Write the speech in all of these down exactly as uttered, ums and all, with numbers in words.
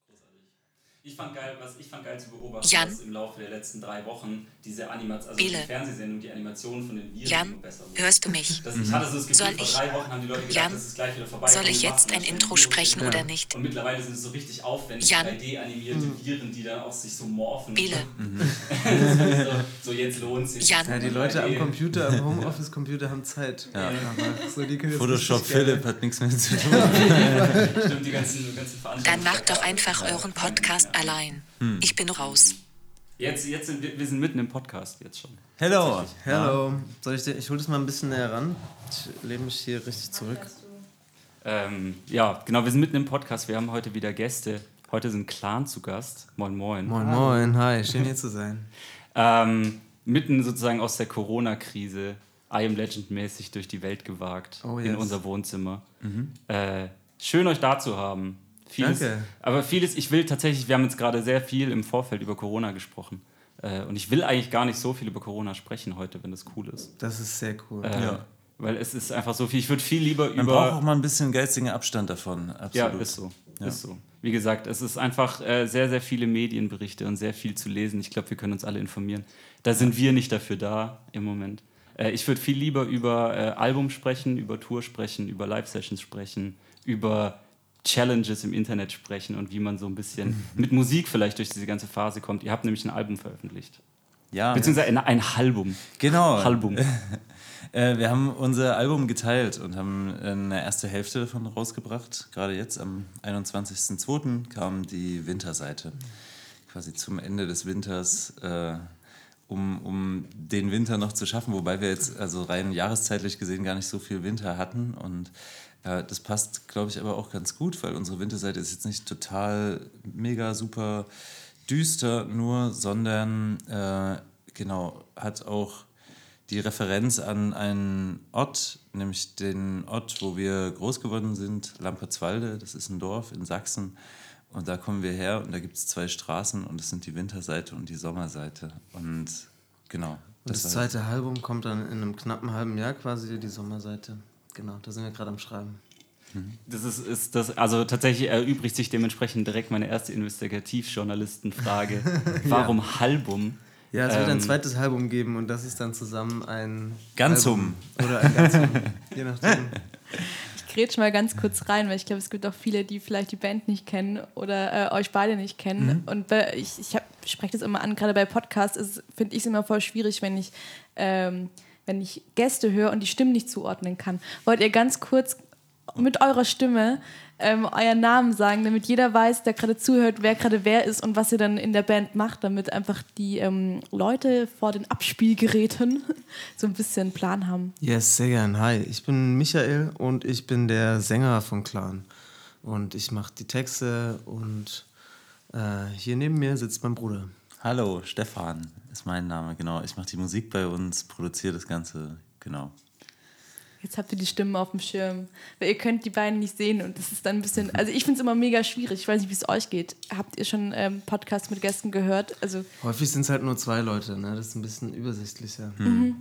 Ich fand geil, was ich fand geil zu beobachten, Jan. dass im Laufe der letzten drei Wochen diese Animation, also die Fernsehsendung, die Animationen von den Viren Jan, besser wurden. hörst du mich? Das, ich hatte so das Gefühl, Soll vor ich? drei Wochen haben die Leute gedacht, Jan, das ist gleich wieder vorbei. soll ich die jetzt machen ein dann Intro Virus sprechen ja. oder nicht? Und mittlerweile sind es so richtig aufwendig Jan. drei D animierte mhm. Viren, die dann auch sich so morphen. Bele. Mhm. so, so jetzt lohnt sich. Jan. Ja, die Leute am Computer, am Homeoffice-Computer haben Zeit. Ja. Aber so die Photoshop Philipp hat nichts mehr zu tun. Stimmt, die ganzen, ganzen Veranstaltungen. Dann macht doch einfach euren Podcast ja. allein. Hm. Ich bin raus. Jetzt, jetzt sind wir, wir sind mitten im Podcast jetzt schon. Hello. Hello. Soll ich dir, ich hole das mal ein bisschen näher ran. Ich lehne mich hier richtig zurück. Ähm, ja, genau, wir sind mitten im Podcast. Wir haben heute wieder Gäste. Heute sind Clan zu Gast. Moin, moin. Moin, moin. Hi, schön hier zu sein. ähm, mitten sozusagen aus der Corona-Krise, I Am Legend-mäßig durch die Welt gewagt. Oh, yes. In unser Wohnzimmer. Mhm. Äh, schön, euch da zu haben. Vieles, Danke. Aber vieles, ich will tatsächlich, wir haben jetzt gerade sehr viel im Vorfeld über Corona gesprochen. Äh, und ich will eigentlich gar nicht so viel über Corona sprechen heute, wenn das cool ist. Das ist sehr cool. Äh, ja. Weil es ist einfach so viel, ich würde viel lieber Man über... Man braucht auch mal ein bisschen geistigen Abstand davon, absolut. Ja, ist so. Ja. Ist so. Wie gesagt, es ist einfach äh, sehr, sehr viele Medienberichte und sehr viel zu lesen. Ich glaube, wir können uns alle informieren. Da sind wir nicht dafür da im Moment. Äh, ich würde viel lieber über äh, Album sprechen, über Tour sprechen, über Live-Sessions sprechen, über Challenges im Internet sprechen und wie man so ein bisschen mit Musik vielleicht durch diese ganze Phase kommt. Ihr habt nämlich ein Album veröffentlicht. Ja. Beziehungsweise ein, ein Album. Genau. Album. äh, wir haben unser Album geteilt und haben eine erste Hälfte davon rausgebracht. Gerade jetzt am einundzwanzigsten zweiten kam die Winterseite. Quasi zum Ende des Winters, äh, um, um den Winter noch zu schaffen. Wobei wir jetzt also rein jahreszeitlich gesehen gar nicht so viel Winter hatten. Und ja, das passt, glaube ich, aber auch ganz gut, weil unsere Winterseite ist jetzt nicht total mega super düster nur, sondern äh, genau, hat auch die Referenz an einen Ort, nämlich den Ort, wo wir groß geworden sind, Lampertswalde, das ist ein Dorf in Sachsen. Und da kommen wir her und da gibt es zwei Straßen und das sind die Winterseite und die Sommerseite. Und genau. Und das, das zweite Album kommt dann in einem knappen halben Jahr quasi, die Sommerseite. Genau, da sind wir gerade am Schreiben. Das ist, ist das, also tatsächlich erübrigt sich dementsprechend direkt meine erste Investigativjournalistenfrage. Warum ja. Album? Ja, es wird ähm, ein zweites Album geben und das ist dann zusammen ein Ganzum. Album. Oder ein Ganzum, je nachdem. Ich grätsch mal ganz kurz rein, weil ich glaube, es gibt auch viele, die vielleicht die Band nicht kennen oder äh, euch beide nicht kennen. Mhm. Und bei, ich, ich, ich spreche das immer an, gerade bei Podcasts finde ich es immer voll schwierig, wenn ich, ähm, wenn ich Gäste höre und die Stimmen nicht zuordnen kann. Wollt ihr ganz kurz mit eurer Stimme ähm, euren Namen sagen, damit jeder weiß, der gerade zuhört, wer gerade wer ist und was ihr dann in der Band macht, damit einfach die ähm, Leute vor den Abspielgeräten so ein bisschen Plan haben. Yes, sehr gern. Hi, ich bin Michael und ich bin der Sänger von Clan. Und ich mache die Texte und äh, hier neben mir sitzt mein Bruder. Hallo, Stefan ist mein Name, genau. Ich mache die Musik bei uns, produziere das Ganze, genau. Jetzt habt ihr die Stimmen auf dem Schirm. Weil ihr könnt die beiden nicht sehen und das ist dann ein bisschen... Also ich finde es immer mega schwierig. Ich weiß nicht, wie es euch geht. Habt ihr schon ähm, Podcasts mit Gästen gehört? Also häufig sind es halt nur zwei Leute, ne? Das ist ein bisschen übersichtlicher. Mhm.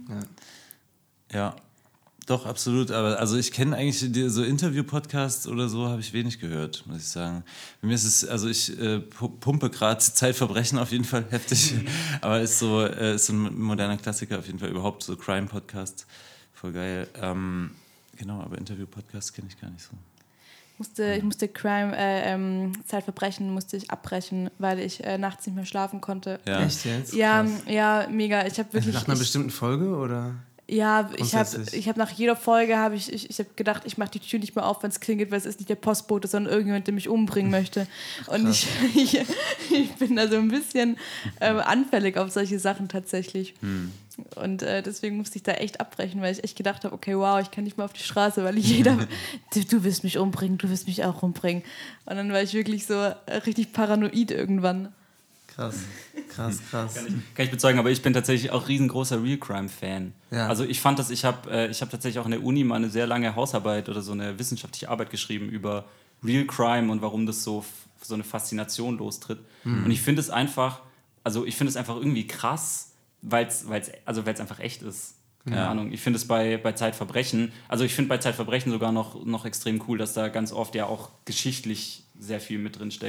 Ja. ja, doch, absolut. Aber also ich kenne eigentlich die, so Interview-Podcasts oder so, habe ich wenig gehört, muss ich sagen. Bei mir ist es, also ich äh, pumpe gerade Zeitverbrechen auf jeden Fall heftig. Aber ist so, äh, ist so ein moderner Klassiker auf jeden Fall. Überhaupt so Crime-Podcasts. Voll geil. Ähm, genau, aber Interview-Podcast kenne ich gar nicht so. Ich musste, ich musste Crime, äh, ähm, Zeitverbrechen musste ich abbrechen, weil ich äh, nachts nicht mehr schlafen konnte. Ja. Echt jetzt? Ja, Krass. ja, mega. Ich habe wirklich. Nach einer ich, bestimmten Folge oder? Ja, ich habe ich hab nach jeder Folge habe ich, ich, ich hab gedacht, ich mache die Tür nicht mehr auf, wenn es klingelt, weil es ist nicht der Postbote, sondern irgendjemand, der mich umbringen möchte. Und ich, ich, ich bin da so ein bisschen äh, anfällig auf solche Sachen tatsächlich. Hm. Und äh, deswegen musste ich da echt abbrechen, weil ich echt gedacht habe, okay, wow, ich kann nicht mehr auf die Straße, weil jeder, du, du wirst mich umbringen, du wirst mich auch umbringen. Und dann war ich wirklich so äh, richtig paranoid irgendwann. Krass, krass, krass. Kann ich, kann ich bezeugen, aber ich bin tatsächlich auch riesengroßer Real Crime-Fan. Ja. Also ich fand das, ich habe äh, ich hab tatsächlich auch in der Uni mal eine sehr lange Hausarbeit oder so eine wissenschaftliche Arbeit geschrieben über Real Crime und warum das so, so eine Faszination lostritt. Mhm. Und ich finde es einfach, also ich finde es einfach irgendwie krass, weil es also weil's einfach echt ist. Keine ja. Ahnung. Ich finde es bei, bei Zeitverbrechen, also ich finde bei Zeitverbrechen sogar noch, noch extrem cool, dass da ganz oft ja auch geschichtlich sehr viel mit drin steckt.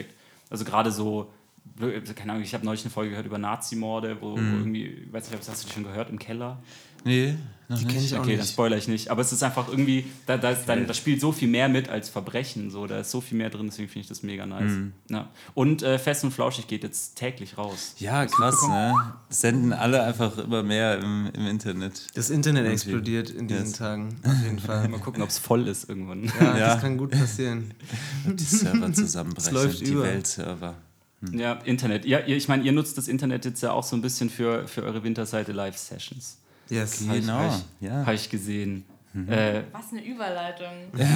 Also gerade so, keine Ahnung, ich habe neulich eine Folge gehört über Nazimorde, wo, mhm. wo irgendwie, ich weiß nicht, hast du die schon gehört, im Keller? Nee, die kenne ich auch okay, nicht. dann spoilere ich nicht. Aber es ist einfach irgendwie, da, da, ist dann, da spielt so viel mehr mit als Verbrechen. So. Da ist so viel mehr drin, deswegen finde ich das mega nice. Mhm. Ja. Und äh, Fest und Flauschig geht jetzt täglich raus. Ja, krass, ne? Senden alle einfach immer mehr im, im Internet. Das Internet irgendwie. Explodiert in diesen yes. Tagen, auf jeden Fall. Mal gucken, ob es voll ist irgendwann. Ja, ja, das kann gut passieren. Die Server zusammenbrechen, läuft die über. Weltserver. Hm. Ja, Internet. Ja, ihr, ich meine, ihr nutzt das Internet jetzt ja auch so ein bisschen für, für eure Winterseite Live-Sessions. Yes. Habe genau. ich, hab ich, ja. hab ich gesehen. Mhm. Äh, Was eine Überleitung.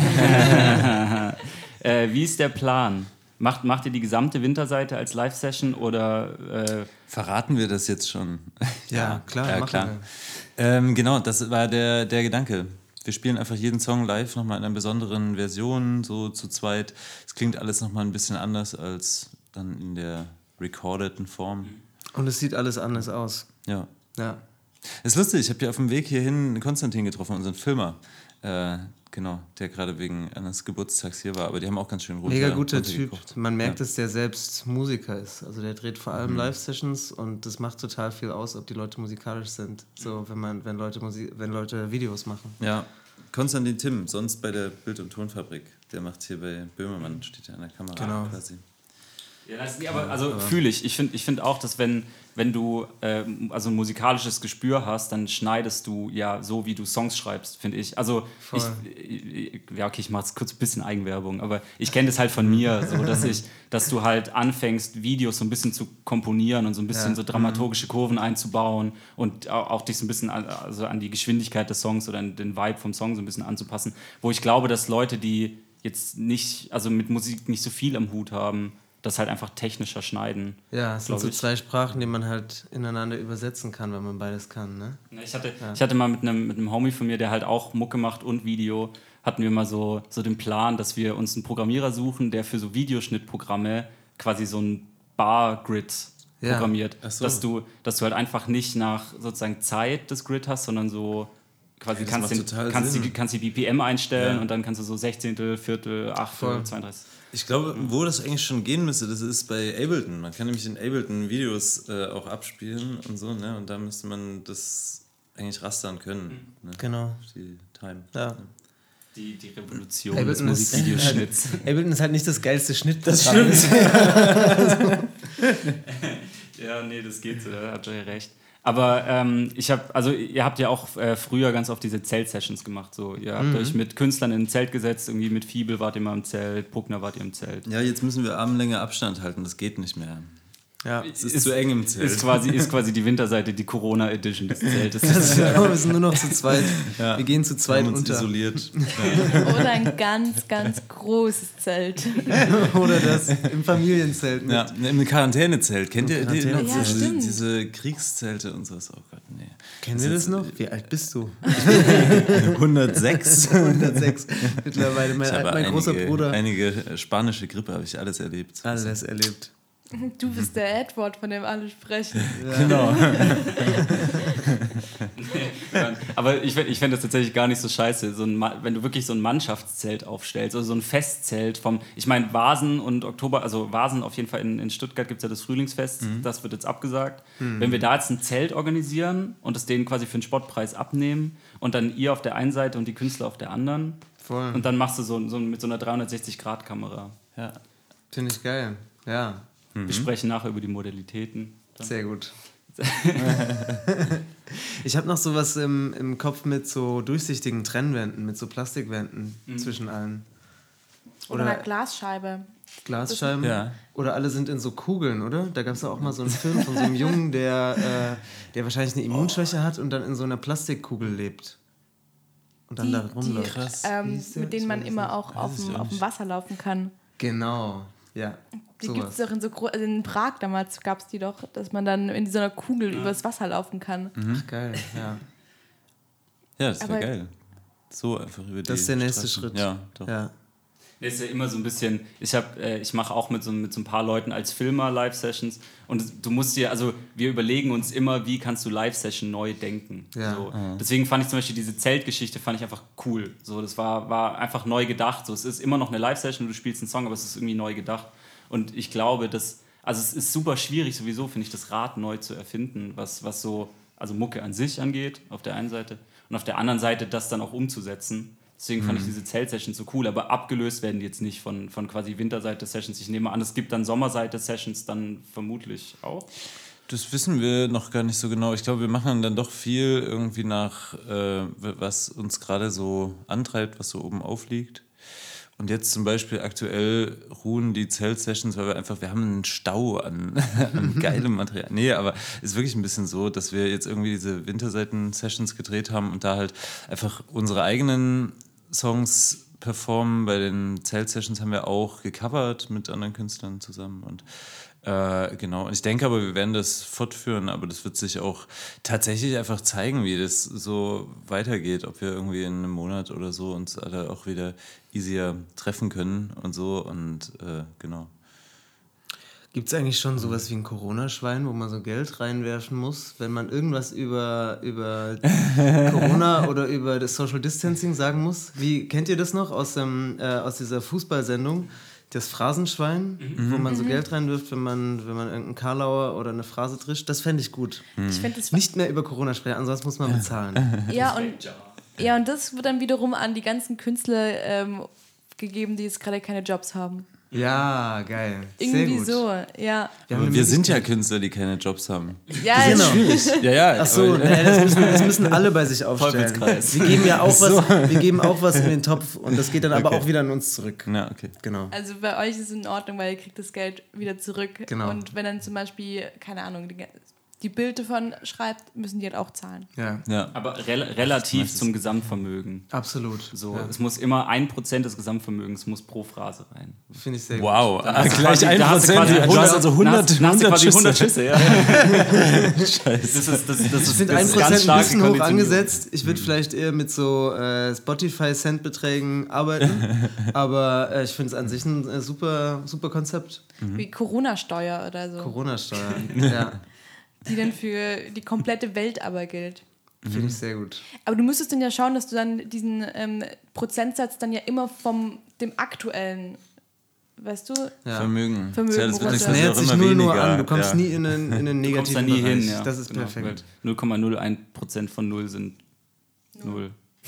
äh, wie ist der Plan? Macht, macht ihr die gesamte Winterseite als Live-Session oder... Äh Verraten wir das jetzt schon? Ja, klar. Ja, klar. Ähm, genau, das war der, der Gedanke. Wir spielen einfach jeden Song live nochmal in einer besonderen Version, so zu zweit. Es klingt alles nochmal ein bisschen anders als dann in der recordeten Form. Und es sieht alles anders aus. Ja. Ja. Das ist lustig, ich habe ja auf dem Weg hierhin Konstantin getroffen, unseren Filmer. Äh, genau, der gerade wegen eines Geburtstags hier war, aber die haben auch ganz schön runter. Mega guter Typ. Man merkt, ja. dass der selbst Musiker ist. Also der dreht vor allem mhm. Live-Sessions und das macht total viel aus, ob die Leute musikalisch sind. So, wenn man, wenn Leute Musik, wenn Leute Videos machen. Ja. Konstantin Timm, sonst bei der Bild- und Tonfabrik. Der macht hier bei Böhmermann, steht ja an der Kamera genau. quasi. Ja, das, nee, aber also fühle ich. Ich finde ich find auch, dass wenn, wenn du äh, also ein musikalisches Gespür hast, dann schneidest du ja so, wie du Songs schreibst, finde ich. Also ich, ich, ja okay, ich mache jetzt kurz ein bisschen Eigenwerbung, aber ich kenne das halt von mir, so dass ich, dass du halt anfängst, Videos so ein bisschen zu komponieren und so ein bisschen ja. so dramaturgische Kurven einzubauen und auch, auch dich so ein bisschen an, also an die Geschwindigkeit des Songs oder an den Vibe vom Song so ein bisschen anzupassen. Wo ich glaube, dass Leute, die jetzt nicht, also mit Musik nicht so viel am Hut haben, das halt einfach technischer schneiden. Ja, es sind so zwei Sprachen, die man halt ineinander übersetzen kann, wenn man beides kann, ne? Ich hatte, ja. ich hatte mal mit einem, mit einem Homie von mir, der halt auch Mucke macht und Video, hatten wir mal so, so den Plan, dass wir uns einen Programmierer suchen, der für so Videoschnittprogramme quasi so ein Bar-Grid ja. programmiert. Ach so. Dass du, dass du halt einfach nicht nach sozusagen Zeit das Grid hast, sondern so quasi ja, kannst, den, kannst, die, kannst die B P M einstellen ja. und dann kannst du so Sechzehntel, Viertel, Achtel, zweiunddreißig. Ich glaube, wo das eigentlich schon gehen müsste, das ist bei Ableton. Man kann nämlich in Ableton Videos äh, auch abspielen und so, ne? Und da müsste man das eigentlich rastern können. Ne? Genau. Die Time. Ja. Die, die Revolution Ableton des Musikvideoschnitts. Halt, Ableton ist halt nicht das geilste Schnittprogramm. Das stimmt. Ja, nee, das geht so, da habt ihr recht. Aber ähm, ich habe, also ihr habt ja auch äh, früher ganz oft diese Zelt-Sessions gemacht. So. Ihr habt mhm. euch mit Künstlern in ein Zelt gesetzt, irgendwie mit Fiebel wart ihr mal im Zelt, Bruckner wart ihr im Zelt. Ja, jetzt müssen wir Armlänge Abstand halten, das geht nicht mehr. Ja, es ist, ist zu eng im Zelt. Ist quasi, ist quasi die Winterseite, die Corona-Edition des Zeltes. Ja, wir sind nur noch zu zweit. Ja. Wir gehen zu zweit wir haben uns unter. Isoliert. Ja. Oder ein ganz, ganz großes Zelt. Oder das im Familienzelt. Mit. Ja, im Quarantänezelt. Kennt ihr die, ja, diese, diese Kriegszelte und sowas? Oh Gott, nee. Kennen wir das noch? Wie alt bist du? hundertsechs. hundertsechs. Mittlerweile. Mein, ich habe mein einige, großer Bruder. Einige spanische Grippe habe ich alles erlebt. Alles erlebt. Du bist der Edward, von dem alle sprechen. Ja. Genau. Aber ich, ich fände das tatsächlich gar nicht so scheiße, so ein, wenn du wirklich so ein Mannschaftszelt aufstellst, also so ein Festzelt vom, ich meine Vasen und Oktober, also Vasen auf jeden Fall in, in Stuttgart gibt es ja das Frühlingsfest, mhm. das wird jetzt abgesagt. Mhm. Wenn wir da jetzt ein Zelt organisieren und es denen quasi für einen Spottpreis abnehmen und dann ihr auf der einen Seite und die Künstler auf der anderen. Voll. Und dann machst du so, so mit so einer dreihundertsechzig Grad Kamera. Ja. Finde ich geil, ja. Wir mhm. sprechen nachher über die Modalitäten. Dann. Sehr gut. Ich habe noch sowas im, im Kopf mit so durchsichtigen Trennwänden, mit so Plastikwänden mhm. zwischen allen. Oder, oder einer Glasscheibe. Glasscheiben. Ja. Oder alle sind in so Kugeln, oder? Da gab es auch mal so einen Film von so einem Jungen, der, äh, der wahrscheinlich eine Immunschwäche hat und dann in so einer Plastikkugel lebt. Und dann die, da rumläuft. Die, ähm, mit denen man immer auch auf dem, auf dem Wasser laufen kann. Genau, ja. Die gibt es doch in so groß, also in Prag damals gab es die doch, dass man dann in so einer Kugel ja. übers Wasser laufen kann. Mhm. Ach, geil, ja. Ja, das wäre geil. So einfach über die Das ist der nächste Straßen. Schritt. Ja, doch. Ja. Das ist ja immer so ein bisschen, ich habe, äh, ich mache auch mit so, mit so ein paar Leuten als Filmer Live-Sessions und du musst dir, also wir überlegen uns immer, wie kannst du Live-Session neu denken. Ja. So. Mhm. Deswegen fand ich zum Beispiel diese Zeltgeschichte fand ich einfach cool. So, das war, war einfach neu gedacht. So, es ist immer noch eine Live-Session, du spielst einen Song, aber es ist irgendwie neu gedacht. Und ich glaube, dass, also es ist super schwierig sowieso, finde ich, das Rad neu zu erfinden, was, was so, also Mucke an sich angeht, auf der einen Seite, und auf der anderen Seite das dann auch umzusetzen. Deswegen fand ich diese Zeltsessions so cool, aber abgelöst werden die jetzt nicht von, von quasi Winterseite-Sessions. Ich nehme an, es gibt dann Sommerseite-Sessions dann vermutlich auch. Das wissen wir noch gar nicht so genau. Ich glaube, wir machen dann doch viel irgendwie nach, äh, was uns gerade so antreibt, was so oben aufliegt. Und jetzt zum Beispiel aktuell ruhen die Zeltsessions, weil wir einfach, wir haben einen Stau an, an geilem Material. Nee, aber es ist wirklich ein bisschen so, dass wir jetzt irgendwie diese Winterseiten-Sessions gedreht haben und da halt einfach unsere eigenen Songs performen. Bei den Zeltsessions haben wir auch gecovert mit anderen Künstlern zusammen und Äh, genau, und ich denke aber, wir werden das fortführen, aber das wird sich auch tatsächlich einfach zeigen, wie das so weitergeht, ob wir irgendwie in einem Monat oder so uns alle auch wieder easier treffen können und so und äh, genau. Gibt es eigentlich schon sowas wie ein Corona-Schwein, wo man so Geld reinwerfen muss, wenn man irgendwas über, über Corona oder über das Social Distancing sagen muss? Wie, kennt ihr das noch aus, dem, äh, aus dieser Fußballsendung? Das Phrasenschwein, mhm. wo man so Geld reinwirft, wenn man, wenn man irgendeinen Karlauer oder eine Phrase trischt, das fände ich gut. Mhm. Ich find, das nicht mehr über Corona sprechen, ansonsten muss man bezahlen. Ja, und, ja, und das wird dann wiederum an die ganzen Künstler ähm, gegeben, die jetzt gerade keine Jobs haben. Ja, geil. Irgendwie Sehr gut. so, ja. Wir, Aber wir sind ja Künstler, die keine Jobs haben. Ja, das genau. ist schwierig. Ja, ja. Ach so, nee, das, müssen, das müssen alle bei sich aufstellen. Wir geben ja auch so. was, wir geben auch was in den Topf und das geht dann aber okay. auch wieder an uns zurück. Ja, okay. Genau. Also bei euch ist es in Ordnung, weil ihr kriegt das Geld wieder zurück. Genau. Und wenn dann zum Beispiel, keine Ahnung, die, die Bild davon schreibt, müssen die halt auch zahlen. Ja. Ja. Aber re- relativ zum Gesamtvermögen. Absolut. So, ja. Es muss immer ein Prozent des Gesamtvermögens muss pro Phrase rein. Finde ich sehr wow. gut. Wow, ah, gleich ein Prozent. Du hast also hundert Schüsse. Ja. Scheiße. Das ist, das, das ich ist, finde ein Prozent ein bisschen hoch angesetzt. Ich würde mhm. vielleicht eher mit so äh, Spotify-Cent-Beträgen arbeiten. Aber äh, ich finde es an sich ein äh, super, super Konzept. Mhm. Wie Corona-Steuer oder so. Corona-Steuer, ja. Die dann für die komplette Welt aber gilt. Finde ich sehr gut. Aber du müsstest dann ja schauen, dass du dann diesen ähm, Prozentsatz dann ja immer vom dem aktuellen, weißt du? Ja. Vermögen. Vermögen ja, das wird das nähert sich null nur an. Du kommst ja. nie in einen, in einen negativen du kommst da nie Bereich. hin, ja. Das ist genau, perfekt. null Komma null eins Prozent von null sind null.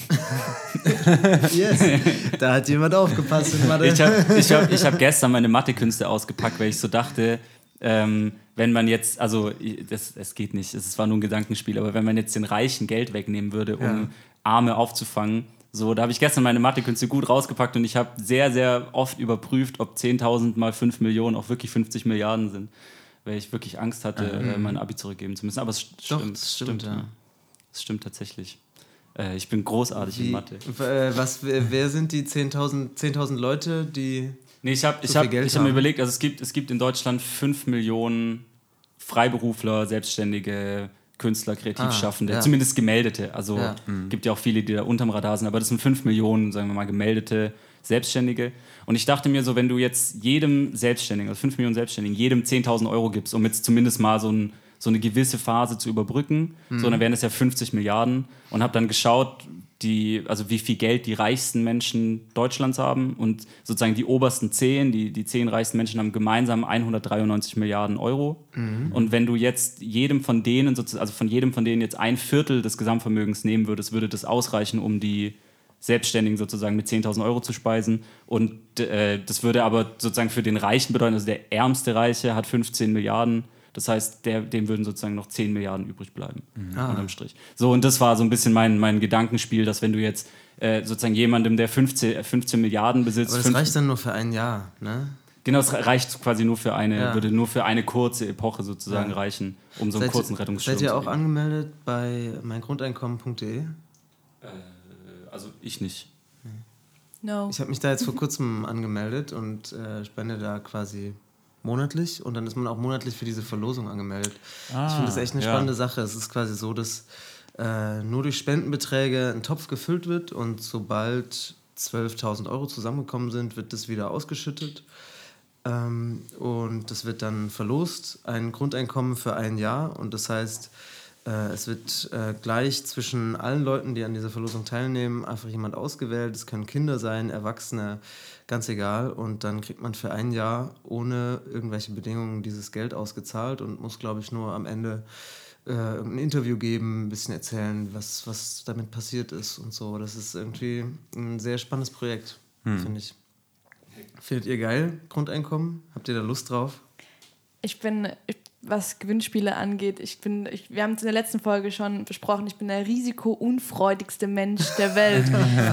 Yes, da hat jemand aufgepasst in Mathe. Ich habe ich hab, ich hab gestern meine Mathekünste ausgepackt, weil ich so dachte, ähm, wenn man jetzt, also das, das geht nicht, es war nur ein Gedankenspiel, aber wenn man jetzt den Reichen Geld wegnehmen würde, um ja. Arme aufzufangen, so, da habe ich gestern meine Mathekünste gut rausgepackt und ich habe sehr, sehr oft überprüft, ob zehntausend mal fünf Millionen auch wirklich fünfzig Milliarden sind, weil ich wirklich Angst hatte, mhm. mein Abi zurückgeben zu müssen. Aber es Doch, stimmt, das stimmt, stimmt, ja. Es stimmt tatsächlich. Äh, ich bin großartig Wie, in Mathe. Äh, was, wer, wer sind die zehntausend Leute, die Nee, ich habe so ich hab, ich hab mir überlegt, also es gibt, es gibt in Deutschland fünf Millionen Freiberufler, Selbstständige, Künstler, Kreativschaffende, ah, ja. zumindest Gemeldete. Also ja. mhm. gibt ja auch viele, die da unterm Radar sind, aber das sind fünf Millionen, sagen wir mal, gemeldete Selbstständige. Und ich dachte mir so, wenn du jetzt jedem Selbstständigen, also fünf Millionen Selbstständigen, jedem zehntausend Euro gibst, um jetzt zumindest mal so, ein, so eine gewisse Phase zu überbrücken, mhm. so, dann wären das ja fünfzig Milliarden und habe dann geschaut, die, also wie viel Geld die reichsten Menschen Deutschlands haben und sozusagen die obersten zehn, die, die zehn reichsten Menschen haben gemeinsam hundertdreiundneunzig Milliarden Euro. Mhm. Und wenn du jetzt jedem von denen, also von jedem von denen jetzt ein Viertel des Gesamtvermögens nehmen würdest, würde das ausreichen, um die Selbstständigen sozusagen mit zehntausend Euro zu speisen. Und äh, das würde aber sozusagen für den Reichen bedeuten, also der ärmste Reiche hat fünfzehn Milliarden. Das heißt, der, dem würden sozusagen noch zehn Milliarden übrig bleiben, mhm. unterm Strich. So, und das war so ein bisschen mein, mein Gedankenspiel, dass wenn du jetzt äh, sozusagen jemandem, der fünfzehn, fünfzehn Milliarden besitzt... Aber das reicht dann nur für ein Jahr, ne? Genau, es reicht quasi nur für eine, ja. würde nur für eine kurze Epoche sozusagen ja. reichen, um so einen seid, kurzen Rettungsschirm zu Seid ihr zu auch geben. angemeldet bei meingrundeinkommen punkt de? Äh, also ich nicht. No. Ich habe mich da jetzt vor kurzem angemeldet und äh, spende da quasi... monatlich und dann ist man auch monatlich für diese Verlosung angemeldet. Ah, ich finde das echt eine ja. spannende Sache. Es ist quasi so, dass äh, nur durch Spendenbeträge ein Topf gefüllt wird und sobald zwölftausend Euro zusammengekommen sind, wird das wieder ausgeschüttet ähm, und das wird dann verlost, ein Grundeinkommen für ein Jahr und das heißt, Äh, es wird äh, gleich zwischen allen Leuten, die an dieser Verlosung teilnehmen, einfach jemand ausgewählt. Es können Kinder sein, Erwachsene, ganz egal. Und dann kriegt man für ein Jahr ohne irgendwelche Bedingungen dieses Geld ausgezahlt und muss, glaube ich, nur am Ende äh, ein Interview geben, ein bisschen erzählen, was, was damit passiert ist und so. Das ist irgendwie ein sehr spannendes Projekt, hm. finde ich. Findet ihr geil, Grundeinkommen? Habt ihr da Lust drauf? Ich bin, ich, was Gewinnspiele angeht, ich bin, ich, wir haben es in der letzten Folge schon besprochen, ich bin der risikounfreudigste Mensch der Welt.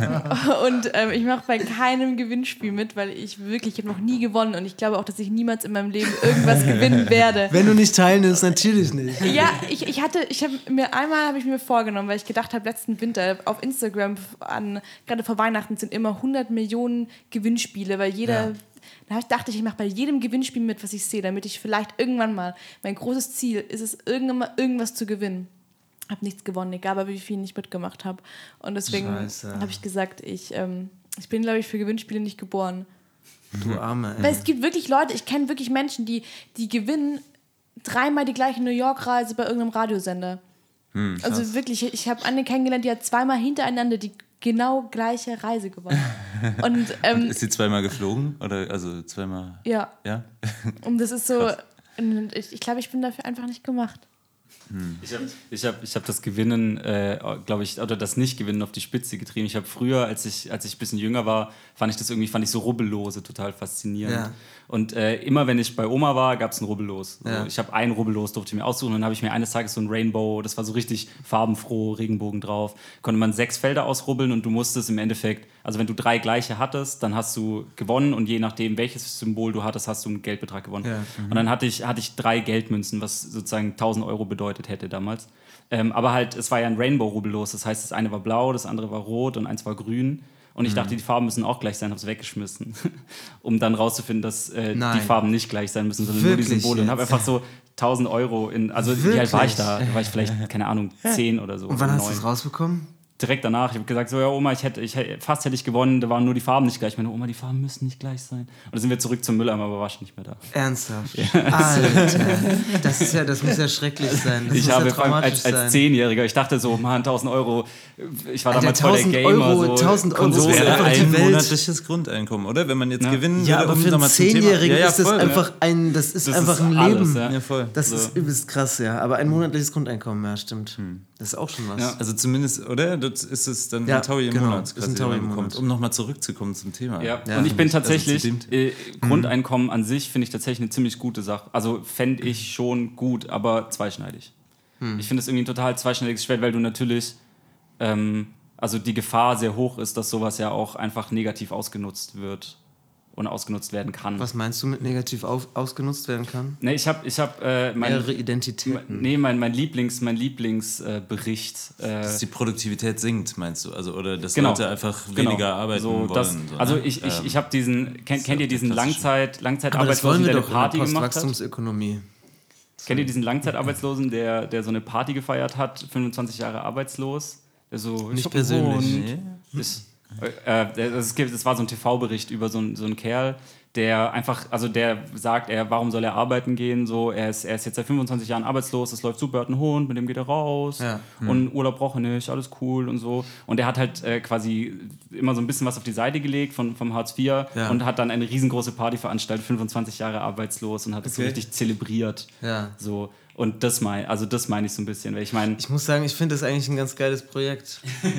Und ähm, ich mache bei keinem Gewinnspiel mit, weil ich wirklich, ich habe noch nie gewonnen und ich glaube auch, dass ich niemals in meinem Leben irgendwas gewinnen werde. Wenn du nicht teilnimmst, natürlich nicht. Ja, ich, ich hatte, ich habe mir, einmal habe ich mir vorgenommen, weil ich gedacht habe, letzten Winter auf Instagram, an, gerade vor Weihnachten sind immer hundert Millionen Gewinnspiele, weil jeder... Ja. Da dachte ich, ich mache bei jedem Gewinnspiel mit, was ich sehe, damit ich vielleicht irgendwann mal, mein großes Ziel ist es, irgendwann mal irgendwas zu gewinnen. Habe nichts gewonnen, egal wie viel ich nicht mitgemacht habe. Und deswegen habe ich gesagt, ich, ähm, ich bin, glaube ich, für Gewinnspiele nicht geboren. Du Arme, ey. Weil es gibt wirklich Leute, ich kenne wirklich Menschen, die, die gewinnen dreimal die gleiche New York-Reise bei irgendeinem Radiosender. Hm, also wirklich, ich habe eine kennengelernt, die hat zweimal hintereinander die genau gleiche Reise gewonnen. Und, ähm, Und ist sie zweimal geflogen? Oder also zweimal? Ja. Ja? Und das ist so, ich, ich glaube, ich bin dafür einfach nicht gemacht. Hm. Ich habe ich hab, ich hab das Gewinnen, äh, glaube ich, oder das Nicht-Gewinnen auf die Spitze getrieben. Ich habe früher, als ich, als ich ein bisschen jünger war, fand ich das irgendwie, fand ich so Rubbellose total faszinierend. Ja. Und äh, immer, wenn ich bei Oma war, gab es ein Rubbellos. Also ja. Ich habe ein Rubbellos, durfte ich mir aussuchen. Und dann habe ich mir eines Tages so ein Rainbow, das war so richtig farbenfroh, Regenbogen drauf. Konnte man sechs Felder ausrubbeln und du musstest im Endeffekt, also wenn du drei gleiche hattest, dann hast du gewonnen und je nachdem, welches Symbol du hattest, hast du einen Geldbetrag gewonnen. Ja. Mhm. Und dann hatte ich, hatte ich drei Geldmünzen, was sozusagen tausend Euro bedeutet hätte damals. Ähm, aber halt, es war ja ein Rainbow-Rubbellos. Das heißt, das eine war blau, das andere war rot und eins war grün. Und ich dachte, die Farben müssen auch gleich sein, habe es weggeschmissen, um dann rauszufinden, dass äh, die Farben nicht gleich sein müssen, sondern Wirklich nur die Symbole. Jetzt? Und habe einfach so tausend Euro in, also Wirklich? Wie alt war ich da? Da war ich vielleicht, keine Ahnung, zehn oder so. Und wann hast du es rausbekommen? Direkt danach. Ich habe gesagt, so ja Oma, ich hätte, ich hätte, fast hätte ich gewonnen, da waren nur die Farben nicht gleich. Meine Oma, die Farben müssen nicht gleich sein. Und dann sind wir zurück zum Mülleimer, aber war schon nicht mehr da. Ernsthaft? Ja. Alter, das, ist ja, das muss ja schrecklich sein. Das ich muss habe ja traumatisch als, als Zehnjähriger, ich dachte so, man, tausend Euro, ich war damals voll der Gamer. Euro, so, tausend Euro, das wäre ein monatliches Grundeinkommen, oder? Wenn man jetzt ja. gewinnen ja, würde, aber um für einen Zehnjährigen ja, ja, ist das voll, einfach ja. ein, das ist das einfach ist ein Leben. Alles, ja. Ja, voll. Das so. ist übelst krass, ja. Aber ein monatliches Grundeinkommen, ja, stimmt. Hm. Das ist auch schon was. Ja. Also zumindest, oder? Das ist es dann ja, ein Taui im genau, Monat, quasi, Taui im Monat. Um nochmal zurückzukommen zum Thema. Ja. Ja. Und ich bin tatsächlich, also äh, Grundeinkommen an sich finde ich tatsächlich eine ziemlich gute Sache. Also fände ich schon gut, aber zweischneidig. Hm. Ich finde es irgendwie ein total zweischneidiges Schwert, weil du natürlich, ähm, also die Gefahr sehr hoch ist, dass sowas ja auch einfach negativ ausgenutzt wird. Und ausgenutzt werden kann. Was meinst du mit negativ auf, ausgenutzt werden kann? Nee, ich habe ich hab, äh, mein, mehrere Identitäten. Nee, mein, mein Lieblings, mein Lieblingsbericht. Äh, äh, dass die Produktivität sinkt, meinst du? Also, oder dass genau, Leute einfach genau. weniger arbeiten so, wollen. Das, so, also ne? ich, ich, ähm, ich habe diesen, kennt, kennt ihr diesen Langzeit, Langzeitarbeitslosen, der eine Party gemacht hat? Postwachstumsökonomie. Kennt ihr diesen Langzeitarbeitslosen, der, der so eine Party gefeiert hat, fünfundzwanzig Jahre arbeitslos? Der so, Nicht persönlich. Nee. Ist, äh, es, gibt, es war so ein T V-Bericht über so, so einen Kerl, der einfach, also der sagt, er, warum soll er arbeiten gehen? So, er ist, er ist jetzt seit fünfundzwanzig Jahren arbeitslos, es läuft super, er hat einen Hund, mit dem geht er raus ja. hm. und Urlaub braucht er nicht, alles cool und so. Und er hat halt äh, quasi immer so ein bisschen was auf die Seite gelegt von, vom Hartz vier ja. und hat dann eine riesengroße Party veranstaltet, fünfundzwanzig Jahre arbeitslos und hat das okay. so richtig zelebriert. Ja. So. Und das meine also das meine ich so ein bisschen, weil ich meine... Ich muss sagen, ich finde das eigentlich ein ganz geiles Projekt.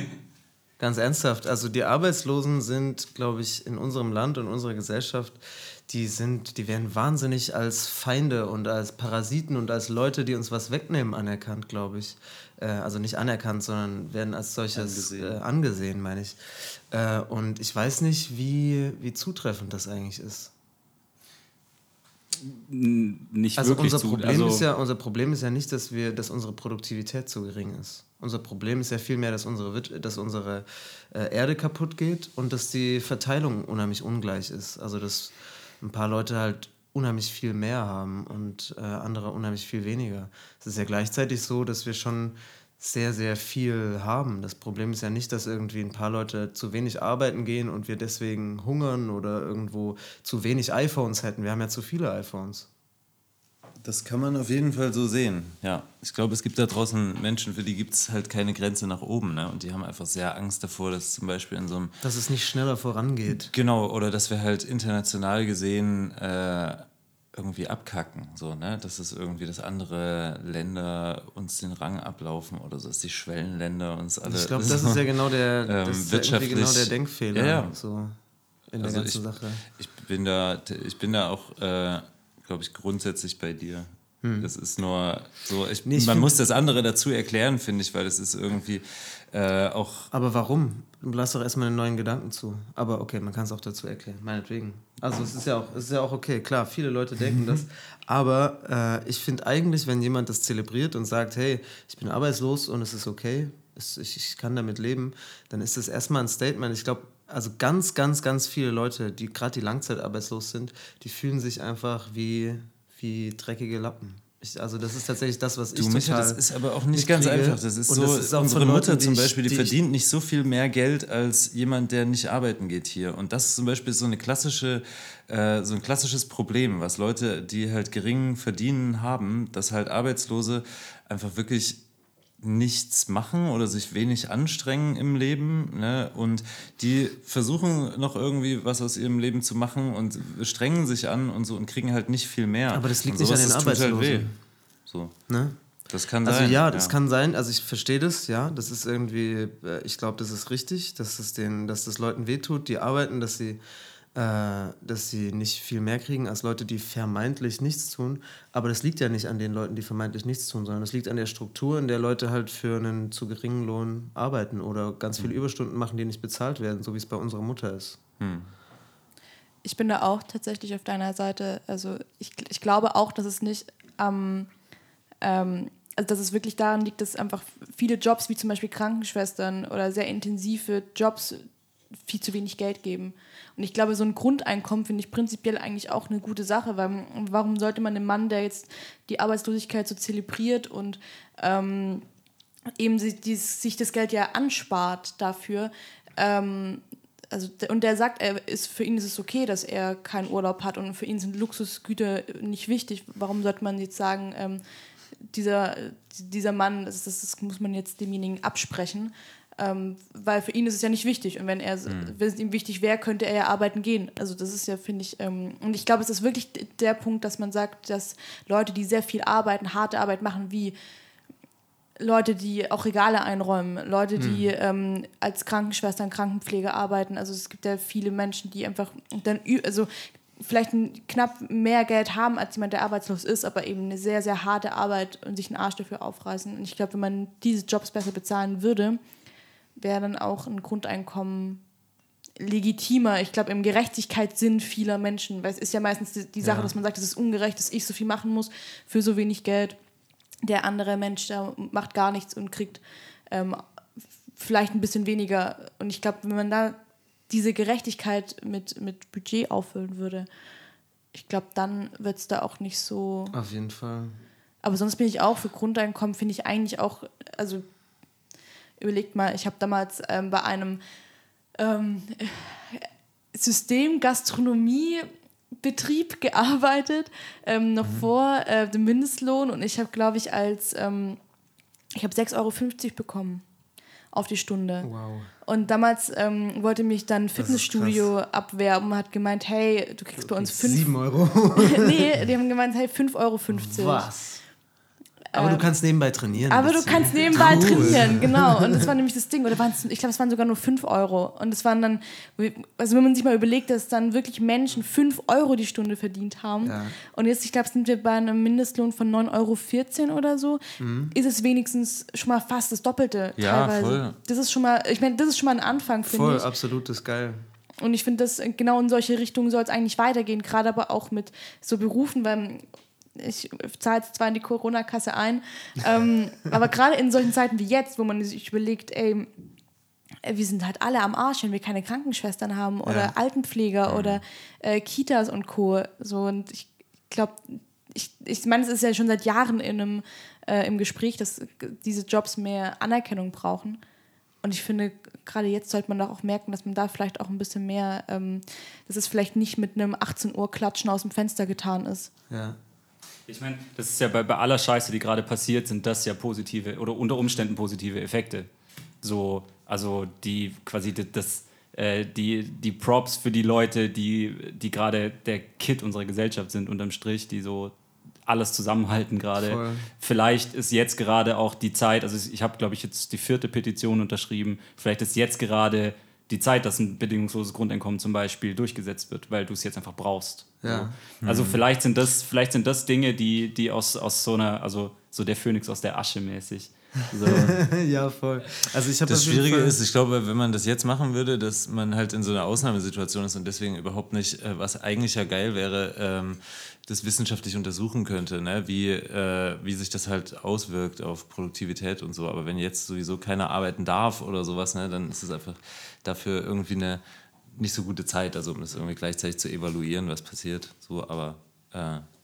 Ganz ernsthaft, also die Arbeitslosen sind, glaube ich, in unserem Land und unserer Gesellschaft, die sind, die werden wahnsinnig als Feinde und als Parasiten und als Leute, die uns was wegnehmen, anerkannt, glaube ich. Äh, also nicht anerkannt, sondern werden als solches angesehen, äh, angesehen meine ich. Äh, und ich weiß nicht, wie, wie zutreffend das eigentlich ist. Nicht also wirklich unser Problem also ist ja unser Problem ist ja nicht, dass wir, dass unsere Produktivität zu gering ist. Unser Problem ist ja vielmehr, dass unsere, dass unsere äh, Erde kaputt geht und dass die Verteilung unheimlich ungleich ist. Also dass ein paar Leute halt unheimlich viel mehr haben und äh, andere unheimlich viel weniger. Es ist ja gleichzeitig so, dass wir schon sehr, sehr viel haben. Das Problem ist ja nicht, dass irgendwie ein paar Leute zu wenig arbeiten gehen und wir deswegen hungern oder irgendwo zu wenig iPhones hätten. Wir haben ja zu viele iPhones. Das kann man auf jeden Fall so sehen, ja. Ich glaube, es gibt da draußen Menschen, für die gibt es halt keine Grenze nach oben, ne? Und die haben einfach sehr Angst davor, dass zum Beispiel in so einem... Dass es nicht schneller vorangeht. Genau, oder dass wir halt international gesehen äh, irgendwie abkacken, so, ne? Dass es irgendwie, dass andere Länder uns den Rang ablaufen oder so, dass die Schwellenländer uns alle... Ich glaube, das ist ja genau der, ähm, das ist ja irgendwie genau der Denkfehler. Ja, ja. So in der also ganzen ich, Sache. Ich bin da, ich bin da auch... Äh, glaube ich, grundsätzlich bei dir. Hm. Das ist nur so, ich, nee, ich man muss das andere dazu erklären, finde ich, weil es ist irgendwie äh, auch... Aber warum? Lass doch erstmal einen neuen Gedanken zu. Aber okay, man kann es auch dazu erklären, meinetwegen. Also es ist ja auch, es ist ja auch okay, klar, viele Leute denken das, aber äh, ich finde eigentlich, wenn jemand das zelebriert und sagt, hey, ich bin arbeitslos und es ist okay, es, ich, ich kann damit leben, dann ist das erstmal ein Statement. Ich glaube, also ganz, ganz, ganz viele Leute, die gerade die langzeitarbeitslos sind, die fühlen sich einfach wie, wie dreckige Lappen. Ich, also das ist tatsächlich das, was ich du, total Micha, das ist aber auch nicht ganz einfach. Das ist so, das ist unsere Leuten, Mutter zum die Beispiel, die, die verdient nicht so viel mehr Geld als jemand, der nicht arbeiten geht hier. Und das ist zum Beispiel so eine klassische, äh, so ein klassisches Problem, was Leute, die halt gering verdienen, haben, dass halt Arbeitslose einfach wirklich nichts machen oder sich wenig anstrengen im Leben, ne? Und die versuchen noch irgendwie was aus ihrem Leben zu machen und strengen sich an und so und kriegen halt nicht viel mehr. Aber das liegt und nicht an sowas, den das tut halt Arbeitslosen. weh. So. Ne? Das kann also sein. Ja, das ja. kann sein. Also ich verstehe das, ja. Das ist irgendwie, ich glaube, das ist richtig, dass es den, dass das Leuten wehtut, die arbeiten, dass sie Äh, dass sie nicht viel mehr kriegen als Leute, die vermeintlich nichts tun. Aber das liegt ja nicht an den Leuten, die vermeintlich nichts tun, sondern das liegt an der Struktur, in der Leute halt für einen zu geringen Lohn arbeiten oder ganz viele Überstunden machen, die nicht bezahlt werden, so wie es bei unserer Mutter ist. Hm. Ich bin da auch tatsächlich auf deiner Seite. Also ich, ich glaube auch, dass es nicht am... Ähm, also dass es wirklich daran liegt, dass einfach viele Jobs, wie zum Beispiel Krankenschwestern oder sehr intensive Jobs, viel zu wenig Geld geben. Und ich glaube, so ein Grundeinkommen finde ich prinzipiell eigentlich auch eine gute Sache, weil warum sollte man einem Mann, der jetzt die Arbeitslosigkeit so zelebriert und ähm, eben sich, dies, sich das Geld ja anspart dafür, ähm, also, und der sagt, er ist, für ihn ist es okay, dass er keinen Urlaub hat und für ihn sind Luxusgüter nicht wichtig. Warum sollte man jetzt sagen, ähm, dieser, dieser Mann, das, das, das muss man jetzt demjenigen absprechen? Ähm, weil für ihn ist es ja nicht wichtig und wenn er mhm. wenn es ihm wichtig wäre, könnte er ja arbeiten gehen. Also das ist ja, finde ich, ähm, und ich glaube, es ist wirklich der Punkt, dass man sagt, dass Leute, die sehr viel arbeiten, harte Arbeit machen, wie Leute, die auch Regale einräumen, Leute, die mhm. ähm, als Krankenschwestern, Krankenpfleger arbeiten. Also es gibt ja viele Menschen, die einfach dann, also vielleicht ein, knapp mehr Geld haben als jemand, der arbeitslos ist, aber eben eine sehr, sehr harte Arbeit und sich einen Arsch dafür aufreißen. Und ich glaube, wenn man diese Jobs besser bezahlen würde, wäre dann auch ein Grundeinkommen legitimer. Ich glaube, im Gerechtigkeitssinn vieler Menschen, weil es ist ja meistens die, die Sache, ja. dass man sagt, es ist ungerecht, dass ich so viel machen muss für so wenig Geld. Der andere Mensch, der macht gar nichts und kriegt ähm, vielleicht ein bisschen weniger. Und ich glaube, wenn man da diese Gerechtigkeit mit, mit Budget auffüllen würde, ich glaube, dann wird es da auch nicht so... Auf jeden Fall. Aber sonst bin ich auch für Grundeinkommen, finde ich eigentlich auch... also überlegt mal, ich habe damals ähm, bei einem ähm, System-Gastronomie-Betrieb gearbeitet, ähm, noch mhm. vor äh, dem Mindestlohn und ich habe, glaube ich, als ähm, ich habe sechs Euro fünfzig bekommen auf die Stunde. Wow. Und damals ähm, wollte mich dann ein Fitnessstudio abwerben und hat gemeint, hey, du kriegst bei uns fünf... sieben Euro? Nee, die haben gemeint, hey, fünf Euro fünfzig. Was? Aber du kannst nebenbei trainieren. Aber du kannst nebenbei cool. trainieren, genau. Und das war nämlich das Ding. Oder waren's, ich glaube, es waren sogar nur fünf Euro. Und es waren dann, also wenn man sich mal überlegt, dass dann wirklich Menschen fünf Euro die Stunde verdient haben. Ja. Und jetzt, ich glaube, sind wir bei einem Mindestlohn von neun Euro vierzehn oder so, mhm. ist es wenigstens schon mal fast das Doppelte ja, teilweise. Voll. Das ist schon mal, ich meine, das ist schon mal ein Anfang, finde ich. Voll, absolut, das ist geil. Und ich finde, dass genau in solche Richtungen soll es eigentlich weitergehen, gerade aber auch mit so Berufen, weil ich zahle jetzt zwar in die Corona-Kasse ein, ähm, aber gerade in solchen Zeiten wie jetzt, wo man sich überlegt, ey, wir sind halt alle am Arsch, wenn wir keine Krankenschwestern haben oder ja. Altenpfleger mhm. oder äh, Kitas und Co. So, und ich glaube, ich, ich meine, es ist ja schon seit Jahren in einem, äh, im Gespräch, dass diese Jobs mehr Anerkennung brauchen. Und ich finde, gerade jetzt sollte man doch auch merken, dass man da vielleicht auch ein bisschen mehr, ähm, dass es vielleicht nicht mit einem achtzehn Uhr Klatschen aus dem Fenster getan ist. Ja. Ich meine, das ist ja bei, bei aller Scheiße, die gerade passiert, sind das ja positive oder unter Umständen positive Effekte. So, also die quasi das, äh, die, die Props für die Leute, die, die gerade der Kit unserer Gesellschaft sind, unterm Strich, die so alles zusammenhalten gerade. Vielleicht ist jetzt gerade auch die Zeit, also ich habe, glaube ich, jetzt die vierte Petition unterschrieben, vielleicht ist jetzt gerade die Zeit, dass ein bedingungsloses Grundeinkommen zum Beispiel durchgesetzt wird, weil du es jetzt einfach brauchst. Ja. So. Also mhm. vielleicht sind das, vielleicht sind das Dinge, die, die aus, aus so einer, also so der Phönix aus der Asche mäßig. So. Ja, voll. Also ich das Schwierige ist, ich glaube, wenn man das jetzt machen würde, dass man halt in so einer Ausnahmesituation ist und deswegen überhaupt nicht, äh, was eigentlich ja geil wäre, ähm, das wissenschaftlich untersuchen könnte, ne? wie, äh, wie sich das halt auswirkt auf Produktivität und so. Aber wenn jetzt sowieso keiner arbeiten darf oder sowas, ne, dann ist es einfach dafür irgendwie eine nicht so gute Zeit, also um das irgendwie gleichzeitig zu evaluieren, was passiert. So, aber äh,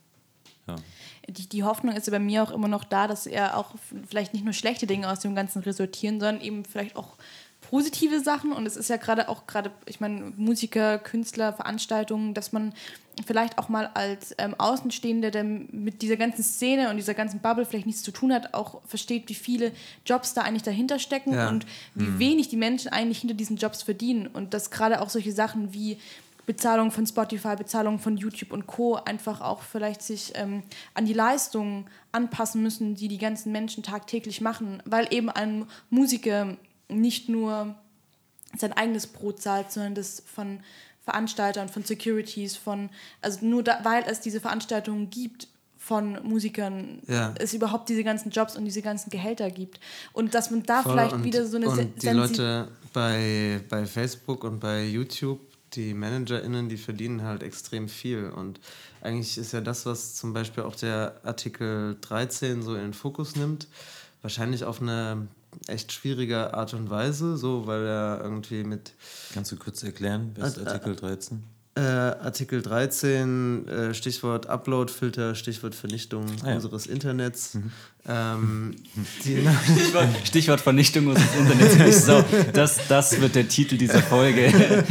ja. Die, die Hoffnung ist bei mir auch immer noch da, dass er auch vielleicht nicht nur schlechte Dinge aus dem Ganzen resultieren, sondern eben vielleicht auch positive Sachen. Und es ist ja gerade auch gerade, ich meine, Musiker, Künstler, Veranstaltungen, dass man vielleicht auch mal als ähm, Außenstehender, der mit dieser ganzen Szene und dieser ganzen Bubble vielleicht nichts zu tun hat, auch versteht, wie viele Jobs da eigentlich dahinter stecken ja. und wie mhm. wenig die Menschen eigentlich hinter diesen Jobs verdienen. Und dass gerade auch solche Sachen wie Bezahlung von Spotify, Bezahlung von YouTube und Co. einfach auch vielleicht sich ähm, an die Leistungen anpassen müssen, die die ganzen Menschen tagtäglich machen, weil eben ein Musiker nicht nur sein eigenes Brot zahlt, sondern das von Veranstaltern, von Securities, von, also nur da, weil es diese Veranstaltungen gibt von Musikern, ja. es überhaupt diese ganzen Jobs und diese ganzen Gehälter gibt. Und dass man da Voll vielleicht und, wieder so eine... Und Sen- die Leute bei, bei Facebook und bei YouTube, die ManagerInnen, die verdienen halt extrem viel. Und eigentlich ist ja das, was zum Beispiel auch der Artikel dreizehn so in den Fokus nimmt, wahrscheinlich auf eine echt schwierige Art und Weise, so, weil er irgendwie mit... Kannst du kurz erklären, was ist Artikel dreizehn? Äh, Artikel dreizehn, äh, Stichwort Upload-Filter, Stichwort Vernichtung ah, ja. unseres Internets. Mhm. Ähm, die Stichwort, Stichwort Vernichtung unseres Internets. So, das, das wird der Titel dieser Folge.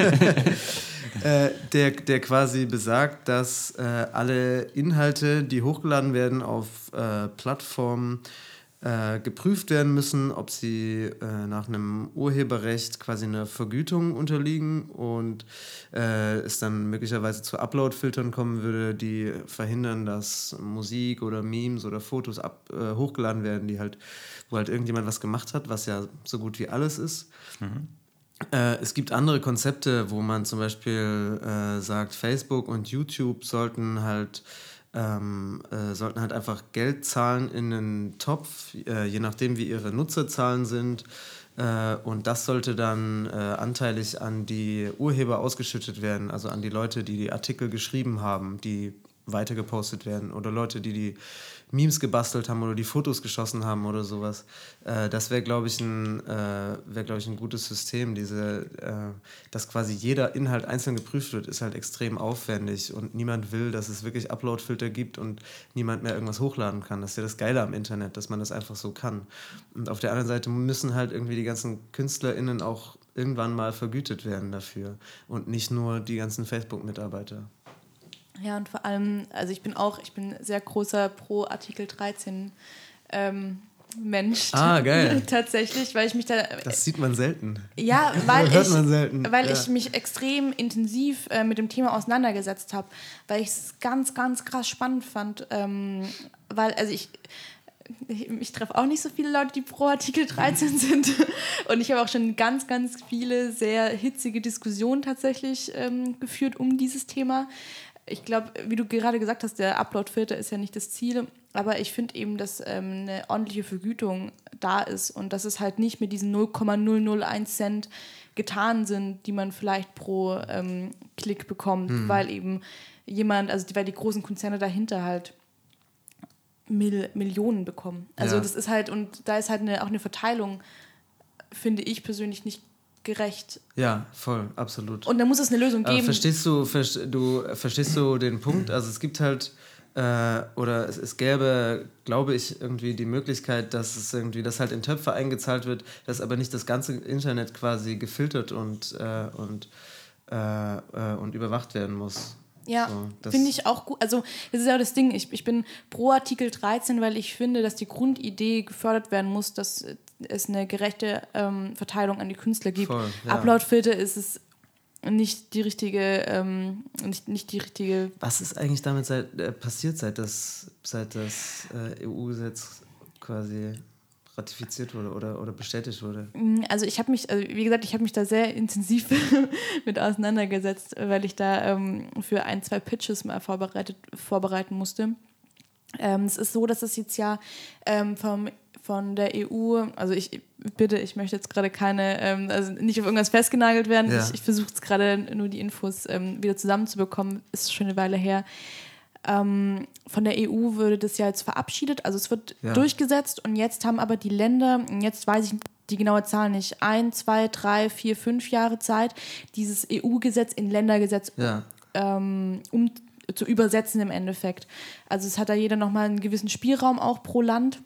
äh, der, der quasi besagt, dass äh, alle Inhalte, die hochgeladen werden auf äh, Plattformen, Äh, geprüft werden müssen, ob sie äh, nach einem Urheberrecht quasi einer Vergütung unterliegen und äh, es dann möglicherweise zu Upload-Filtern kommen würde, die verhindern, dass Musik oder Memes oder Fotos ab, äh, hochgeladen werden, die halt, wo halt irgendjemand was gemacht hat, was ja so gut wie alles ist. Mhm. Äh, es gibt andere Konzepte, wo man zum Beispiel äh, sagt, Facebook und YouTube sollten halt Ähm, äh, sollten halt einfach Geld zahlen in einen Topf, äh, je nachdem wie ihre Nutzerzahlen sind, äh, und das sollte dann äh, anteilig an die Urheber ausgeschüttet werden, also an die Leute, die die Artikel geschrieben haben, die weitergepostet werden oder Leute, die die Memes gebastelt haben oder die Fotos geschossen haben oder sowas. Äh, das wäre, glaube ich, ein, äh, wäre, glaube ich, ein gutes System. Diese, äh, dass quasi jeder Inhalt einzeln geprüft wird, ist halt extrem aufwendig und niemand will, dass es wirklich Upload-Filter gibt und niemand mehr irgendwas hochladen kann. Das ist ja das Geile am Internet, dass man das einfach so kann. Und auf der anderen Seite müssen halt irgendwie die ganzen KünstlerInnen auch irgendwann mal vergütet werden dafür und nicht nur die ganzen Facebook-Mitarbeiter. Ja, und vor allem, also ich bin auch, ich bin sehr großer pro Artikel dreizehn ähm, Mensch. Ah, geil. Tatsächlich, weil ich mich da... Das sieht man selten. Ja, weil, hört ich, man selten. weil ja. ich mich extrem intensiv äh, mit dem Thema auseinandergesetzt habe, weil ich es ganz, ganz krass spannend fand, ähm, weil, also ich... Ich, ich treffe auch nicht so viele Leute, die pro Artikel dreizehn sind. Und ich habe auch schon ganz, ganz viele sehr hitzige Diskussionen tatsächlich ähm, geführt um dieses Thema. Ich glaube, wie du gerade gesagt hast, der Upload-Filter ist ja nicht das Ziel, aber ich finde eben, dass ähm, eine ordentliche Vergütung da ist und dass es halt nicht mit diesen null Komma null null eins Cent getan sind, die man vielleicht pro ähm, Klick bekommt, hm. weil eben jemand, also die, weil die großen Konzerne dahinter halt Mil- Millionen bekommen. Also ja. das ist halt, und da ist halt eine, auch eine Verteilung, finde ich persönlich nicht gerecht. Ja, voll, absolut. Und da muss es eine Lösung geben. Aber verstehst du, ver- du, verstehst du den Punkt? Also es gibt halt, äh, oder es, es gäbe, glaube ich, irgendwie die Möglichkeit, dass es irgendwie, dass halt in Töpfe eingezahlt wird, dass aber nicht das ganze Internet quasi gefiltert und, äh, und, äh, äh, und überwacht werden muss. Ja, so, finde ich auch gut. Also das ist ja das Ding, ich, ich bin pro Artikel dreizehn, weil ich finde, dass die Grundidee gefördert werden muss, dass es eine gerechte ähm, Verteilung an die Künstler gibt. Voll, ja. Uploadfilter ist es nicht die richtige, ähm, nicht, nicht die richtige... Was ist eigentlich damit seit, äh, passiert, seit das, seit das äh, E U-Gesetz quasi ratifiziert wurde oder, oder bestätigt wurde? Also ich habe mich, also wie gesagt, ich habe mich da sehr intensiv mit auseinandergesetzt, weil ich da ähm, für ein, zwei Pitches mal vorbereitet, vorbereiten musste. Ähm, es ist so, dass es jetzt ja ähm, vom, von der E U, also ich bitte, ich möchte jetzt gerade keine, ähm, also nicht auf irgendwas festgenagelt werden. Ja. Ich, ich versuche jetzt gerade nur die Infos ähm, wieder zusammenzubekommen. Ist schon eine Weile her. Ähm, von der E U würde das ja jetzt verabschiedet, also es wird ja. durchgesetzt und jetzt haben aber die Länder, und jetzt weiß ich die genaue Zahl nicht, ein, zwei, drei, vier, fünf Jahre Zeit, dieses E U-Gesetz in Ländergesetz ja. ähm, um zu übersetzen im Endeffekt. Also es hat da jeder nochmal einen gewissen Spielraum auch pro Land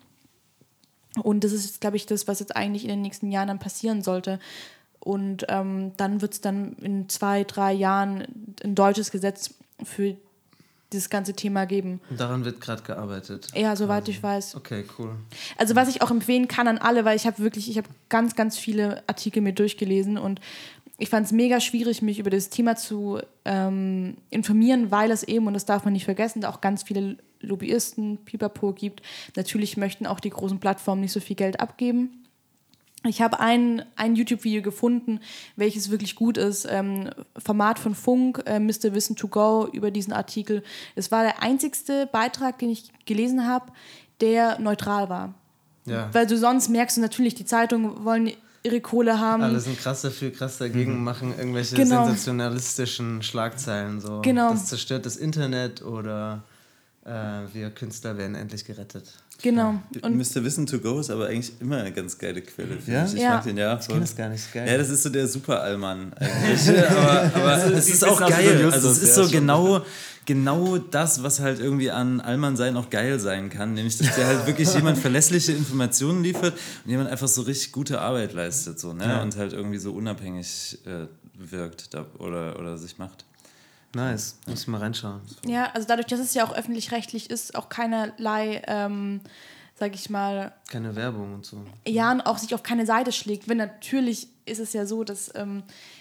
und das ist, glaube ich, das, was jetzt eigentlich in den nächsten Jahren dann passieren sollte. Und ähm, dann wird es dann in zwei, drei Jahren ein deutsches Gesetz für dieses ganze Thema geben. Und daran wird gerade gearbeitet. Ja, soweit ich weiß. Okay, cool. Also was ich auch empfehlen kann an alle, weil ich habe wirklich, ich habe ganz, ganz viele Artikel mir durchgelesen und ich fand es mega schwierig, mich über das Thema zu ähm, informieren, weil es eben, und das darf man nicht vergessen, da auch ganz viele Lobbyisten, Pipapo gibt. Natürlich möchten auch die großen Plattformen nicht so viel Geld abgeben. Ich habe ein, ein YouTube-Video gefunden, welches wirklich gut ist. Ähm, Format von Funk, äh, Mister Wissen to Go über diesen Artikel. Es war der einzigste Beitrag, den ich gelesen habe, der neutral war. Ja. Weil du sonst merkst du natürlich, die Zeitungen wollen ihre Kohle haben. Alle sind krass dafür, krass dagegen, mhm. machen irgendwelche genau. sensationalistischen Schlagzeilen. So. Genau. Das zerstört das Internet oder äh, wir Künstler werden endlich gerettet. Genau. Und Mister Wissen to Go ist aber eigentlich immer eine ganz geile Quelle. Ja? Ich, ich ja. mag den, ja. Ich kenne das gar nicht. Geil. Ja, das ist so der Super-Allmann eigentlich. aber aber es ist auch geil. Also es ist so genau, genau das, was halt irgendwie an Allmann sein auch geil sein kann. Nämlich, dass der halt wirklich jemand verlässliche Informationen liefert und jemand einfach so richtig gute Arbeit leistet. So, ne? Ja. Und halt irgendwie so unabhängig äh, wirkt da, oder, oder sich macht. Nice, muss ich mal reinschauen. Ja, also dadurch, dass es ja auch öffentlich-rechtlich ist, auch keinerlei, ähm, sag ich mal... Keine Werbung und so. Ja, und auch sich auf keine Seite schlägt. Wenn natürlich ist es ja so, dass ähm,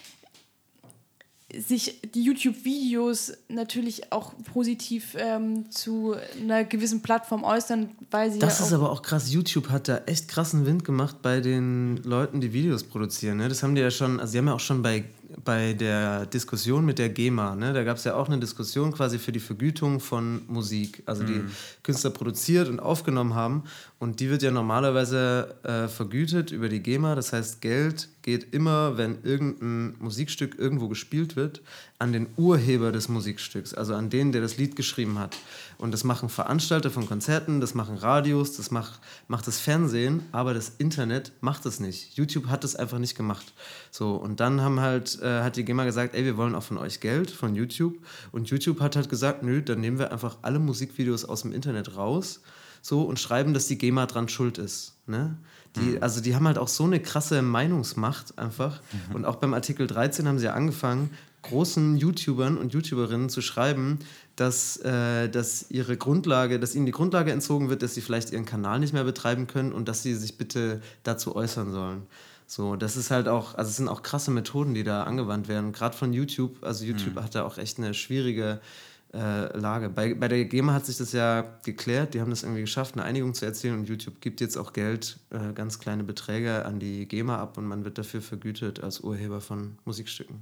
sich die YouTube-Videos natürlich auch positiv ähm, zu einer gewissen Plattform äußern, weil sie Das ja ist aber auch krass. YouTube hat da echt krassen Wind gemacht bei den Leuten, die Videos produzieren. Ne? Das haben die ja schon, also die haben ja auch schon bei bei der Diskussion mit der GEMA, ne, da gab es ja auch eine Diskussion quasi für die Vergütung von Musik, also die mhm. Künstler produziert und aufgenommen haben und die wird ja normalerweise äh, vergütet über die GEMA, das heißt Geld geht immer, wenn irgendein Musikstück irgendwo gespielt wird, an den Urheber des Musikstücks, also an den, der das Lied geschrieben hat. Und das machen Veranstalter von Konzerten, das machen Radios, das macht, macht das Fernsehen, aber das Internet macht das nicht. YouTube hat das einfach nicht gemacht. So, und dann haben halt, äh, hat die GEMA gesagt, ey, wir wollen auch von euch Geld, von YouTube. Und YouTube hat halt gesagt, nö, dann nehmen wir einfach alle Musikvideos aus dem Internet raus, so, und schreiben, dass die GEMA dran schuld ist. Ne? Die, also die haben halt auch so eine krasse Meinungsmacht einfach. Mhm. Und auch beim Artikel dreizehn haben sie ja angefangen, großen YouTubern und YouTuberinnen zu schreiben, dass, äh, dass ihre Grundlage, dass ihnen die Grundlage entzogen wird, dass sie vielleicht ihren Kanal nicht mehr betreiben können und dass sie sich bitte dazu äußern sollen. So, das ist halt auch, also es sind auch krasse Methoden, die da angewandt werden, gerade von YouTube. Also YouTube mhm. hat da auch echt eine schwierige äh, Lage. Bei, bei der GEMA hat sich das ja geklärt, die haben das irgendwie geschafft, eine Einigung zu erzielen und YouTube gibt jetzt auch Geld, äh, ganz kleine Beträge an die GEMA ab und man wird dafür vergütet als Urheber von Musikstücken.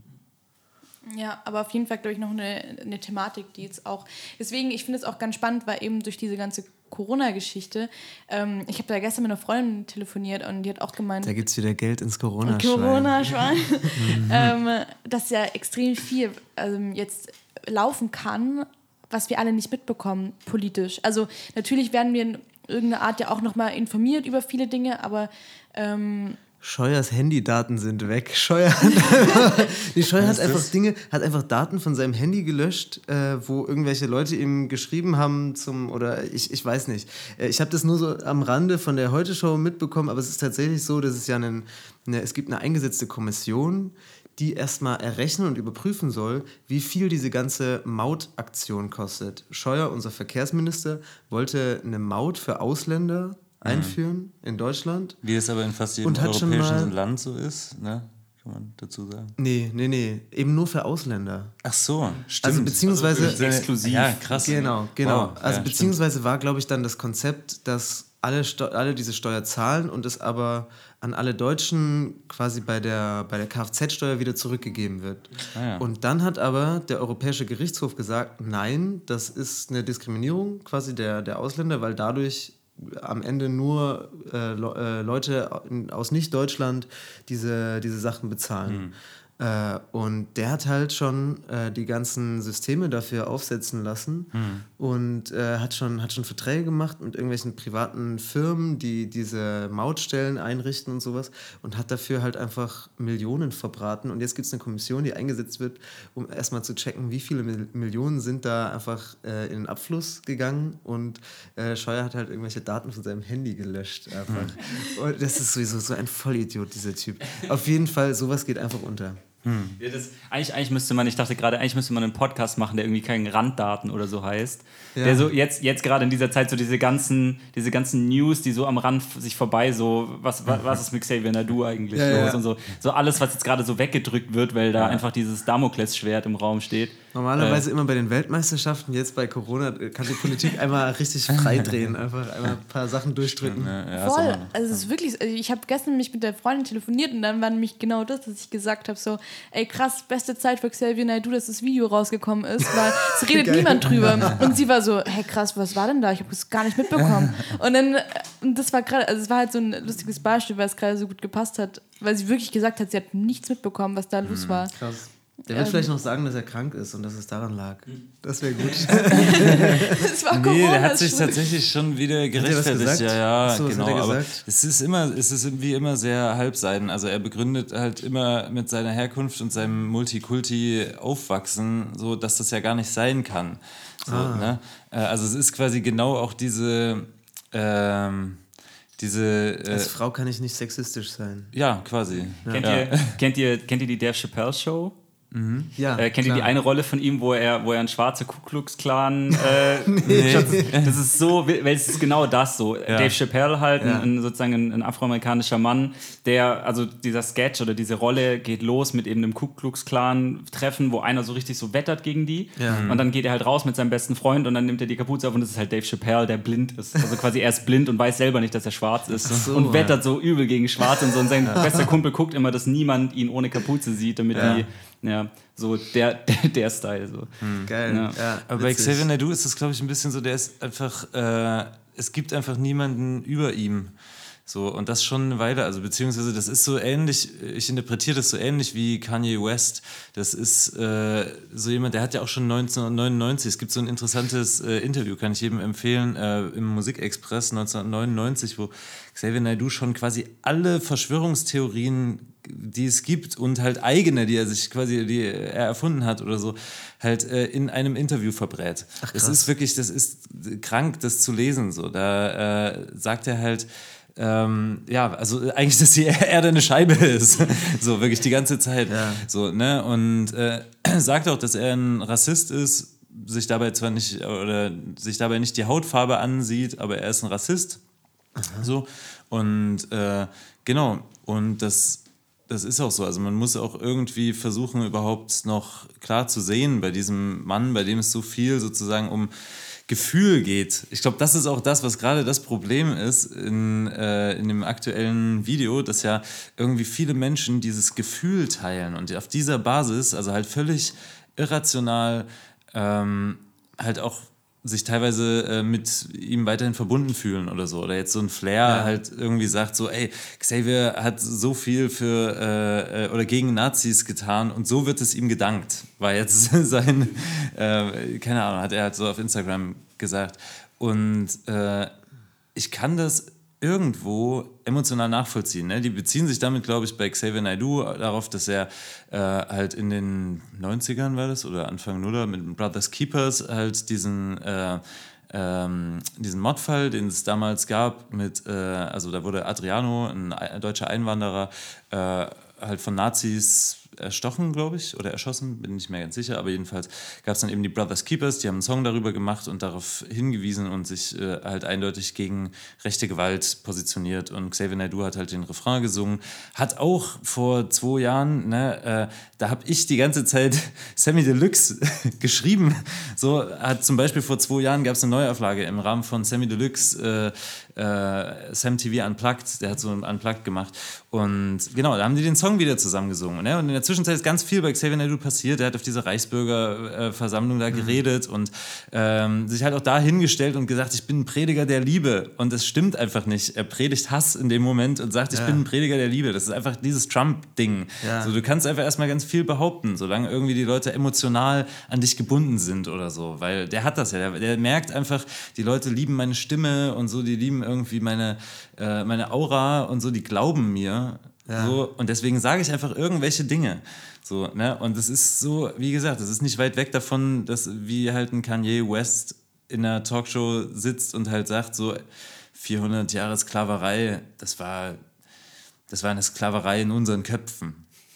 Ja, aber auf jeden Fall, glaube ich, noch eine, eine Thematik, die jetzt auch... Deswegen, ich finde es auch ganz spannend, weil eben durch diese ganze Corona-Geschichte, ähm, ich habe da gestern mit einer Freundin telefoniert und die hat auch gemeint... Da gibt es wieder Geld ins Corona-Schwein. Corona-Schwein. ähm, dass ja extrem viel also jetzt laufen kann, was wir alle nicht mitbekommen, politisch. Also natürlich werden wir in irgendeiner Art ja auch nochmal informiert über viele Dinge, aber... Ähm, Scheuers Handydaten sind weg. Scheuer hat einfach, die Scheuer hat einfach Dinge, hat einfach Daten von seinem Handy gelöscht, äh, wo irgendwelche Leute ihm geschrieben haben zum, oder ich, ich weiß nicht. Äh, ich habe das nur so am Rande von der Heute-Show mitbekommen, aber es ist tatsächlich so, dass es ja einen, eine, es gibt eine eingesetzte Kommission, die erstmal errechnen und überprüfen soll, wie viel diese ganze Mautaktion kostet. Scheuer, unser Verkehrsminister, wollte eine Maut für Ausländer einführen in Deutschland. Wie es aber in fast jedem europäischen Land so ist, ne? Kann man dazu sagen? Nee, nee, nee. Eben nur für Ausländer. Ach so, stimmt. Also beziehungsweise... Also exklusiv. Ja, krass. Genau, genau. Wow, also ja, beziehungsweise stimmt. war, glaube ich, dann das Konzept, dass alle, Steu- alle diese Steuer zahlen und es aber an alle Deutschen quasi bei der, bei der Kfz-Steuer wieder zurückgegeben wird. Ah, ja. Und dann hat aber der Europäische Gerichtshof gesagt, nein, das ist eine Diskriminierung quasi der, der Ausländer, weil dadurch am Ende nur äh, Le- äh, Leute aus Nicht-Deutschland diese, diese Sachen bezahlen. Mhm. Äh, und der hat halt schon äh, die ganzen Systeme dafür aufsetzen lassen Mhm. und äh, hat, schon, hat schon Verträge gemacht mit irgendwelchen privaten Firmen, die diese Mautstellen einrichten und sowas und hat dafür halt einfach Millionen verbraten. Und jetzt gibt es eine Kommission, die eingesetzt wird, um erstmal zu checken, wie viele Mil- Millionen sind da einfach äh, in den Abfluss gegangen und äh, Scheuer hat halt irgendwelche Daten von seinem Handy gelöscht einfach. Mhm. Und das ist sowieso so ein Vollidiot, dieser Typ. Auf jeden Fall, sowas geht einfach unter. Hm. Ja, das, eigentlich, eigentlich müsste man, ich dachte gerade, eigentlich müsste man einen Podcast machen, der irgendwie keinen Randdaten oder so heißt. Ja. Der so jetzt, jetzt gerade in dieser Zeit so diese ganzen, diese ganzen News, die so am Rand sich vorbei so, was, was, was ist mit Xavier Naidoo eigentlich ja, los ja. und so. So alles, was jetzt gerade so weggedrückt wird, weil da ja. einfach dieses Damoklesschwert im Raum steht. Normalerweise äh, immer bei den Weltmeisterschaften, jetzt bei Corona kann die Politik einmal richtig freidrehen, einfach einmal ein paar Sachen durchdrücken. Ja, Voll, also es ist wirklich, ich habe gestern nämlich mit der Freundin telefoniert und dann war nämlich genau das, dass ich gesagt habe, so, ey krass, beste Zeit für Xavier Naidoo, dass das Video rausgekommen ist, weil es redet niemand drüber. Und sie war so, hey krass, was war denn da? Ich habe das gar nicht mitbekommen. Und dann, und das war gerade, also es war halt so ein lustiges Beispiel, weil es gerade so gut gepasst hat, weil sie wirklich gesagt hat, sie hat nichts mitbekommen, was da los war. Krass. Der wird ähm, vielleicht noch sagen, dass er krank ist und dass es daran lag. Das wäre gut. das war nee, der hat sich tatsächlich schon wieder gerechtfertigt. Ja, ja, so, genau. Aber es ist immer, es ist wie immer sehr halbseiden. Also er begründet halt immer mit seiner Herkunft und seinem Multikulti-Aufwachsen, so dass das ja gar nicht sein kann. So, ah. ne? Also es ist quasi genau auch diese. Ähm, Diese, äh, Als Frau kann ich nicht sexistisch sein. Ja, quasi. Ja. Kennt, ja. Ihr, kennt, ihr, kennt ihr die Dave Chappelle Show? Mhm. Ja, äh, kennt klar. ihr die eine Rolle von ihm, wo er, wo er ein schwarzer Ku Klux Klan äh, nee. Das ist so, weil es ist genau das so. Ja. Dave Chappelle halt, ja. ein, ein, sozusagen ein, ein afroamerikanischer Mann, der, also dieser Sketch oder diese Rolle geht los mit eben einem Ku Klux Klan Treffen, wo einer so richtig so wettert gegen die ja. und dann geht er halt raus mit seinem besten Freund und dann nimmt er die Kapuze auf und das ist halt Dave Chappelle, der blind ist. Also quasi er ist blind und weiß selber nicht, dass er schwarz ist so, und wettert ja. so übel gegen Schwarz und so und sein ja. bester Kumpel guckt immer, dass niemand ihn ohne Kapuze sieht, damit ja. die ja, so der, der, der Style. So. Hm. Geil. Ja. Ja, aber bei Xavier Naidoo ist das, glaube ich, ein bisschen so, der ist einfach, äh, es gibt einfach niemanden über ihm. So, und das schon eine Weile, also beziehungsweise das ist so ähnlich, ich interpretiere das so ähnlich wie Kanye West. Das ist äh, so jemand, der hat ja auch schon neunzehnhundertneunundneunzig, es gibt so ein interessantes äh, Interview, kann ich jedem empfehlen, äh, im Musikexpress neunzehnhundertneunundneunzig, wo Xavier Naidoo schon quasi alle Verschwörungstheorien, die es gibt und halt eigene, die er sich quasi, die er erfunden hat oder so, halt äh, in einem Interview verbrät. Ach, das ist wirklich, das ist krank, das zu lesen. So. Da äh, sagt er halt, Ähm, ja, also eigentlich, dass die Erde eine Scheibe ist. So, wirklich die ganze Zeit. Ja. So, ne? Und äh, sagt auch, dass er ein Rassist ist, sich dabei zwar nicht, oder sich dabei nicht die Hautfarbe ansieht, aber er ist ein Rassist. Aha. So. Und äh, genau, und das, das ist auch so. Also man muss auch irgendwie versuchen, überhaupt noch klar zu sehen bei diesem Mann, bei dem es so viel sozusagen um Gefühl geht. Ich glaube, das ist auch das, was gerade das Problem ist in, äh, in dem aktuellen Video, dass ja irgendwie viele Menschen dieses Gefühl teilen und auf dieser Basis, also halt völlig irrational, ähm, halt auch sich teilweise äh, mit ihm weiterhin verbunden fühlen oder so. Oder jetzt so ein Flair ja. halt irgendwie sagt so, ey, Xavier hat so viel für äh, oder gegen Nazis getan und so wird es ihm gedankt. War jetzt sein, äh, keine Ahnung, hat er halt so auf Instagram gesagt. Und äh, ich kann das irgendwo emotional nachvollziehen. Ne? Die beziehen sich damit, glaube ich, bei Xavier Naidoo darauf, dass er äh, halt in den neunzigern war das oder Anfang Nuller mit Brothers Keepers halt diesen äh, ähm, diesen Mordfall, den es damals gab mit, äh, also da wurde Adriano, ein, ein deutscher Einwanderer, äh, halt von Nazis erstochen, glaube ich, oder erschossen, bin nicht mehr ganz sicher, aber jedenfalls gab es dann eben die Brothers Keepers, die haben einen Song darüber gemacht und darauf hingewiesen und sich äh, halt eindeutig gegen rechte Gewalt positioniert und Xavier Naidoo hat halt den Refrain gesungen, hat auch vor zwei Jahren, ne, äh, da habe ich die ganze Zeit Sammy Deluxe geschrieben, so hat zum Beispiel vor zwei Jahren gab es eine Neuauflage im Rahmen von Sammy Deluxe, äh, äh, Sam T V Unplugged, der hat so ein Unplugged gemacht und genau, da haben die den Song wieder zusammen gesungen, ne? Und in der Zwischenzeit ist ganz viel bei Xavier Naidoo passiert, der hat auf dieser Reichsbürgerversammlung da geredet mhm. und ähm, sich halt auch da hingestellt und gesagt, ich bin ein Prediger der Liebe und das stimmt einfach nicht, er predigt Hass in dem Moment und sagt, ich ja. bin ein Prediger der Liebe, das ist einfach dieses Trump-Ding, ja. so, du kannst einfach erstmal ganz viel behaupten, solange irgendwie die Leute emotional an dich gebunden sind oder so, weil der hat das ja, der, der merkt einfach, die Leute lieben meine Stimme und so, die lieben irgendwie meine, äh, meine Aura und so, die glauben mir. Ja. So, und deswegen sage ich einfach irgendwelche Dinge. So, ne? Und das ist so, wie gesagt, das ist nicht weit weg davon, dass wie halt ein Kanye West in einer Talkshow sitzt und halt sagt, so vierhundert Jahre Sklaverei, das war, das war eine Sklaverei in unseren Köpfen.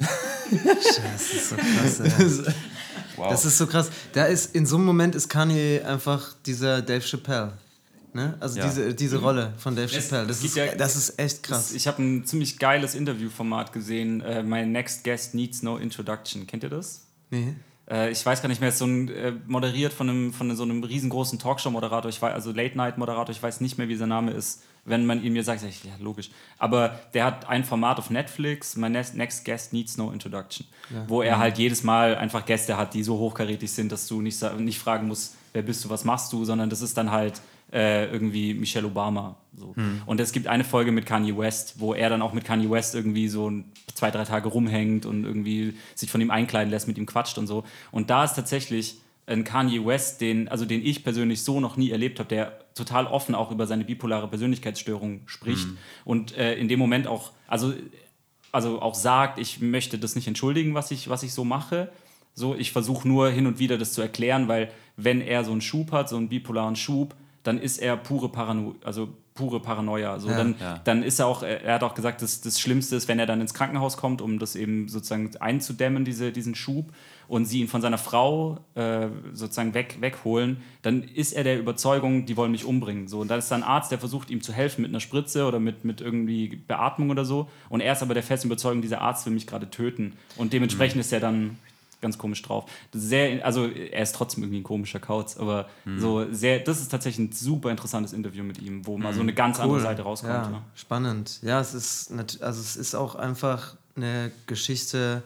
Das ist so krass, ey. Wow. Das ist so krass. Da ist, in so einem Moment ist Kanye einfach dieser Dave Chappelle. Ne? Also ja. diese, diese Rolle von Dave Chappelle, das, ist, ja, das ist echt krass. Ich habe ein ziemlich geiles Interviewformat gesehen, äh, My Next Guest Needs No Introduction. Kennt ihr das? Nee. Äh, ich weiß gar nicht mehr, es ist so ein, äh, moderiert von, einem, von so einem riesengroßen Talkshow-Moderator, ich weiß, also Late-Night-Moderator, ich weiß nicht mehr, wie sein Name ist. Wenn man ihn mir sagt, sag ich, ja, logisch. Aber der hat ein Format auf Netflix, My Next Guest Needs No Introduction, ja. wo er halt jedes Mal einfach Gäste hat, die so hochkarätig sind, dass du nicht, nicht fragen musst, wer bist du, was machst du, sondern das ist dann halt Äh, irgendwie Michelle Obama. So. Hm. Und es gibt eine Folge mit Kanye West, wo er dann auch mit Kanye West irgendwie so zwei, drei Tage rumhängt und irgendwie sich von ihm einkleiden lässt, mit ihm quatscht und so. Und da ist tatsächlich ein Kanye West, den, also den ich persönlich so noch nie erlebt habe, der total offen auch über seine bipolare Persönlichkeitsstörung spricht hm. und äh, in dem Moment auch, also, also auch sagt, ich möchte das nicht entschuldigen, was ich, was ich so mache. So, ich versuche nur hin und wieder das zu erklären, weil wenn er so einen Schub hat, so einen bipolaren Schub, dann ist er pure Parano- also pure Paranoia. So, ja, dann, ja. dann ist er auch, er hat auch gesagt, dass das Schlimmste ist, wenn er dann ins Krankenhaus kommt, um das eben sozusagen einzudämmen, diese, diesen Schub, und sie ihn von seiner Frau äh, sozusagen weg, wegholen, dann ist er der Überzeugung, die wollen mich umbringen. So, und dann ist da ein Arzt, der versucht, ihm zu helfen mit einer Spritze oder mit, mit irgendwie Beatmung oder so. Und er ist aber der festen Überzeugung, dieser Arzt will mich gerade töten. Und dementsprechend mhm. ist er dann ganz komisch drauf. Sehr, also er ist trotzdem irgendwie ein komischer Kauz, aber mhm. so sehr, das ist tatsächlich ein super interessantes Interview mit ihm, wo mal so eine ganz cool. andere Seite rauskommt. Ja, ja. Spannend. Ja, es ist, also es ist auch einfach eine Geschichte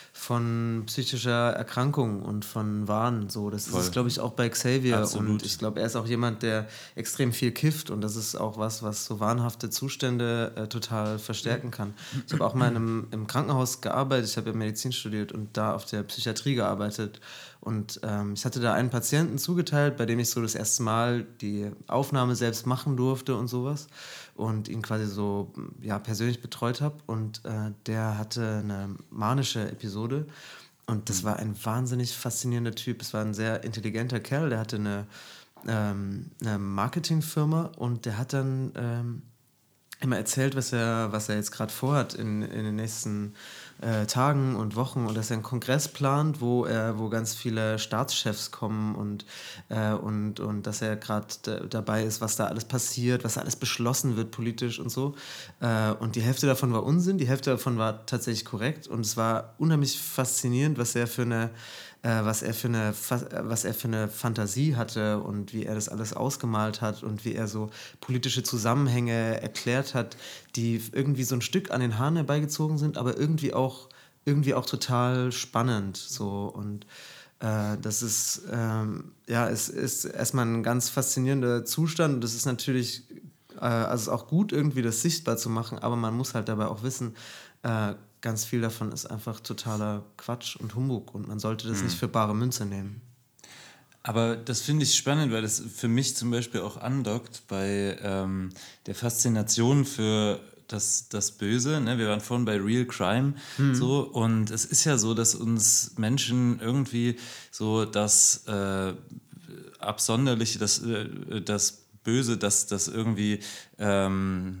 von psychischer Erkrankung und von Wahn. So. Das Voll. ist, glaube ich, auch bei Xavier. Absolut. Und ich glaube, er ist auch jemand, der extrem viel kifft. Und das ist auch was, was so wahnhafte Zustände äh, total verstärken kann. Ich habe auch mal in einem, im Krankenhaus gearbeitet. Ich habe ja Medizin studiert und da auf der Psychiatrie gearbeitet. Und ähm, ich hatte da einen Patienten zugeteilt, bei dem ich so das erste Mal die Aufnahme selbst machen durfte und sowas. Und ihn quasi so ja, persönlich betreut habe. Und äh, der hatte eine manische Episode. Und das war ein wahnsinnig faszinierender Typ. Es war ein sehr intelligenter Kerl. Der hatte eine, ähm, eine Marketingfirma und der hat dann ähm, immer erzählt, was er, was er jetzt gerade vorhat in, in den nächsten äh, Tagen und Wochen, und dass er einen Kongress plant, wo er, wo ganz viele Staatschefs kommen und, äh, und, und dass er gerade d- dabei ist, was da alles passiert, was da alles beschlossen wird politisch und so. Äh, und die Hälfte davon war Unsinn, die Hälfte davon war tatsächlich korrekt, und es war unheimlich faszinierend, was er für eine Äh, was er für eine was er für eine Fantasie hatte und wie er das alles ausgemalt hat und wie er so politische Zusammenhänge erklärt hat, die irgendwie so ein Stück an den Haaren herbeigezogen sind, aber irgendwie auch irgendwie auch total spannend so. Und äh, das ist ähm, ja es ist erstmal ein ganz faszinierender Zustand, und das ist natürlich äh, also auch gut, irgendwie das sichtbar zu machen, aber man muss halt dabei auch wissen, äh, ganz viel davon ist einfach totaler Quatsch und Humbug, und man sollte das mhm. nicht für bare Münze nehmen. Aber das finde ich spannend, weil das für mich zum Beispiel auch andockt bei ähm, der Faszination für das, das Böse. Ne? Wir waren vorhin bei Real Crime. Mhm. So, und es ist ja so, dass uns Menschen irgendwie so das äh, Absonderliche, das, äh, das Böse, das, das irgendwie ähm,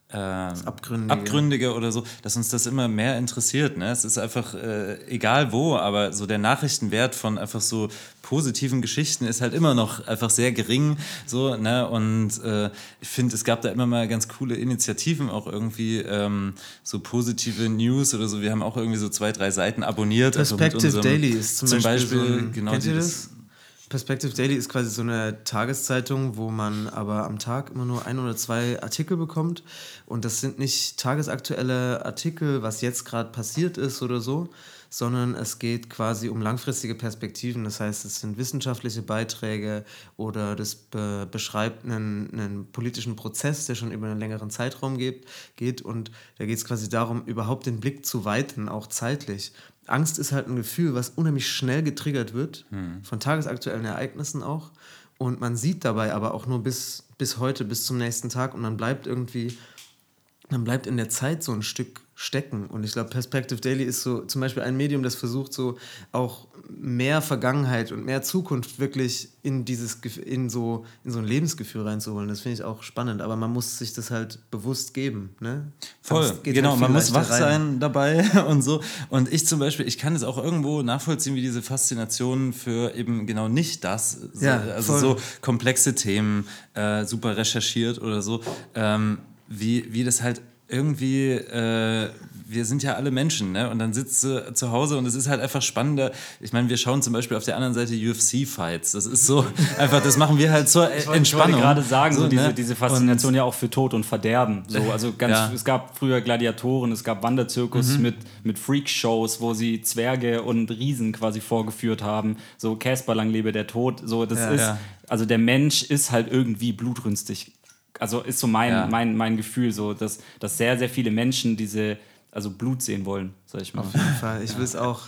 äh, Abgründige. Abgründige oder so, dass uns das immer mehr interessiert. Ne? Es ist einfach äh, egal wo, aber so der Nachrichtenwert von einfach so positiven Geschichten ist halt immer noch einfach sehr gering. So, ne? Und äh, ich finde, es gab da immer mal ganz coole Initiativen, auch irgendwie ähm, so positive News oder so. Wir haben auch irgendwie so zwei, drei Seiten abonniert. Perspective also Daily ist zum, zum Beispiel, Beispiel so ein, genau kennt die ihr das? das Perspective Daily ist quasi so eine Tageszeitung, wo man aber am Tag immer nur ein oder zwei Artikel bekommt. Und das sind nicht tagesaktuelle Artikel, was jetzt gerade passiert ist oder so, sondern es geht quasi um langfristige Perspektiven. Das heißt, es sind wissenschaftliche Beiträge oder das be- beschreibt einen, einen politischen Prozess, der schon über einen längeren Zeitraum geht. geht. Und da geht es quasi darum, überhaupt den Blick zu weiten, auch zeitlich. Angst ist halt ein Gefühl, was unheimlich schnell getriggert wird, hm. von tagesaktuellen Ereignissen auch. Und man sieht dabei aber auch nur bis, bis heute, bis zum nächsten Tag. Und man bleibt irgendwie, man bleibt in der Zeit so ein Stück stecken. Und ich glaube, Perspective Daily ist so zum Beispiel ein Medium, das versucht, so auch mehr Vergangenheit und mehr Zukunft wirklich in dieses in so, in so ein Lebensgefühl reinzuholen. Das finde ich auch spannend. Aber man muss sich das halt bewusst geben. Ne? Voll, genau. Halt man muss wach rein. sein dabei und so. Und ich zum Beispiel, ich kann es auch irgendwo nachvollziehen, wie diese Faszination für eben genau nicht das, ja, also voll. so komplexe Themen, äh, super recherchiert oder so, ähm, wie, wie das halt irgendwie, äh, wir sind ja alle Menschen, ne? Und dann sitzt du zu Hause und es ist halt einfach spannender. Ich meine, wir schauen zum Beispiel auf der anderen Seite U F C-Fights. Das ist so einfach, das machen wir halt zur ich Entspannung. Ich wollte gerade sagen, so, so, diese, ne? diese Faszination und ja auch für Tod und Verderben. So, also ganz, ja. Es gab früher Gladiatoren, es gab Wanderzirkus mhm. mit, mit Freakshows, wo sie Zwerge und Riesen quasi vorgeführt haben. So Casper, lang lebe der Tod. So, das ja, ist, ja. Also der Mensch ist halt irgendwie blutrünstig. Also ist so mein, ja. mein, mein Gefühl, so, dass, dass sehr, sehr viele Menschen diese, also Blut sehen wollen, sag ich mal. Auf jeden Fall, ich will es auch.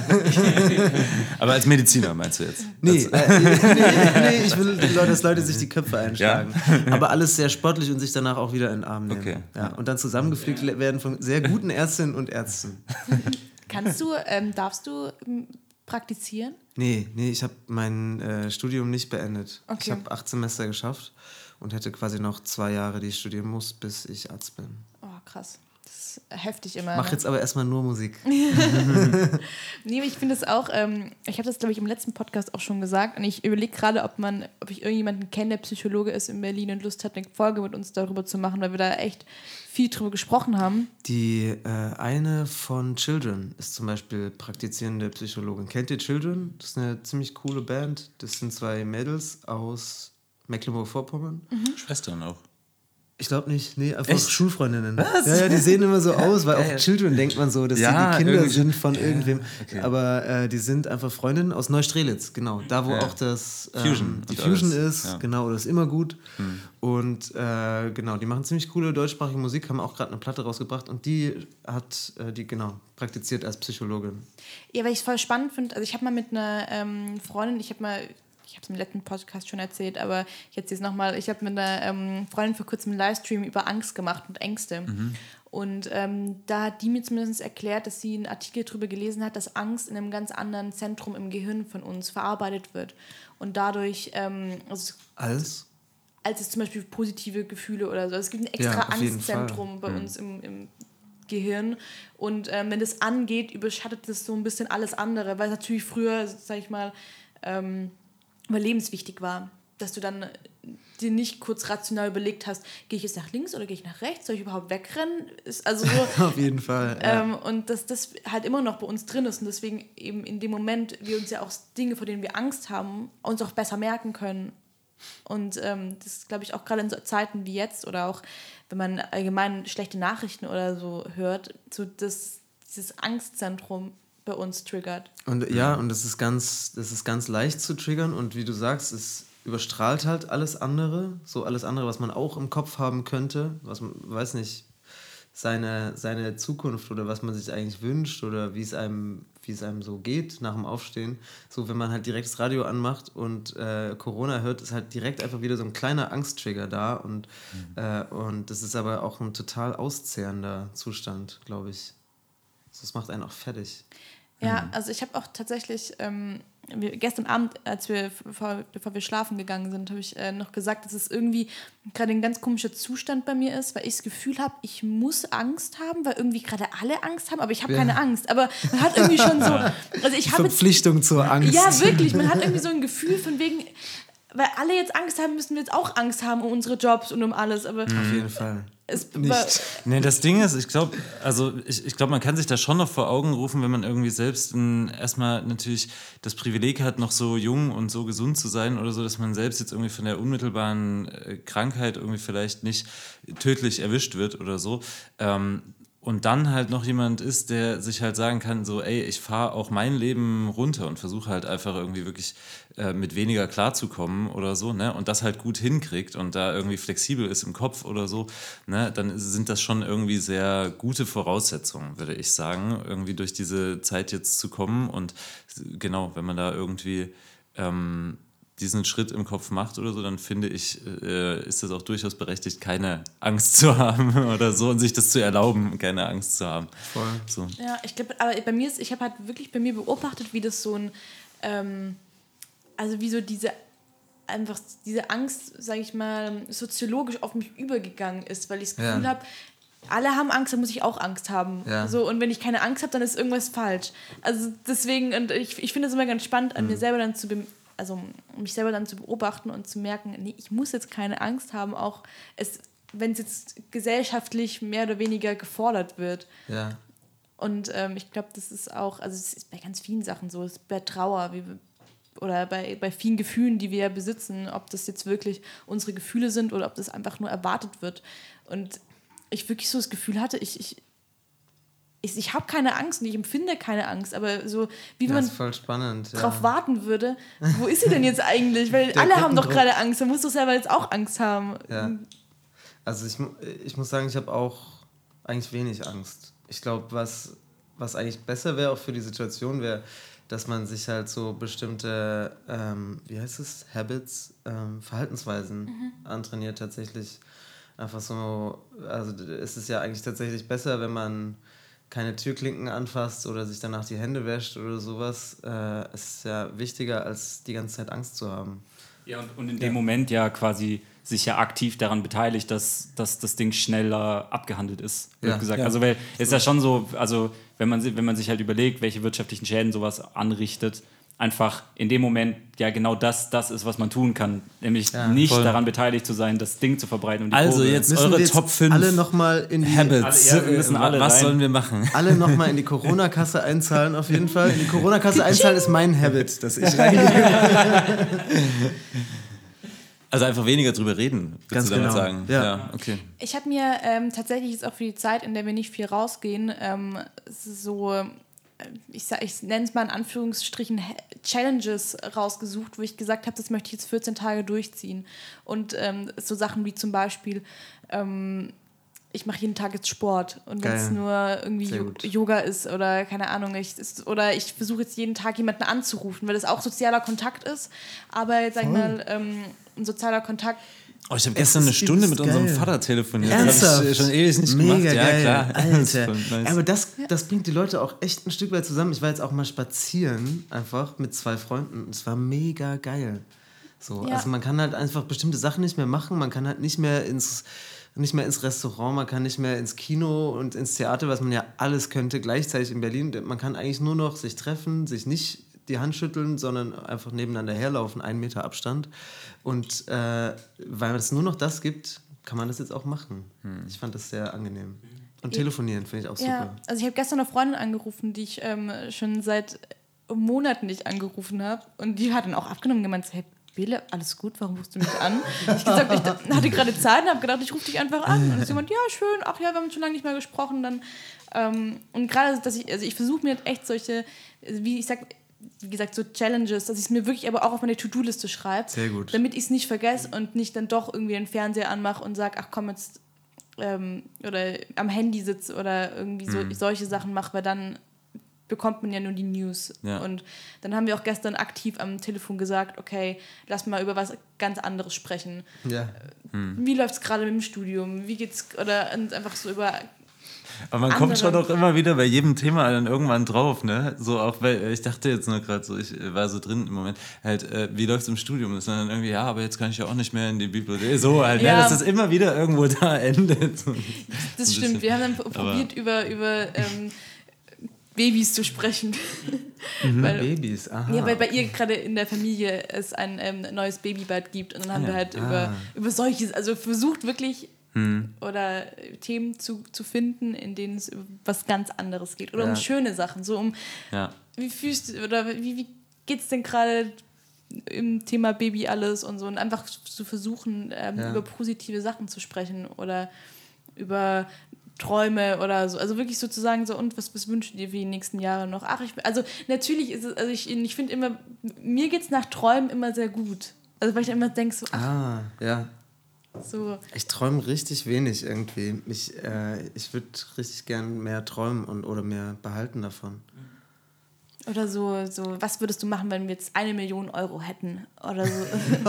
Aber als Mediziner meinst du jetzt? Nee, äh, nee, nee, ich will, dass Leute sich die Köpfe einschlagen. Ja? Aber alles sehr sportlich und sich danach auch wieder in den Arm nehmen. Okay. Ja, und dann zusammengepflegt ja. werden von sehr guten Ärztinnen und Ärzten. Kannst du, ähm, darfst du ähm, praktizieren? Nee, nee, ich habe mein äh, Studium nicht beendet. Okay. Ich habe acht Semester geschafft. Und hätte quasi noch zwei Jahre, die ich studieren muss, bis ich Arzt bin. Oh, krass. Das ist heftig immer. Mach ne? jetzt aber erstmal nur Musik. Nee, ich finde es auch, ähm, ich habe das, glaube ich, im letzten Podcast auch schon gesagt. Und ich überlege gerade, ob man, ob ich irgendjemanden kenne, der Psychologe ist in Berlin und Lust hat, eine Folge mit uns darüber zu machen, weil wir da echt viel drüber gesprochen haben. Die äh, eine von Children ist zum Beispiel praktizierende Psychologin. Kennt ihr Children? Das ist eine ziemlich coole Band. Das sind zwei Mädels aus Mecklenburg-Vorpommern. Mhm. Schwestern auch. Ich glaube nicht, nee, einfach Echt? Schulfreundinnen. Was? Ja, ja, die sehen immer so aus, weil auch Children denkt man so, dass ja, sie die Kinder irgendwie. sind von ja, irgendwem. Okay. Aber äh, die sind einfach Freundinnen aus Neustrelitz, genau. Da, wo ja. auch das ähm, Fusion die Fusion alles. ist, ja. genau, das ist immer gut. Hm. Und äh, genau, die machen ziemlich coole deutschsprachige Musik, haben auch gerade eine Platte rausgebracht und die hat, äh, die genau, praktiziert als Psychologin. Ja, weil ich es voll spannend finde, also ich habe mal mit einer ähm, Freundin, ich habe mal Ich habe es im letzten Podcast schon erzählt, aber ich erzähle es nochmal. Ich habe mit einer ähm, Freundin vor kurzem einen Livestream über Angst gemacht und Ängste. Mhm. Und ähm, da hat die mir zumindest erklärt, dass sie einen Artikel darüber gelesen hat, dass Angst in einem ganz anderen Zentrum im Gehirn von uns verarbeitet wird. Und dadurch... Ähm, also als? Als es zum Beispiel positive Gefühle oder so. Es gibt ein extra ja, Angstzentrum bei mhm. uns im, im Gehirn. Und ähm, wenn das angeht, überschattet das so ein bisschen alles andere. Weil es natürlich früher, sag ich mal... Ähm, überlebenswichtig war, dass du dann dir nicht kurz rational überlegt hast, gehe ich jetzt nach links oder gehe ich nach rechts, soll ich überhaupt wegrennen? Ist also so, auf jeden Fall. Ähm, ja. Und dass das halt immer noch bei uns drin ist und deswegen eben in dem Moment wir uns ja auch Dinge, vor denen wir Angst haben, uns auch besser merken können. Und ähm, das glaube ich auch gerade in so Zeiten wie jetzt oder auch, wenn man allgemein schlechte Nachrichten oder so hört, so das, dieses Angstzentrum bei uns triggert. Und ja, und das ist ganz, das ist ganz leicht zu triggern und wie du sagst, es überstrahlt halt alles andere, so alles andere, was man auch im Kopf haben könnte, was man, weiß nicht, seine, seine Zukunft oder was man sich eigentlich wünscht oder wie es einem, wie es einem so geht nach dem Aufstehen. So, wenn man halt direkt das Radio anmacht und äh, Corona hört, ist halt direkt einfach wieder so ein kleiner Angsttrigger da und, mhm. äh, und das ist aber auch ein total auszehrender Zustand, glaube ich. Das macht einen auch fertig. Ja, also ich habe auch tatsächlich, ähm, wir, gestern Abend, als wir, bevor, bevor wir schlafen gegangen sind, habe ich äh, noch gesagt, dass es irgendwie gerade ein ganz komischer Zustand bei mir ist, weil ich das Gefühl habe, ich muss Angst haben, weil irgendwie gerade alle Angst haben, aber ich habe ja. keine Angst. Aber man hat irgendwie schon so... Also ich Verpflichtung jetzt, zur Angst. Ja, wirklich. Man hat irgendwie so ein Gefühl von wegen... Weil alle jetzt Angst haben, müssen wir jetzt auch Angst haben um unsere Jobs und um alles. Aber auf jeden Fall. Es nicht. Nee, das Ding ist, ich glaube, also ich, ich glaube, man kann sich das schon noch vor Augen rufen, wenn man irgendwie selbst ein, erstmal natürlich das Privileg hat, noch so jung und so gesund zu sein oder so, dass man selbst jetzt irgendwie von der unmittelbaren äh, Krankheit irgendwie vielleicht nicht tödlich erwischt wird oder so. Ähm, Und dann halt noch jemand ist, der sich halt sagen kann, so, ey, ich fahre auch mein Leben runter und versuche halt einfach irgendwie wirklich äh, mit weniger klarzukommen oder so, ne, und das halt gut hinkriegt und da irgendwie flexibel ist im Kopf oder so, ne, dann sind das schon irgendwie sehr gute Voraussetzungen, würde ich sagen, irgendwie durch diese Zeit jetzt zu kommen. Und genau, wenn man da irgendwie ähm, diesen Schritt im Kopf macht oder so, dann finde ich, äh, ist das auch durchaus berechtigt, keine Angst zu haben oder so und sich das zu erlauben, keine Angst zu haben. Voll. So. Ja, ich glaube, aber bei mir ist, ich habe halt wirklich bei mir beobachtet, wie das so ein, ähm, also wie so diese, einfach diese Angst, sage ich mal, soziologisch auf mich übergegangen ist, weil ich das Gefühl ja. habe, alle haben Angst, dann muss ich auch Angst haben. Ja. So, und wenn ich keine Angst habe, dann ist irgendwas falsch. Also deswegen, und ich, ich finde es immer ganz spannend, an mhm. mir selber dann zu bemerken, also mich selber dann zu beobachten und zu merken, nee, ich muss jetzt keine Angst haben, auch es, wenn es jetzt gesellschaftlich mehr oder weniger gefordert wird. Ja. Und ähm, ich glaube, das ist auch, also es ist bei ganz vielen Sachen so, es ist bei Trauer wie, oder bei, bei vielen Gefühlen, die wir ja besitzen, ob das jetzt wirklich unsere Gefühle sind oder ob das einfach nur erwartet wird. Und ich wirklich so das Gefühl hatte, ich, ich Ich, ich habe keine Angst und ich empfinde keine Angst, aber so, wie wenn man voll spannend, ja. drauf warten würde, wo ist sie denn jetzt eigentlich? Weil Der alle haben doch gerade Angst, dann musst du selber jetzt auch Angst haben. Ja. Also ich, ich muss sagen, ich habe auch eigentlich wenig Angst. Ich glaube, was, was eigentlich besser wäre auch für die Situation, wäre, dass man sich halt so bestimmte, ähm, wie heißt es, Habits, ähm, Verhaltensweisen mhm. antrainiert tatsächlich. Einfach so, also es ist ja eigentlich tatsächlich besser, wenn man keine Türklinken anfasst oder sich danach die Hände wäscht oder sowas. Äh, es ist ja wichtiger, als die ganze Zeit Angst zu haben. Ja, und, und in dem ja. Moment ja quasi sich ja aktiv daran beteiligt, dass, dass das Ding schneller abgehandelt ist, wird ja. gesagt. Ja. Also weil es ist ja schon so, also wenn man, wenn man sich halt überlegt, welche wirtschaftlichen Schäden sowas anrichtet, einfach in dem Moment ja genau das, das ist, was man tun kann. Nämlich ja, nicht voll. daran beteiligt zu sein, das Ding zu verbreiten. Und die also Kurve. jetzt müssen eure jetzt Top fünf alle noch mal in die Habits. Alle, ja, wir müssen alle was rein. sollen wir machen? Alle nochmal in die Corona-Kasse einzahlen auf jeden Fall. In die Corona-Kasse einzahlen ist mein Habit, dass ich reingehe. Also einfach weniger drüber reden, kannst du damit genau. sagen. Ja. Ja, okay. Ich habe mir ähm, tatsächlich jetzt auch für die Zeit, in der wir nicht viel rausgehen, ähm, so... ich, ich nenne es mal in Anführungsstrichen Challenges rausgesucht, wo ich gesagt habe, das möchte ich jetzt vierzehn Tage durchziehen. Und ähm, so Sachen wie zum Beispiel, ähm, ich mache jeden Tag jetzt Sport. Und wenn es nur irgendwie jo- Yoga ist oder keine Ahnung, ich, ist, oder ich versuche jetzt jeden Tag jemanden anzurufen, weil das auch sozialer Kontakt ist. Aber jetzt sag ich mal, ähm, ein sozialer Kontakt. Oh, ich habe gestern eine Stunde mit geil. unserem Vater telefoniert. Ernsthaft? Das habe ich schon ewig nicht Mega gemacht. Geil. Ja, klar. Alter. Nice. Aber das, das bringt die Leute auch echt ein Stück weit zusammen. Ich war jetzt auch mal spazieren, einfach mit zwei Freunden. Es war mega geil. So, ja. Also man kann halt einfach bestimmte Sachen nicht mehr machen. Man kann halt nicht mehr ins, nicht mehr ins Restaurant, man kann nicht mehr ins Kino und ins Theater, was man ja alles könnte gleichzeitig in Berlin. Man kann eigentlich nur noch sich treffen, sich nicht die Hand schütteln, sondern einfach nebeneinander herlaufen, einen Meter Abstand. Und äh, weil es nur noch das gibt, kann man das jetzt auch machen. Hm. Ich fand das sehr angenehm. Und telefonieren finde ich auch super. Ja, also ich habe gestern eine Freundin angerufen, die ich ähm, schon seit Monaten nicht angerufen habe. Und die hat dann auch abgenommen und gemeint, hey, Bele, alles gut, warum rufst du mich an? Ich gesagt, ich hatte gerade Zeit und habe gedacht, ich rufe dich einfach an. Und sie meinte, ja, schön, ach ja, wir haben schon lange nicht mehr gesprochen. Dann, ähm, und gerade, dass ich, also ich versuche mir echt solche, wie ich sag, wie gesagt, so Challenges, dass ich es mir wirklich aber auch auf meine To-Do-Liste schreibe, damit ich es nicht vergesse und nicht dann doch irgendwie den Fernseher anmache und sage, ach komm, jetzt ähm, oder am Handy sitze oder irgendwie so, mhm. solche Sachen mache, weil dann bekommt man ja nur die News. Ja. Und dann haben wir auch gestern aktiv am Telefon gesagt, okay, lass mal über was ganz anderes sprechen. Ja. Mhm. Wie läuft es gerade mit dem Studium? Wie geht's? Oder einfach so über Aber man andere. kommt schon auch immer wieder bei jedem Thema dann irgendwann drauf, ne? So auch, weil ich dachte jetzt nur gerade so, ich war so drin im Moment, halt, äh, wie läuft's im Studium? Das ist dann irgendwie, ja, aber jetzt kann ich ja auch nicht mehr in die Bibliothek. So halt, ja. ne? Dass das immer wieder irgendwo da endet. Das stimmt, wir haben dann probiert, aber über, über ähm, Babys zu sprechen. Mhm. weil, Babys, aha. Ja, weil bei ihr gerade in der Familie es ein ähm, neues Babybad gibt und dann haben ja. wir halt ah. über, über solches, also versucht wirklich hm. oder Themen zu, zu finden, in denen es um was ganz anderes geht oder ja. um schöne Sachen, so um ja. wie fühlst du oder wie, wie geht's denn gerade im Thema Baby alles und so und einfach zu versuchen, ähm, ja. über positive Sachen zu sprechen oder über Träume oder so, also wirklich sozusagen so, und was, was wünschst du dir für die nächsten Jahre noch? Ach, ich, also natürlich ist es, also ich, ich finde immer, mir geht's nach Träumen immer sehr gut. Also weil ich immer denke so, ach, ah, ja. So. Ich träume richtig wenig irgendwie. Ich, äh, ich würde richtig gern mehr träumen und, oder mehr behalten davon. Oder so, so, was würdest du machen, wenn wir jetzt eine Million Euro hätten? Oder so.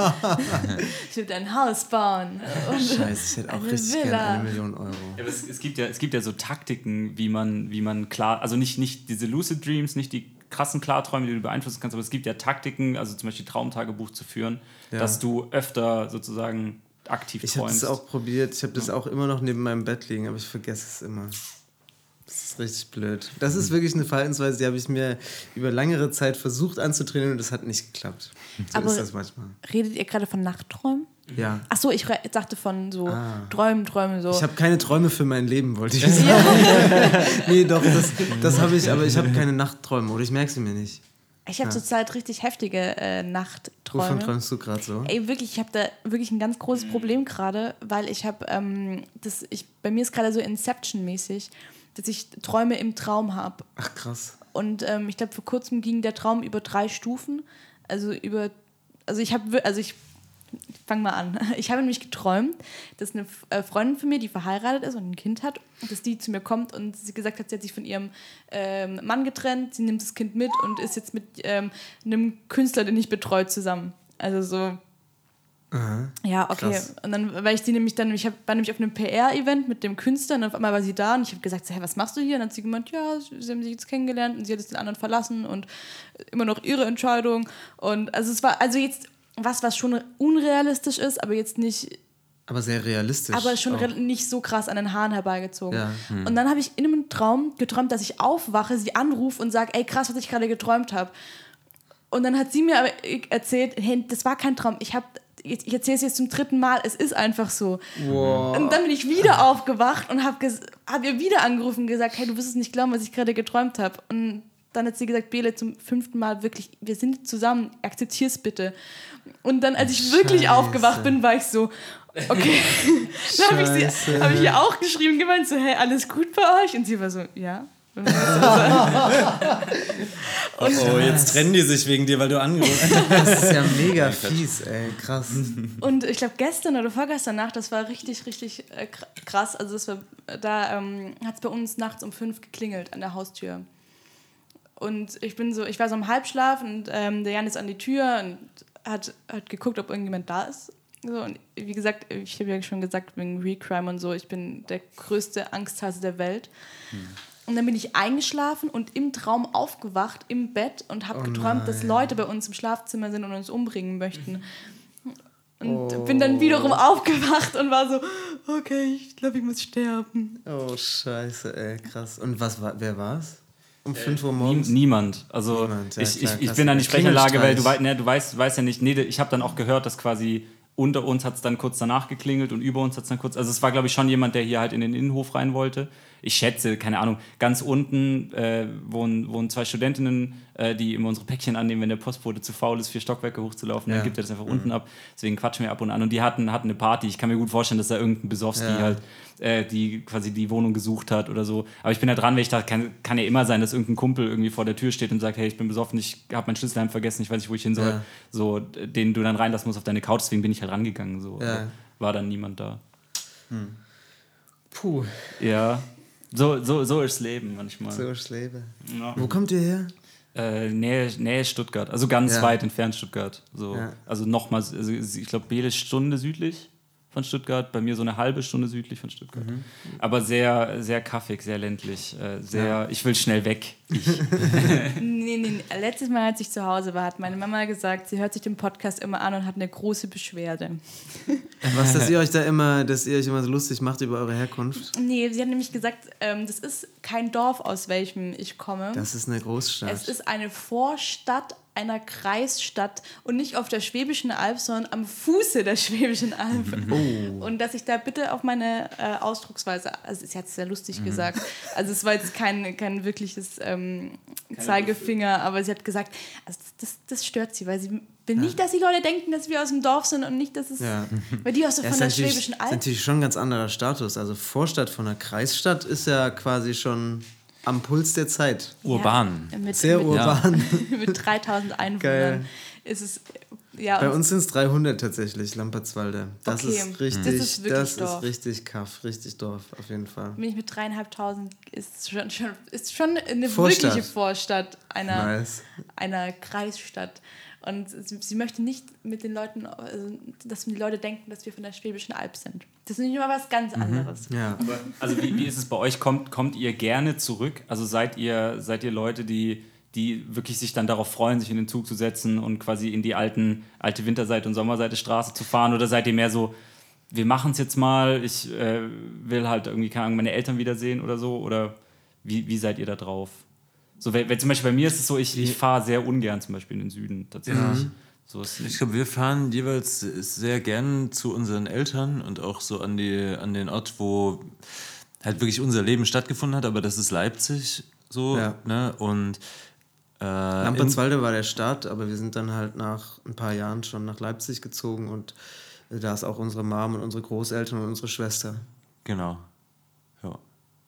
Ich würde ein Haus bauen. Und Scheiße, ich hätte auch richtig gerne eine Million Euro. Ja, aber es, es, gibt ja, es gibt ja so Taktiken, wie man, wie man klar, also nicht, nicht diese Lucid Dreams, nicht die krassen Klarträume, die du beeinflussen kannst, aber es gibt ja Taktiken, also zum Beispiel Traumtagebuch zu führen, ja. dass du öfter sozusagen aktiv ich träumst. Ich habe das auch probiert, ich habe das auch immer noch neben meinem Bett liegen, aber ich vergesse es immer. Das ist richtig blöd. Das ist wirklich eine Verhaltensweise, die habe ich mir über längere Zeit versucht anzutrainieren und das hat nicht geklappt. So aber ist das manchmal. Redet ihr gerade von Nachtträumen? Ja. Ach so, ich re- dachte von so ah. Träumen, Träumen so. Ich habe keine Träume für mein Leben, wollte ich sagen. Ja. Nee, doch, das, das habe ich, aber ich habe keine Nachtträume oder ich merke sie mir nicht. Ich habe ja. zurzeit richtig heftige äh, Nachtträume. Wovon träumst du gerade so? Ey, wirklich, ich habe da wirklich ein ganz großes Problem gerade, weil ich habe, ähm, das, ich, bei mir ist gerade so Inception-mäßig, dass ich Träume im Traum habe. Ach, krass. Und ähm, ich glaube, vor kurzem ging der Traum über drei Stufen. Also über, also ich habe, also ich, ich fange mal an. Ich habe nämlich geträumt, dass eine Freundin von mir, die verheiratet ist und ein Kind hat, dass die zu mir kommt und sie gesagt hat, sie hat sich von ihrem ähm, Mann getrennt, sie nimmt das Kind mit und ist jetzt mit ähm, einem Künstler, den ich betreue, zusammen. Also so. Aha. Ja, okay. Krass. Und dann, weil ich die nämlich dann, ich hab, war nämlich auf einem P R-Event mit dem Künstler und auf einmal war sie da und ich habe gesagt, so, hey, was machst du hier? Und dann hat sie gemeint, ja, sie haben sich jetzt kennengelernt und sie hat jetzt den anderen verlassen und immer noch ihre Entscheidung. Und also es war also jetzt was, was schon unrealistisch ist, aber jetzt nicht. Aber sehr realistisch. Aber schon re- nicht so krass an den Haaren herbeigezogen. Ja. Hm. Und dann habe ich in einem Traum geträumt, dass ich aufwache, sie anrufe und sage, ey, krass, was ich gerade geträumt habe. Und dann hat sie mir aber erzählt, hey, das war kein Traum, ich habe ich erzähle es jetzt zum dritten Mal, es ist einfach so. Wow. Und dann bin ich wieder aufgewacht und habe ges- hab ihr wieder angerufen und gesagt, hey, du wirst es nicht glauben, was ich gerade geträumt habe. Und dann hat sie gesagt, Bele, zum fünften Mal wirklich, wir sind zusammen, akzeptier's bitte. Und dann, als ich Scheiße. wirklich aufgewacht bin, war ich so, okay. Dann habe ich, sie, hab ich ihr auch geschrieben, gemeint so, hey, alles gut bei euch? Und sie war so, ja. Und oh, jetzt trennen die sich wegen dir, weil du angerufen hast. Das ist ja mega fies, ey, krass. Und ich glaube, gestern oder vorgestern Nacht, das war richtig, richtig äh, krass. Also das war, da ähm, hat es bei uns nachts um fünf geklingelt an der Haustür. Und ich bin so, ich war so im Halbschlaf und ähm, der Jan ist an die Tür und hat, hat geguckt, ob irgendjemand da ist. So, und wie gesagt, ich habe ja schon gesagt, wegen Real-Crime und so, ich bin der größte Angsthase der Welt. Hm. Und dann bin ich eingeschlafen und im Traum aufgewacht, im Bett und habe oh geträumt, dass Leute bei uns im Schlafzimmer sind und uns umbringen möchten. Und oh. bin dann wiederum aufgewacht und war so, okay, ich glaube, ich muss sterben. Oh, scheiße, ey, krass. Und was war, wer war's? Um fünf Uhr morgens? Niemand. Also Niemand, ja, ich, klar, ich, ich bin da nicht Sprechanlage, weil du, ne, du weißt, du weißt ja nicht, nee, ich habe dann auch gehört, dass quasi unter uns hat es dann kurz danach geklingelt und über uns hat es dann kurz, also es war, glaube ich, schon jemand, der hier halt in den Innenhof rein wollte. Ich schätze, keine Ahnung, ganz unten äh, wohnen, wohnen zwei Studentinnen, äh, die immer unsere Päckchen annehmen, wenn der Postbote zu faul ist, vier Stockwerke hochzulaufen, ja. Dann gibt er das einfach mhm. unten ab. Deswegen quatschen wir ab und an. Und die hatten, hatten eine Party. Ich kann mir gut vorstellen, dass da irgendein Besowski ja. halt, äh, die quasi die Wohnung gesucht hat oder so. Aber ich bin da dran, weil ich dachte, kann, kann ja immer sein, dass irgendein Kumpel irgendwie vor der Tür steht und sagt, hey, ich bin besoffen, ich habe meinen Schlüsselheim vergessen, ich weiß nicht, wo ich hin soll. Ja. So, den du dann reinlassen musst auf deine Couch. Deswegen bin ich halt rangegangen. So. Ja. War dann niemand da. Hm. Puh. Ja. So, so, so ist das Leben manchmal. So ist das Leben. Ja. Wo kommt ihr her? Äh, Nähe, Nähe Stuttgart, also ganz ja. weit entfernt Stuttgart. So. Ja. Also nochmal, also ich glaube, Beele ist Stunde südlich von Stuttgart, bei mir so eine halbe Stunde südlich von Stuttgart. Mhm. Aber sehr, sehr kaffig, sehr ländlich, äh, sehr, ja. Ich will schnell weg. Ich. nee, nee, letztes Mal, als ich zu Hause war, hat meine Mama gesagt, sie hört sich den Podcast immer an und hat eine große Beschwerde. Was, dass ihr euch da immer, dass ihr euch immer so lustig macht über eure Herkunft? Nee, sie hat nämlich gesagt, ähm, das ist kein Dorf, aus welchem ich komme. Das ist eine Großstadt. Es ist eine Vorstadt einer Kreisstadt und nicht auf der Schwäbischen Alb, sondern am Fuße der Schwäbischen Alb. Oh. Und dass ich da bitte auf meine äh, Ausdrucksweise, also sie hat es sehr lustig mhm. gesagt, also es war jetzt kein, kein wirkliches ähm, Zeigefinger, aber sie hat gesagt, also das, das stört sie, weil sie will ja. nicht, dass die Leute denken, dass wir aus dem Dorf sind und nicht, dass es, ja. weil die auch so ja, von der Schwäbischen Alb. Das ist natürlich schon ein ganz anderer Status, also Vorstadt von einer Kreisstadt ist ja quasi schon am Puls der Zeit. Urban. Ja, mit, Sehr mit, urban. Mit dreitausend Einwohnern. Geil. Ist es, ja, bei uns sind es dreihundert tatsächlich, Lampertswalde. Das okay. ist richtig, das ist wirklich das Dorf. ist richtig Kaff, richtig Dorf, auf jeden Fall. Bin ich mit dreieinhalbtausend, ist schon, schon, ist schon eine Vorstadt. wirkliche Vorstadt einer, nice. einer Kreisstadt. Und sie, sie möchte nicht mit den Leuten, also, dass die Leute denken, dass wir von der Schwäbischen Alb sind. Das ist nicht immer was ganz anderes. Mhm. Ja. Aber, also wie, wie ist es bei euch? Kommt, kommt ihr gerne zurück? Also seid ihr, seid ihr Leute, die, die wirklich sich dann darauf freuen, sich in den Zug zu setzen und quasi in die alten, alte Winterseite- und Sommerseite-Straße zu fahren? Oder seid ihr mehr so, wir machen es jetzt mal, ich äh, will halt irgendwie, keine Ahnung, meine Eltern wiedersehen oder so? Oder wie, wie seid ihr da drauf? So, wenn, wenn zum Beispiel bei mir ist es so, ich, ich fahre sehr ungern zum Beispiel in den Süden tatsächlich. Mhm. So ist ich glaube, wir fahren jeweils sehr gern zu unseren Eltern und auch so an, die, an den Ort, wo halt wirklich unser Leben stattgefunden hat, aber das ist Leipzig so. Ja. Ne? Und äh, Lampertswalde war der Start, aber wir sind dann halt nach ein paar Jahren schon nach Leipzig gezogen und da ist auch unsere Mom und unsere Großeltern und unsere Schwester. Genau. Ja.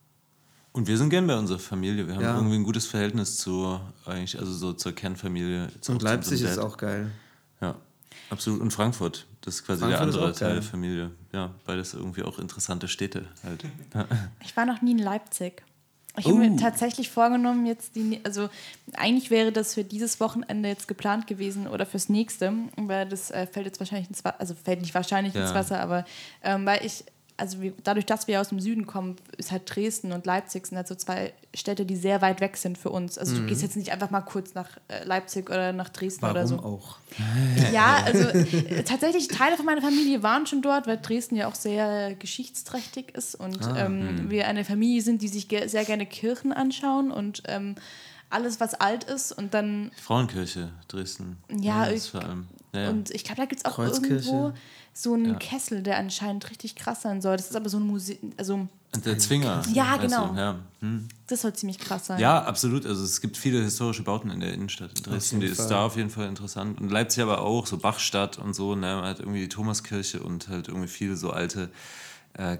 Und wir sind gern bei unserer Familie. Wir haben ja. irgendwie ein gutes Verhältnis zu, eigentlich, also so zur Kernfamilie. Und Leipzig ist auch geil. Ja, absolut. Und Frankfurt, das ist quasi Frankfurt der andere Teil der Familie. Ja, beides irgendwie auch interessante Städte halt. Ich war noch nie in Leipzig. Ich habe uh. mir tatsächlich vorgenommen, jetzt die, also eigentlich wäre das für dieses Wochenende jetzt geplant gewesen oder fürs nächste, weil das äh, fällt jetzt wahrscheinlich ins Wasser, also fällt nicht wahrscheinlich ja. ins Wasser, aber ähm, weil ich Also wir, dadurch, dass wir aus dem Süden kommen, ist halt Dresden und Leipzig sind halt so zwei Städte, die sehr weit weg sind für uns. Also mhm. du gehst jetzt nicht einfach mal kurz nach äh, Leipzig oder nach Dresden Warum oder so. Warum auch? Ja, also äh, tatsächlich Teile von meiner Familie waren schon dort, weil Dresden ja auch sehr geschichtsträchtig ist und ah, ähm, wir eine Familie sind, die sich ge- sehr gerne Kirchen anschauen und ähm, alles, was alt ist und dann... Frauenkirche, Dresden. Ja, ja, ich, vor allem. Ja, ja. Und ich glaube, da gibt es auch irgendwo so einen ja. Kessel, der anscheinend richtig krass sein soll. Das ist aber so ein Museum, also... Der Zwinger. Ja, genau. Also, ja. Hm. Das soll ziemlich krass sein. Ja, absolut. Also es gibt viele historische Bauten in der Innenstadt in Dresden. Die ist da auf jeden Fall interessant. Und Leipzig aber auch, so Bachstadt und so. Ne? Man hat irgendwie die Thomaskirche und halt irgendwie viele so alte äh,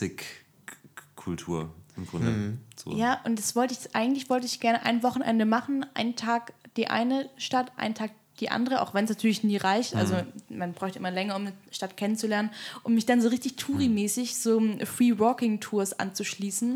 Klassikkultur im Grunde. Mhm. So. Ja, und das wollte ich, eigentlich wollte ich gerne ein Wochenende machen. Einen Tag die eine Stadt, einen Tag die andere, auch wenn es natürlich nie reicht. Also man bräuchte immer länger, um eine Stadt kennenzulernen, um mich dann so richtig Touri-mäßig so Free-Walking-Tours anzuschließen,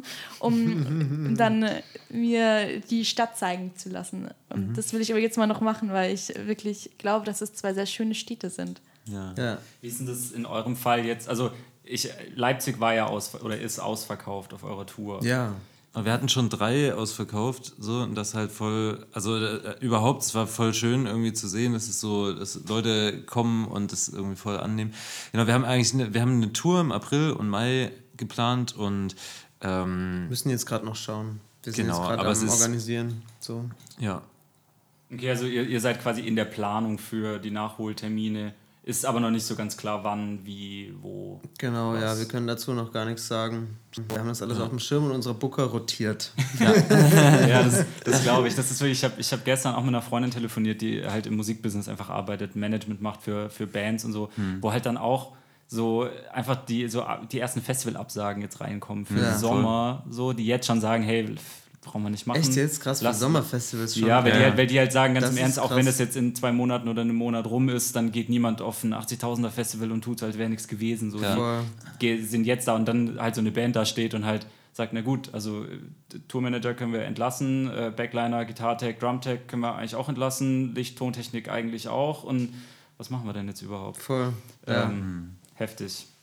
um dann äh, mir die Stadt zeigen zu lassen. Und mhm. das will ich aber jetzt mal noch machen, weil ich wirklich glaube, dass es zwei sehr schöne Städte sind. Ja. Ja. Wie ist denn das in eurem Fall jetzt? Also ich, Leipzig war ja aus, oder ist ausverkauft auf eurer Tour. Ja. Wir hatten schon drei ausverkauft, so, und das halt voll, also äh, überhaupt, es war voll schön irgendwie zu sehen, dass es so, dass Leute kommen und das irgendwie voll annehmen. Genau, wir haben eigentlich, eine, wir haben eine Tour im April und Mai geplant und ähm, müssen jetzt gerade noch schauen. Wir sind genau, jetzt gerade am Organisieren. So. Ja. Okay, also ihr, ihr seid quasi in der Planung für die Nachholtermine. Ist aber noch nicht so ganz klar, wann, wie, wo. Genau, was. Ja, wir können dazu noch gar nichts sagen. Wir haben das alles ja. auf dem Schirm und unsere Booker rotiert. Ja, ja das, das glaube ich. Das ist wirklich, ich habe ich hab gestern auch mit einer Freundin telefoniert, die halt im Musikbusiness einfach arbeitet, Management macht für, für Bands und so, hm. wo halt dann auch so einfach die, so die ersten Festivalabsagen jetzt reinkommen für ja, den Sommer, voll. So, die jetzt schon sagen, hey, brauchen wir nicht machen. Echt jetzt? Krass, für Sommerfestivals schon. Ja, weil, ja. Die halt, weil die halt sagen, ganz das im Ernst, auch wenn das jetzt in zwei Monaten oder einem Monat rum ist, dann geht niemand auf ein achtzigtausender Festival und tut, als wäre nichts gewesen. So, ja. Die sind jetzt da und dann halt so eine Band da steht und halt sagt, na gut, also Tourmanager können wir entlassen, äh, Backliner, Gitartech, Drumtech können wir eigentlich auch entlassen, Licht, Tontechnik eigentlich auch und was machen wir denn jetzt überhaupt? Voll. Ähm, ja. Heftig.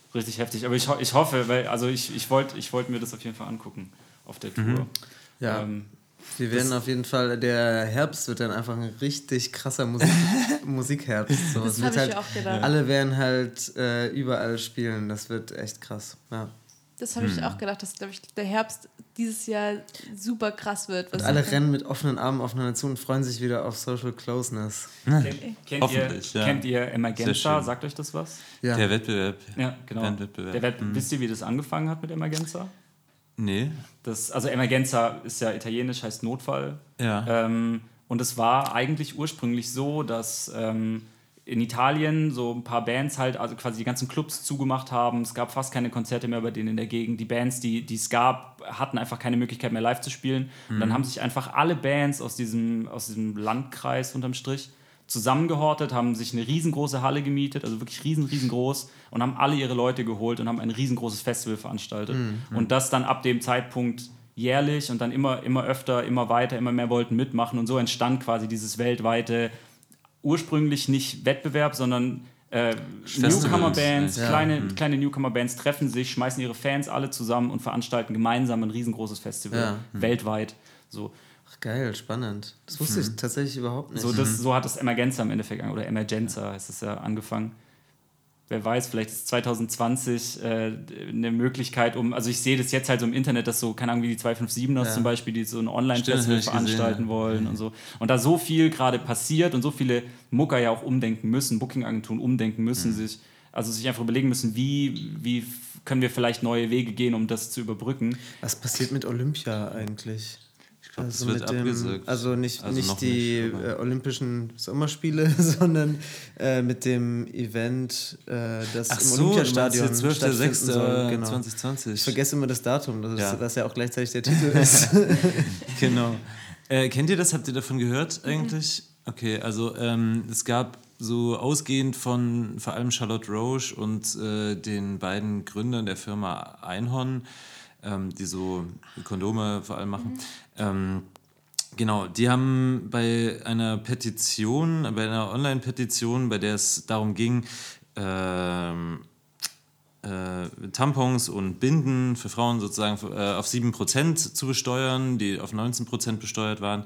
richtig heftig. Aber ich, ho- ich hoffe, weil also ich, ich wollte ich wollt mir das auf jeden Fall angucken auf der Tour. Mhm. Ja. Ähm, Wir werden auf jeden Fall, der Herbst wird dann einfach ein richtig krasser Musik, Musikherbst. So. Das Es wird habe ich halt, mir auch gedacht. alle werden halt äh, überall spielen. Das wird echt krass. Ja. Das habe ich auch gedacht, dass, glaube ich, der Herbst dieses Jahr super krass wird. Und alle rennen mit offenen Armen aufeinander zu und freuen sich wieder auf Social Closeness. kennt, kennt, ihr, Hoffentlich, ja. kennt ihr Sehr Emergenza? schön. Sagt euch das was? Ja. Der Wettbewerb. Ja, genau. Bandwettbewerb. Der Wett- Mhm. Wisst ihr, wie das angefangen hat mit Emergenza? Nee. Das, also Emergenza ist ja italienisch, heißt Notfall. Ja. Ähm, und es war eigentlich ursprünglich so, dass ähm, in Italien so ein paar Bands halt, also quasi die ganzen Clubs zugemacht haben. Es gab fast keine Konzerte mehr bei denen in der Gegend. Die Bands, die, die es gab, hatten einfach keine Möglichkeit mehr live zu spielen. Mhm. Und dann haben sich einfach alle Bands aus diesem, aus diesem Landkreis unterm Strich zusammengehortet, haben sich eine riesengroße Halle gemietet, also wirklich riesen, riesengroß, und haben alle ihre Leute geholt und haben ein riesengroßes Festival veranstaltet. Mhm. Und das dann ab dem Zeitpunkt jährlich und dann immer, immer öfter, immer weiter, immer mehr wollten mitmachen. Und so entstand quasi dieses weltweite, ursprünglich nicht Wettbewerb, sondern äh, Newcomer-Bands, ja. kleine, Mhm. kleine Newcomer-Bands treffen sich, schmeißen ihre Fans alle zusammen und veranstalten gemeinsam ein riesengroßes Festival, Ja. mhm. weltweit. So. Ach, geil, spannend. Das wusste ich tatsächlich überhaupt nicht. So, das, so hat das Emergenza im Endeffekt, oder Emergenza heißt es ja, angefangen. Wer weiß, vielleicht ist zwanzig zwanzig äh, eine Möglichkeit, um, also ich sehe das jetzt halt so im Internet, dass so, keine Ahnung, wie die zwei fünf sieben ers Ja. zum Beispiel, die so ein Stimmt, Online-Festival hab ich veranstalten gesehen, ja. wollen und so. Und da so viel gerade passiert und so viele Mucker ja auch umdenken müssen, Booking-Agenturen umdenken müssen, Mhm. sich, also sich einfach überlegen müssen, wie, wie können wir vielleicht neue Wege gehen, um das zu überbrücken. Was passiert mit Olympia eigentlich? Ich glaube, Also, das wird mit dem, abgesagt. also nicht, Also nicht noch die nicht, aber- äh, Olympischen Sommerspiele, sondern äh, mit dem Event, äh, das Ach im so, Olympiastadion zwölfter stattfinden sechster soll. Genau. zwanzig zwanzig. Ich vergesse immer das Datum, das ist, Ja. was ja auch gleichzeitig der Titel ist. Genau. Äh, kennt ihr das? Habt ihr davon gehört eigentlich? Okay, also ähm, es gab so ausgehend von vor allem Charlotte Roche und äh, den beiden Gründern der Firma Einhorn, ähm, die so Kondome vor allem machen. Ähm, genau, die haben bei einer Petition, bei einer Online-Petition, bei der es darum ging, ähm, äh, Tampons und Binden für Frauen sozusagen äh, auf sieben Prozent zu besteuern, die auf neunzehn Prozent besteuert waren.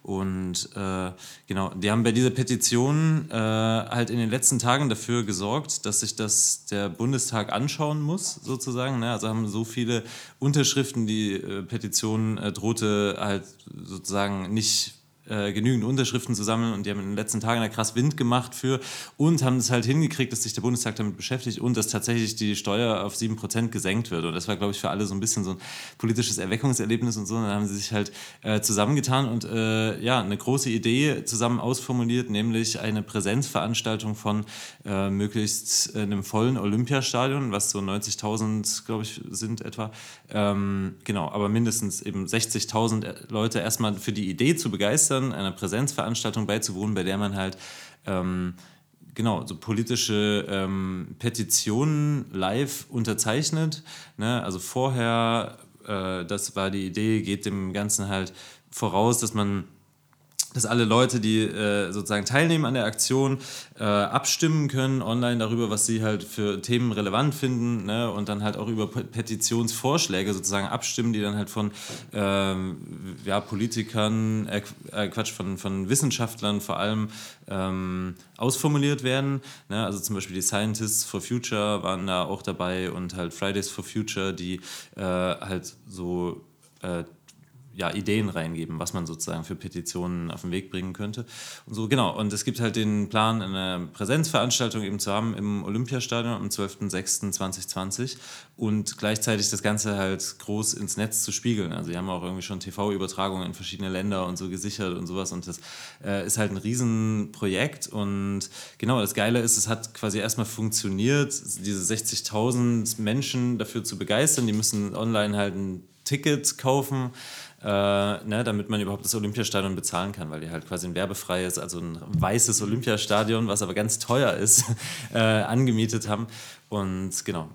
Und äh, genau, die haben bei dieser Petition äh, halt in den letzten Tagen dafür gesorgt, dass sich das der Bundestag anschauen muss, sozusagen. Ne? Also haben so viele Unterschriften, die äh, Petition äh, drohte halt sozusagen nicht Äh, genügend Unterschriften zu sammeln, und die haben in den letzten Tagen da krass Wind gemacht für und haben es halt hingekriegt, dass sich der Bundestag damit beschäftigt und dass tatsächlich die Steuer auf sieben Prozent gesenkt wird. Und das war, glaube ich, für alle so ein bisschen so ein politisches Erweckungserlebnis und so. Und dann haben sie sich halt äh, zusammengetan und äh, ja, eine große Idee zusammen ausformuliert, nämlich eine Präsenzveranstaltung von äh, möglichst äh, einem vollen Olympiastadion, was so neunzigtausend, glaube ich, sind etwa. Ähm, genau, aber mindestens eben sechzigtausend Leute erstmal für die Idee zu begeistern, einer Präsenzveranstaltung beizuwohnen, bei der man halt ähm, genau so politische ähm, Petitionen live unterzeichnet. Ne? Also vorher, äh, das war die Idee, geht dem Ganzen halt voraus, dass man dass alle Leute, die äh, sozusagen teilnehmen an der Aktion, äh, abstimmen können online darüber, was sie halt für Themen relevant finden, ne? Und dann halt auch über Pe- Petitionsvorschläge sozusagen abstimmen, die dann halt von ähm, ja, Politikern, äh, äh, Quatsch, von, von Wissenschaftlern vor allem ähm, ausformuliert werden. Ne? Also zum Beispiel die Scientists for Future waren da auch dabei und halt Fridays for Future, die äh, halt so äh, ja, Ideen reingeben, was man sozusagen für Petitionen auf den Weg bringen könnte. Und so, genau. Und es gibt halt den Plan, eine Präsenzveranstaltung eben zu haben im Olympiastadion am zwölfter sechster zweitausendzwanzig und gleichzeitig das Ganze halt groß ins Netz zu spiegeln. Also die haben auch irgendwie schon T V-Übertragungen in verschiedene Länder und so gesichert und sowas. Und das äh, ist halt ein Riesenprojekt. Und genau, das Geile ist, es hat quasi erstmal funktioniert, diese sechzigtausend Menschen dafür zu begeistern. Die müssen online halt ein Ticket kaufen, äh, ne, damit man überhaupt das Olympiastadion bezahlen kann, weil die halt quasi ein werbefreies, also ein weißes Olympiastadion, was aber ganz teuer ist, äh, angemietet haben. Und genau.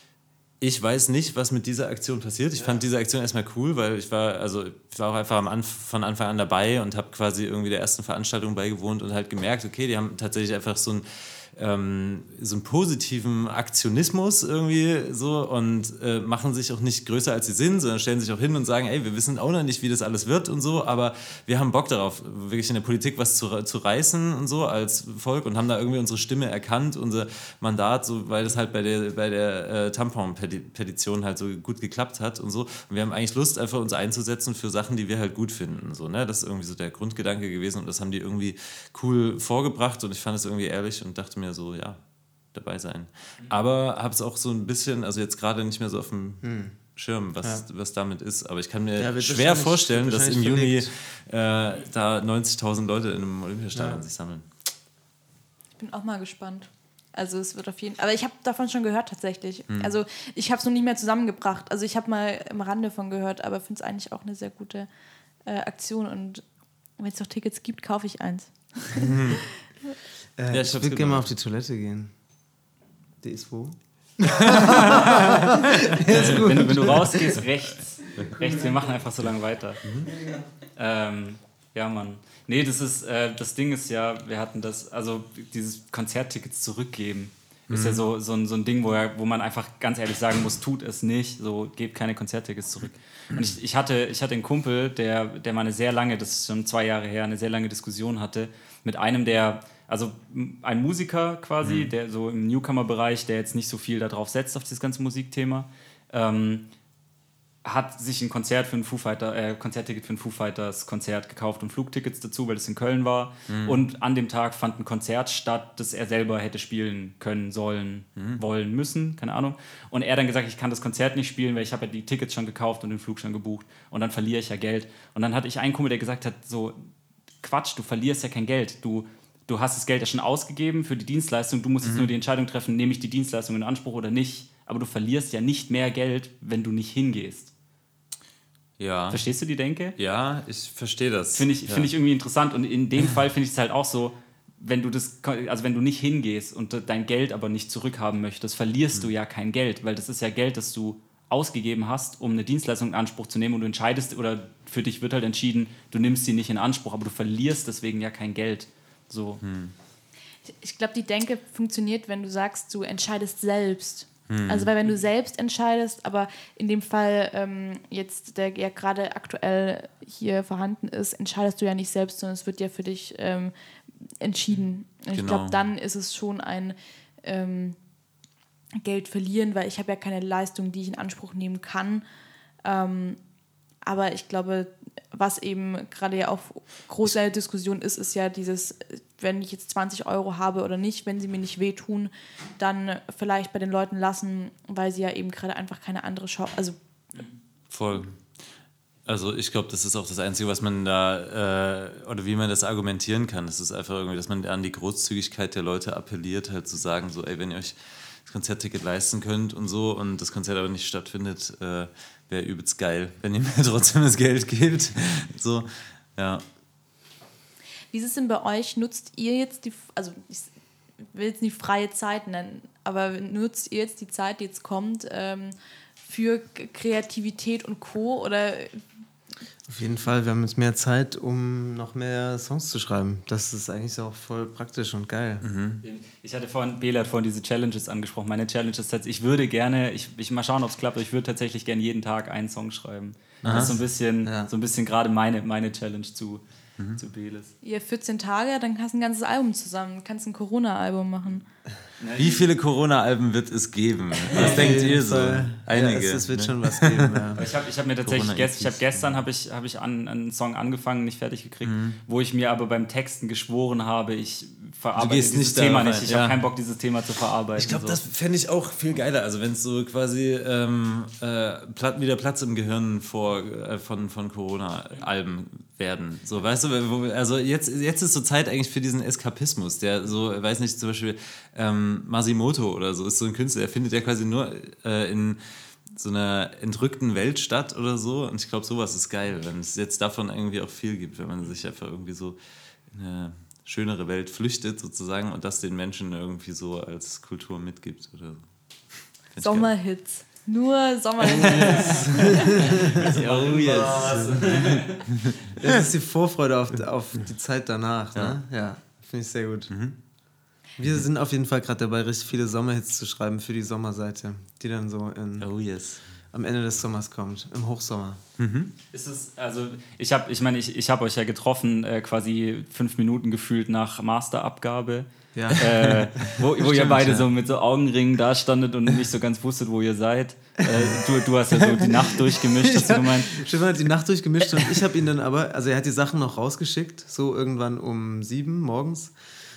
Ich weiß nicht, was mit dieser Aktion passiert. Ich ja. fand diese Aktion erstmal cool, weil ich war, also ich war auch einfach am Anf- von Anfang an dabei und habe quasi irgendwie der ersten Veranstaltung beigewohnt und halt gemerkt, okay, die haben tatsächlich einfach so ein ähm, so einen positiven Aktionismus irgendwie so und äh, machen sich auch nicht größer als sie sind, sondern stellen sich auch hin und sagen, ey, wir wissen auch noch nicht, wie das alles wird und so, aber wir haben Bock darauf, wirklich in der Politik was zu, zu reißen und so als Volk und haben da irgendwie unsere Stimme erkannt, unser Mandat, so, weil das halt bei der, bei der äh, Tampon-Petition halt so gut geklappt hat und so. Und wir haben eigentlich Lust, einfach uns einzusetzen für Sachen, die wir halt gut finden. So, ne? Das ist irgendwie so der Grundgedanke gewesen und das haben die irgendwie cool vorgebracht und ich fand es irgendwie ehrlich und dachte mir so, ja, dabei sein. Aber habe es auch so ein bisschen, also jetzt gerade nicht mehr so auf dem hm. Schirm, was, ja. was damit ist. Aber ich kann mir ja, schwer vorstellen, dass im Juni äh, da neunzigtausend Leute in einem Olympiastadion ja. sich sammeln. Ich bin auch mal gespannt. Also es wird auf jeden Fall, aber ich habe davon schon gehört tatsächlich. Mhm. Also ich habe es noch nicht mehr zusammengebracht. Also ich habe mal im Rande von gehört, aber finde es eigentlich auch eine sehr gute äh, Aktion und wenn es noch Tickets gibt, kaufe ich eins. Mhm. äh, ja, ich würde gerne mal auf die Toilette gehen. Die ist wo? ist gut. Wenn, wenn du rausgehst, rechts. Rechts, wir machen einfach so lange weiter. Mhm. Ähm, ja, Mann. Nee, das ist, äh, das Ding ist ja, wir hatten das, also dieses Konzerttickets zurückgeben, mhm. ist ja so, so, ein, so ein Ding, wo, er, wo man einfach ganz ehrlich sagen muss, tut es nicht, so gebt keine Konzerttickets zurück. Und ich, ich, hatte, ich hatte einen Kumpel, der, der mal eine sehr lange, das ist schon zwei Jahre her, eine sehr lange Diskussion hatte mit einem, der, also ein Musiker quasi, mhm. der so im Newcomer-Bereich, der jetzt nicht so viel darauf setzt, auf dieses ganze Musikthema, ähm, hat sich ein Konzert für ein Foo Fighter, äh, Konzertticket für ein Foo Fighters Konzert gekauft und Flugtickets dazu, weil es in Köln war. Mhm. Und an dem Tag fand ein Konzert statt, das er selber hätte spielen können, sollen, mhm. wollen, müssen, keine Ahnung. Und er dann gesagt, ich kann das Konzert nicht spielen, weil ich habe ja die Tickets schon gekauft und den Flug schon gebucht. Und dann verliere ich ja Geld. Und dann hatte ich einen Kumpel, der gesagt hat, so, Quatsch, du verlierst ja kein Geld. Du, du hast das Geld ja schon ausgegeben für die Dienstleistung. Du musst mhm. jetzt nur die Entscheidung treffen, nehme ich die Dienstleistung in Anspruch oder nicht. Aber du verlierst ja nicht mehr Geld, wenn du nicht hingehst. Ja. Verstehst du die Denke? Ja, ich verstehe das. Finde ich, ja. find ich irgendwie interessant. Und in dem Fall finde ich es halt auch so, wenn du das, also wenn du nicht hingehst und dein Geld aber nicht zurückhaben möchtest, verlierst mhm. du ja kein Geld, weil das ist ja Geld, das du ausgegeben hast, um eine Dienstleistung in Anspruch zu nehmen und du entscheidest, oder für dich wird halt entschieden, du nimmst sie nicht in Anspruch, aber du verlierst deswegen ja kein Geld. So. Mhm. Ich glaube, die Denke funktioniert, wenn du sagst, du entscheidest selbst. Also weil wenn du selbst entscheidest, aber in dem Fall ähm, jetzt, der ja gerade aktuell hier vorhanden ist, entscheidest du ja nicht selbst, sondern es wird ja für dich ähm, entschieden. Und genau. Ich glaube, dann ist es schon ein ähm, Geld verlieren, weil ich habe ja keine Leistung, die ich in Anspruch nehmen kann. Ähm, aber ich glaube, was eben gerade ja auch große Diskussion ist, ist ja dieses, wenn ich jetzt zwanzig Euro habe oder nicht, wenn sie mir nicht wehtun, dann vielleicht bei den Leuten lassen, weil sie ja eben gerade einfach keine andere Schau... Also voll. Also ich glaube, das ist auch das Einzige, was man da, äh, oder wie man das argumentieren kann. Das ist einfach irgendwie, dass man an die Großzügigkeit der Leute appelliert, halt zu sagen, so, ey, wenn ihr euch das Konzertticket leisten könnt und so und das Konzert aber nicht stattfindet, äh, wäre übelst geil, wenn ihr mir trotzdem das Geld gebt. So, ja. Wie ist es denn bei euch? Nutzt ihr jetzt die, also ich will jetzt nicht freie Zeit nennen, aber nutzt ihr jetzt die Zeit, die jetzt kommt, ähm, für Kreativität und Co. oder? Auf jeden Fall, wir haben jetzt mehr Zeit, um noch mehr Songs zu schreiben. Das ist eigentlich auch voll praktisch und geil. Mhm. Ich hatte vorhin, Bela hat vorhin diese Challenges angesprochen. Meine Challenge ist jetzt, ich würde gerne, ich, ich mal schauen, ob es klappt, aber ich würde tatsächlich gerne jeden Tag einen Song schreiben. Aha. Das ist so ein bisschen, ja. so ein bisschen gerade meine, meine Challenge zu, mhm. zu Beles. Ja, vierzehn Tage, dann hast du ein ganzes Album zusammen. Du kannst ein Corona-Album machen. Wie viele Corona-Alben wird es geben? Was ja, denkt ihr so? Einige. Ja, es wird ne? schon was geben. Ja. Ich habe ich hab mir tatsächlich, gest, ich hab gestern habe ich, hab ich an, einen Song angefangen, nicht fertig gekriegt, mhm. wo ich mir aber beim Texten geschworen habe, ich verarbeite dieses nicht Thema nicht. Ich ja. habe keinen Bock, dieses Thema zu verarbeiten. Ich glaube, so. Das fände ich auch viel geiler. Also wenn es so quasi ähm, äh, wieder Platz im Gehirn vor, äh, von, von Corona-Alben werden. So, weißt du, also jetzt, jetzt ist so Zeit eigentlich für diesen Eskapismus, der so, weiß nicht, zum Beispiel ähm, Masimoto oder so ist so ein Künstler, der findet ja quasi nur äh, in so einer entrückten Welt statt oder so, und ich glaube, sowas ist geil, wenn es jetzt davon irgendwie auch viel gibt, wenn man sich einfach irgendwie so in eine schönere Welt flüchtet sozusagen und das den Menschen irgendwie so als Kultur mitgibt oder so. Sommerhits. Nur Sommerhits. Oh yes. Das ist die Vorfreude auf, auf die Zeit danach. Ne? Ja, ja, finde ich sehr gut. Mhm. Wir sind auf jeden Fall gerade dabei, richtig viele Sommerhits zu schreiben für die Sommerseite, die dann so in, oh yes. am Ende des Sommers kommt, im Hochsommer. Mhm. Ist es, also ich habe, ich meine, ich, ich habe euch ja getroffen, äh, quasi fünf Minuten gefühlt nach Masterabgabe. Ja. Äh, wo wo Stimmt, ihr beide ja. so mit so Augenringen da standet und nicht so ganz wusstet, wo ihr seid. Äh, du, du hast ja so die Nacht durchgemischt, hast Ja, du gemeint. Stefan hat die Nacht durchgemischt und ich habe ihn dann aber, also er hat die Sachen noch rausgeschickt, so irgendwann um sieben morgens.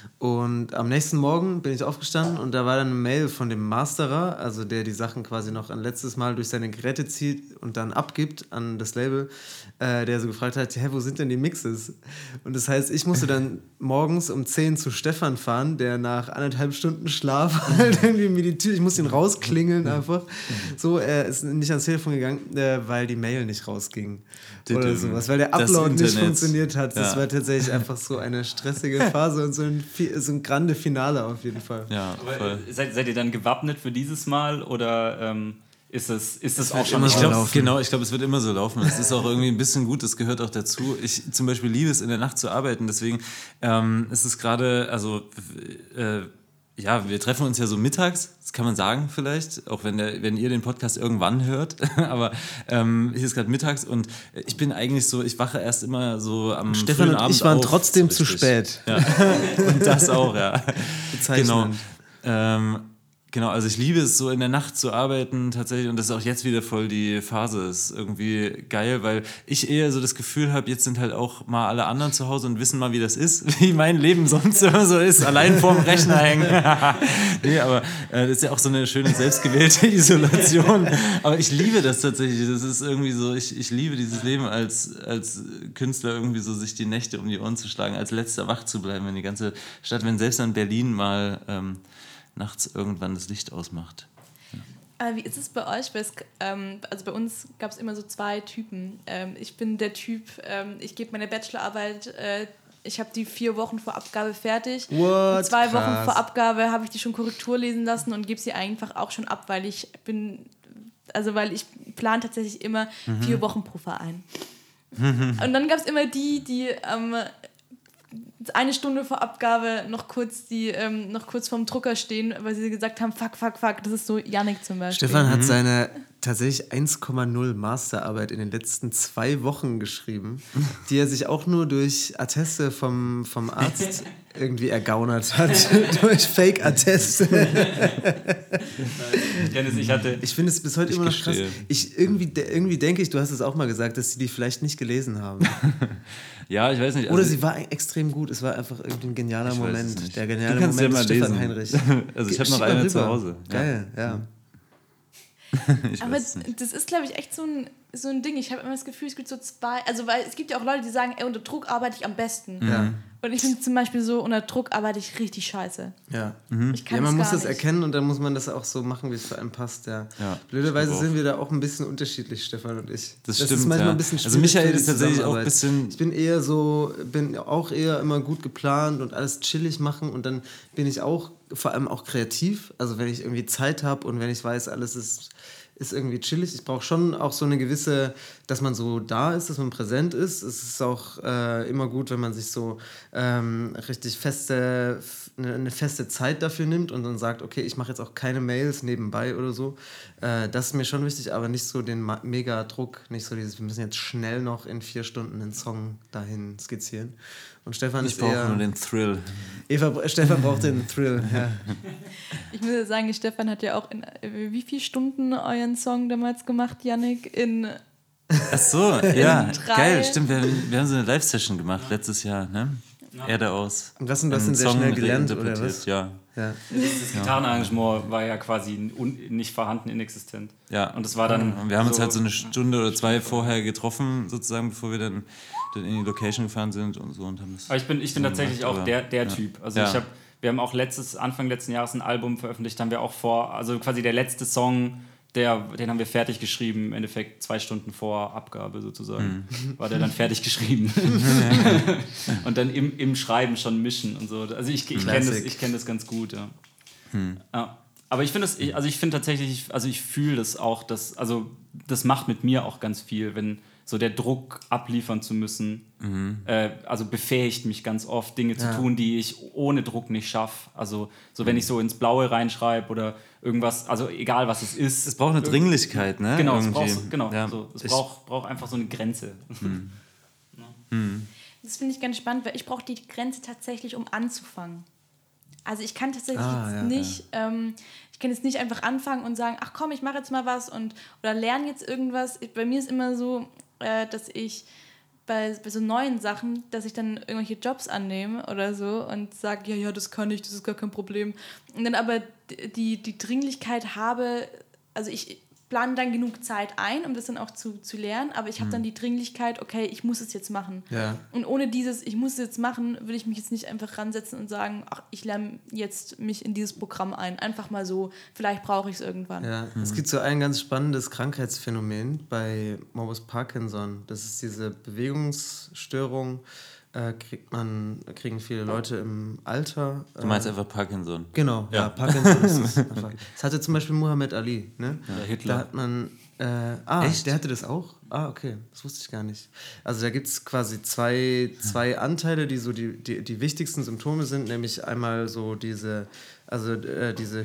Und am nächsten Morgen bin ich aufgestanden und da war dann eine Mail von dem Masterer, also der die Sachen quasi noch ein letztes Mal durch seine Geräte zieht und dann abgibt an das Label, äh, der so gefragt hat, hä, wo sind denn die Mixes? Und das heißt, ich musste dann morgens um zehn zu Stefan fahren, der nach anderthalb Stunden Schlaf halt irgendwie mir die Tür, ich musste ihn rausklingeln einfach. So, er ist nicht ans Telefon gegangen, äh, weil die Mail nicht rausging. Oder sowas, weil der Upload nicht funktioniert hat. Das ja. war tatsächlich einfach so eine stressige Phase und so ein, so ein grande Finale auf jeden Fall. Ja, voll. Seid, seid ihr dann gewappnet für dieses Mal oder ähm, ist es, ist es auch schon immer so laufen? Genau, ich glaube, es wird immer so laufen. Es ist auch irgendwie ein bisschen gut, das gehört auch dazu. Ich zum Beispiel liebe es, in der Nacht zu arbeiten, deswegen ähm, ist es gerade, also äh, ja, wir treffen uns ja so mittags, das kann man sagen vielleicht, auch wenn, der, wenn ihr den Podcast irgendwann hört, aber ähm, hier ist gerade mittags und ich bin eigentlich so, ich wache erst immer so am Stefan frühen und Abend ich waren auf, trotzdem so zu spät. Ja. Und das auch, ja. Bezeichnend. Genau. Ähm, Genau, also ich liebe es, so in der Nacht zu arbeiten tatsächlich und das ist auch jetzt wieder voll die Phase. Ist irgendwie geil, weil ich eher so das Gefühl habe, jetzt sind halt auch mal alle anderen zu Hause und wissen mal, wie das ist, wie mein Leben sonst immer so ist, allein vorm Rechner hängen. Nee, aber äh, das ist ja auch so eine schöne selbstgewählte Isolation. Aber ich liebe das tatsächlich. Das ist irgendwie so, ich, ich liebe dieses Leben als, als Künstler irgendwie so, sich die Nächte um die Ohren zu schlagen, als letzter wach zu bleiben, wenn die ganze Stadt, wenn selbst in Berlin mal ähm, nachts irgendwann das Licht ausmacht. Ja. Wie ist es bei euch? Weil es, ähm, also bei uns gab es immer so zwei Typen. Ähm, ich bin der Typ, ähm, ich gebe meine Bachelorarbeit, äh, ich habe die vier Wochen vor Abgabe fertig. What? Und zwei Krass. Wochen vor Abgabe habe ich die schon Korrektur lesen lassen und gebe sie einfach auch schon ab, weil ich bin, also weil ich plane tatsächlich immer mhm. vier Wochen Puffer ein. Mhm. Und dann gab es immer die, die ähm, eine Stunde vor Abgabe noch kurz die ähm, noch kurz vorm Drucker stehen, weil sie gesagt haben, fuck, fuck, fuck, das ist so Yannick zum Beispiel. Stefan hat Mhm. seine tatsächlich eins Komma null Masterarbeit in den letzten zwei Wochen geschrieben, die er sich auch nur durch Atteste vom, vom Arzt irgendwie ergaunert hat, durch Fake-Atteste. Dennis, ich hatte... Ich finde es bis heute Ich immer noch krass. gestehe. Ich, irgendwie, irgendwie denke ich, du hast es auch mal gesagt, dass sie die vielleicht nicht gelesen haben. Ja, ich weiß nicht. Oder also sie war extrem gut. Es war einfach irgendwie ein genialer Ich weiß es Moment. nicht. Der Du geniale kannst Moment ja ist mal Stefan lesen. Heinrich. Also ich habe Schieb noch mal eine rüber. zu Hause. Geil, ja. ja. Ich Aber weiß es nicht. das ist, glaube ich, echt so ein, so ein Ding. Ich habe immer das Gefühl, es gibt so zwei, also weil es gibt ja auch Leute, die sagen, ey, unter Druck arbeite ich am besten. Ja. Und ich finde zum Beispiel so, unter Druck arbeite ich richtig scheiße. Ja. Ich kann Ja, man es muss gar das nicht. erkennen und dann muss man das auch so machen, wie es für einen passt. Ja. Ja, Blöderweise ich glaub sind auch. wir da auch ein bisschen unterschiedlich, Stefan und ich. Das ist stimmt, manchmal ja. ein bisschen Also schwierig Michael für die ist tatsächlich auch ein Zusammenarbeit. bisschen- Ich bin eher so, bin auch eher immer gut geplant und alles chillig machen und dann bin ich auch vor allem auch kreativ. Also wenn ich irgendwie Zeit habe und wenn ich weiß, alles ist ist irgendwie chillig. Ich brauche schon auch so eine gewisse, dass man so da ist, dass man präsent ist. Es ist auch äh, immer gut, wenn man sich so ähm, richtig feste, eine, eine feste Zeit dafür nimmt und dann sagt, okay, ich mache jetzt auch keine Mails nebenbei oder so. Äh, das ist mir schon wichtig, aber nicht so den Ma- Mega-Druck, nicht so dieses, wir müssen jetzt schnell noch in vier Stunden einen Song dahin skizzieren. Und Stefan Ich ist brauche eher... nur den Thrill. Eva, Stefan braucht den Thrill, ja. Ich muss ja sagen, Stefan hat ja auch in äh, wie viele Stunden euren Song damals gemacht, Yannick? In Ach so, ja, drei- geil, stimmt. Wir haben, wir haben so eine Live-Session gemacht letztes Jahr, ne? Erde aus. Und was und das Einen denn sehr Song schnell gelernt, oder reinterpretiert, was? Ja. Ja. Das Gitarrenarrangement war ja quasi un, nicht vorhanden, inexistent. Ja. Und das war dann... Und wir haben uns so, halt so eine Stunde oder zwei vorher getroffen, sozusagen, bevor wir dann, dann in die Location gefahren sind und so und haben das. Aber ich bin, ich bin so tatsächlich gemacht, auch aber- der, der ja. Typ. Also Ja. ich habe, wir haben auch letztes, Anfang letzten Jahres ein Album veröffentlicht, haben wir auch vor, also quasi der letzte Song, der, den haben wir fertig geschrieben, im Endeffekt zwei Stunden vor Abgabe sozusagen, Mhm. war der dann fertig geschrieben. Und dann im, im Schreiben schon mischen und so. Also ich, ich kenne das, Classic. ich kenn das ganz gut, ja. Hm. Ja. Aber ich finde das, ich- also ich finde tatsächlich, also ich fühle das auch, dass, also das macht mit mir auch ganz viel, wenn, so der Druck abliefern zu müssen, mhm. äh, also befähigt mich ganz oft, Dinge ja. zu tun, die ich ohne Druck nicht schaffe. Also so wenn ich so ins Blaue reinschreibe oder irgendwas, also egal was es ist. Es braucht eine Dringlichkeit, ne? Genau, es, braucht, genau ja. so, es braucht, braucht einfach so eine Grenze. Mhm. ja. mhm. Das finde ich ganz spannend, weil ich brauche die Grenze tatsächlich, um anzufangen. Also ich kann tatsächlich ah, jetzt ja, nicht, ja. ähm, ich kann jetzt nicht einfach anfangen und sagen, ach komm, ich mache jetzt mal was und oder lerne jetzt irgendwas. Bei mir ist immer so, äh, dass ich bei, bei so neuen Sachen, dass ich dann irgendwelche Jobs annehme oder so und sage, ja, ja, das kann ich, das ist gar kein Problem. Und dann aber die, die Dringlichkeit habe, also ich plane dann genug Zeit ein, um das dann auch zu, zu lernen, aber ich habe mhm. dann die Dringlichkeit, okay, ich muss es jetzt machen. Ja. Und ohne dieses, ich muss es jetzt machen, würde ich mich jetzt nicht einfach ransetzen und sagen, ach, ich lerne jetzt mich in dieses Programm ein. Einfach mal so, vielleicht brauche ich es irgendwann. Ja, mhm. es gibt so ein ganz spannendes Krankheitsphänomen bei Morbus Parkinson. Das ist diese Bewegungsstörung, äh, kriegt man, kriegen viele Leute im Alter. Du meinst äh, einfach Parkinson? Genau, ja, ja Parkinson ist es einfach. Das hatte zum Beispiel Muhammad Ali, ne? Ja, Hitler. Da hat man, äh, ah, Echt? der hatte das auch? Ah, okay, das wusste ich gar nicht. Also da gibt es quasi zwei, zwei Anteile, die so die, die, die wichtigsten Symptome sind, nämlich einmal so diese, also äh, diese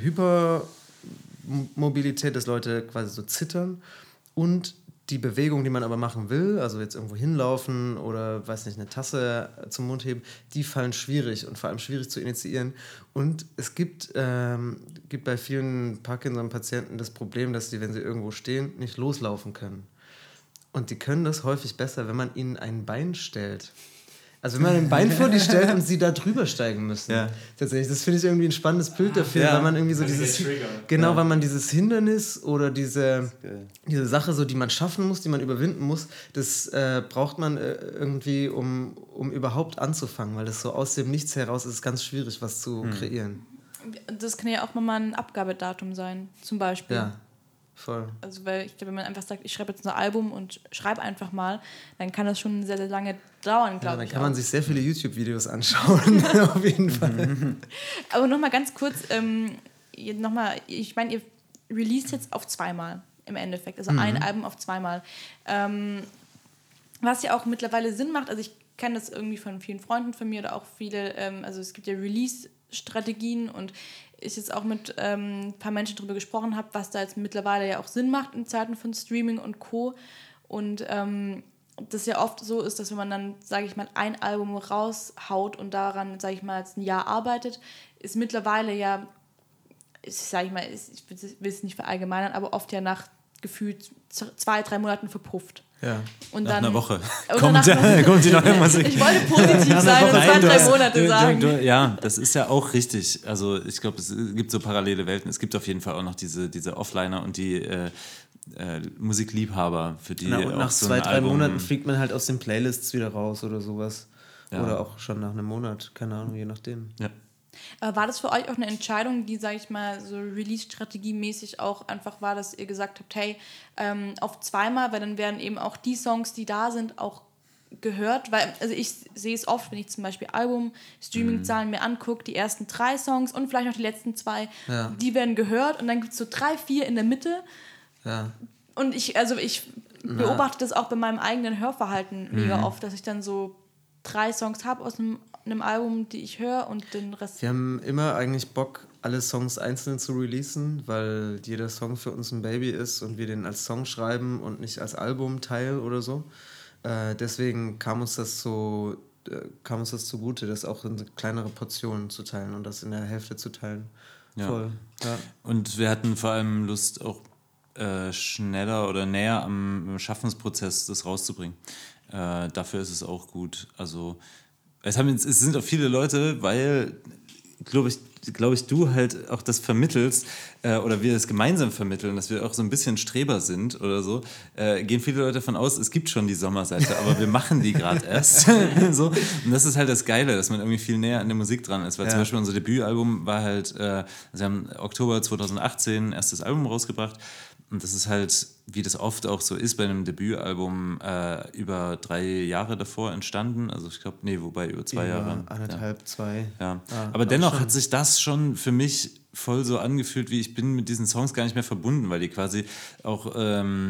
Hypermobilität, dass Leute quasi so zittern und die Bewegung, die man aber machen will, also jetzt irgendwo hinlaufen oder, weiß nicht, eine Tasse zum Mund heben, die fallen schwierig und vor allem schwierig zu initiieren. Und es gibt, ähm, gibt bei vielen Parkinson-Patienten das Problem, dass sie, wenn sie irgendwo stehen, nicht loslaufen können. Und die können das häufig besser, wenn man ihnen ein Bein stellt. Also wenn man ein Bein vor die stellt und sie da drüber steigen müssen. Ja. Tatsächlich, das finde ich irgendwie ein spannendes Bild dafür, ja. weil man irgendwie so dieses, genau, ja. weil man dieses Hindernis oder diese, diese Sache, so, die man schaffen muss, die man überwinden muss, das äh, braucht man äh, irgendwie, um, um überhaupt anzufangen, weil das so aus dem Nichts heraus ist ganz schwierig, was zu hm. kreieren. Das kann ja auch mal ein Abgabedatum sein, zum Beispiel. Ja. Voll. Also weil ich glaube, wenn man einfach sagt, ich schreibe jetzt ein Album und schreibe einfach mal, dann kann das schon sehr, sehr lange dauern, glaube ja, ich. Dann kann auch. man sich sehr viele YouTube-Videos anschauen, auf jeden Fall. Aber nochmal ganz kurz, ähm, noch mal, ich meine, ihr released jetzt auf zweimal im Endeffekt, also mhm. ein Album auf zweimal. Ähm, was ja auch mittlerweile Sinn macht, also ich kenne das irgendwie von vielen Freunden von mir oder auch viele, ähm, also es gibt ja Release-Strategien und ich jetzt auch mit ähm, ein paar Menschen darüber gesprochen habe, was da jetzt mittlerweile ja auch Sinn macht in Zeiten von Streaming und Co. Und ähm, das ja oft so ist, dass wenn man dann, sage ich mal, ein Album raushaut und daran, sage ich mal, jetzt ein Jahr arbeitet, ist mittlerweile ja, sage ich mal, ich will es nicht verallgemeinern, aber oft ja nach gefühlt zwei, drei Monaten verpufft. Ja. Und nach dann, einer Woche. Kommt, nach einer, kommt die neue Musik. Ich wollte positiv sein und zwei, drei hast, Monate du, sagen. Du, du, ja, das ist ja auch richtig. Also ich glaube, es gibt so parallele Welten. Es gibt auf jeden Fall auch noch diese, diese Offliner und die äh, äh, Musikliebhaber, für die Na, und auch nach so zwei, ein drei Album, Monaten fliegt man halt aus den Playlists wieder raus oder sowas. Ja. Oder auch schon nach einem Monat, keine Ahnung, je nachdem. Ja. Aber war das für euch auch eine Entscheidung, die, sage ich mal, so Release-Strategie-mäßig auch einfach war, dass ihr gesagt habt, hey, ähm, auf zweimal, weil dann werden eben auch die Songs, die da sind, auch gehört, weil, also ich sehe es oft, wenn ich zum Beispiel Album-Streaming-Zahlen mir angucke, die ersten drei Songs und vielleicht noch die letzten zwei, ja. die werden gehört und dann gibt es so drei, vier in der Mitte. Ja. Und ich, also ich beobachte das auch bei meinem eigenen Hörverhalten mega mhm. oft, dass ich dann so drei Songs habe aus einem, einem Album, die ich höre und den Rest... Wir haben immer eigentlich Bock, alle Songs einzeln zu releasen, weil jeder Song für uns ein Baby ist und wir den als Song schreiben und nicht als Albumteil oder so. Äh, deswegen kam uns das so äh, kam uns das zugute, das auch in kleinere Portionen zu teilen und das in der Hälfte zu teilen. Ja. Voll. Ja. Und wir hatten vor allem Lust, auch äh, schneller oder näher am Schaffensprozess das rauszubringen. Äh, dafür ist es auch gut. Also es, haben, es sind auch viele Leute, weil, glaube ich, glaube ich, du halt auch das vermittelst äh, oder wir das gemeinsam vermitteln, dass wir auch so ein bisschen Streber sind oder so, äh, gehen viele Leute davon aus, es gibt schon die Sommerseite, aber wir machen die gerade erst. So. Und das ist halt das Geile, dass man irgendwie viel näher an der Musik dran ist, weil ja. zum Beispiel unser Debütalbum war halt, äh, wir haben Oktober zweitausendachtzehn ein erstes Album rausgebracht. Und das ist halt, wie das oft auch so ist bei einem Debütalbum, äh, über drei Jahre davor entstanden. Also ich glaube, nee, wobei über zwei ja, Jahre. Anderthalb, ja. zwei. Ja. Ah, aber dennoch schon. hat sich das schon für mich voll so angefühlt, wie ich bin mit diesen Songs gar nicht mehr verbunden, weil die quasi auch ähm,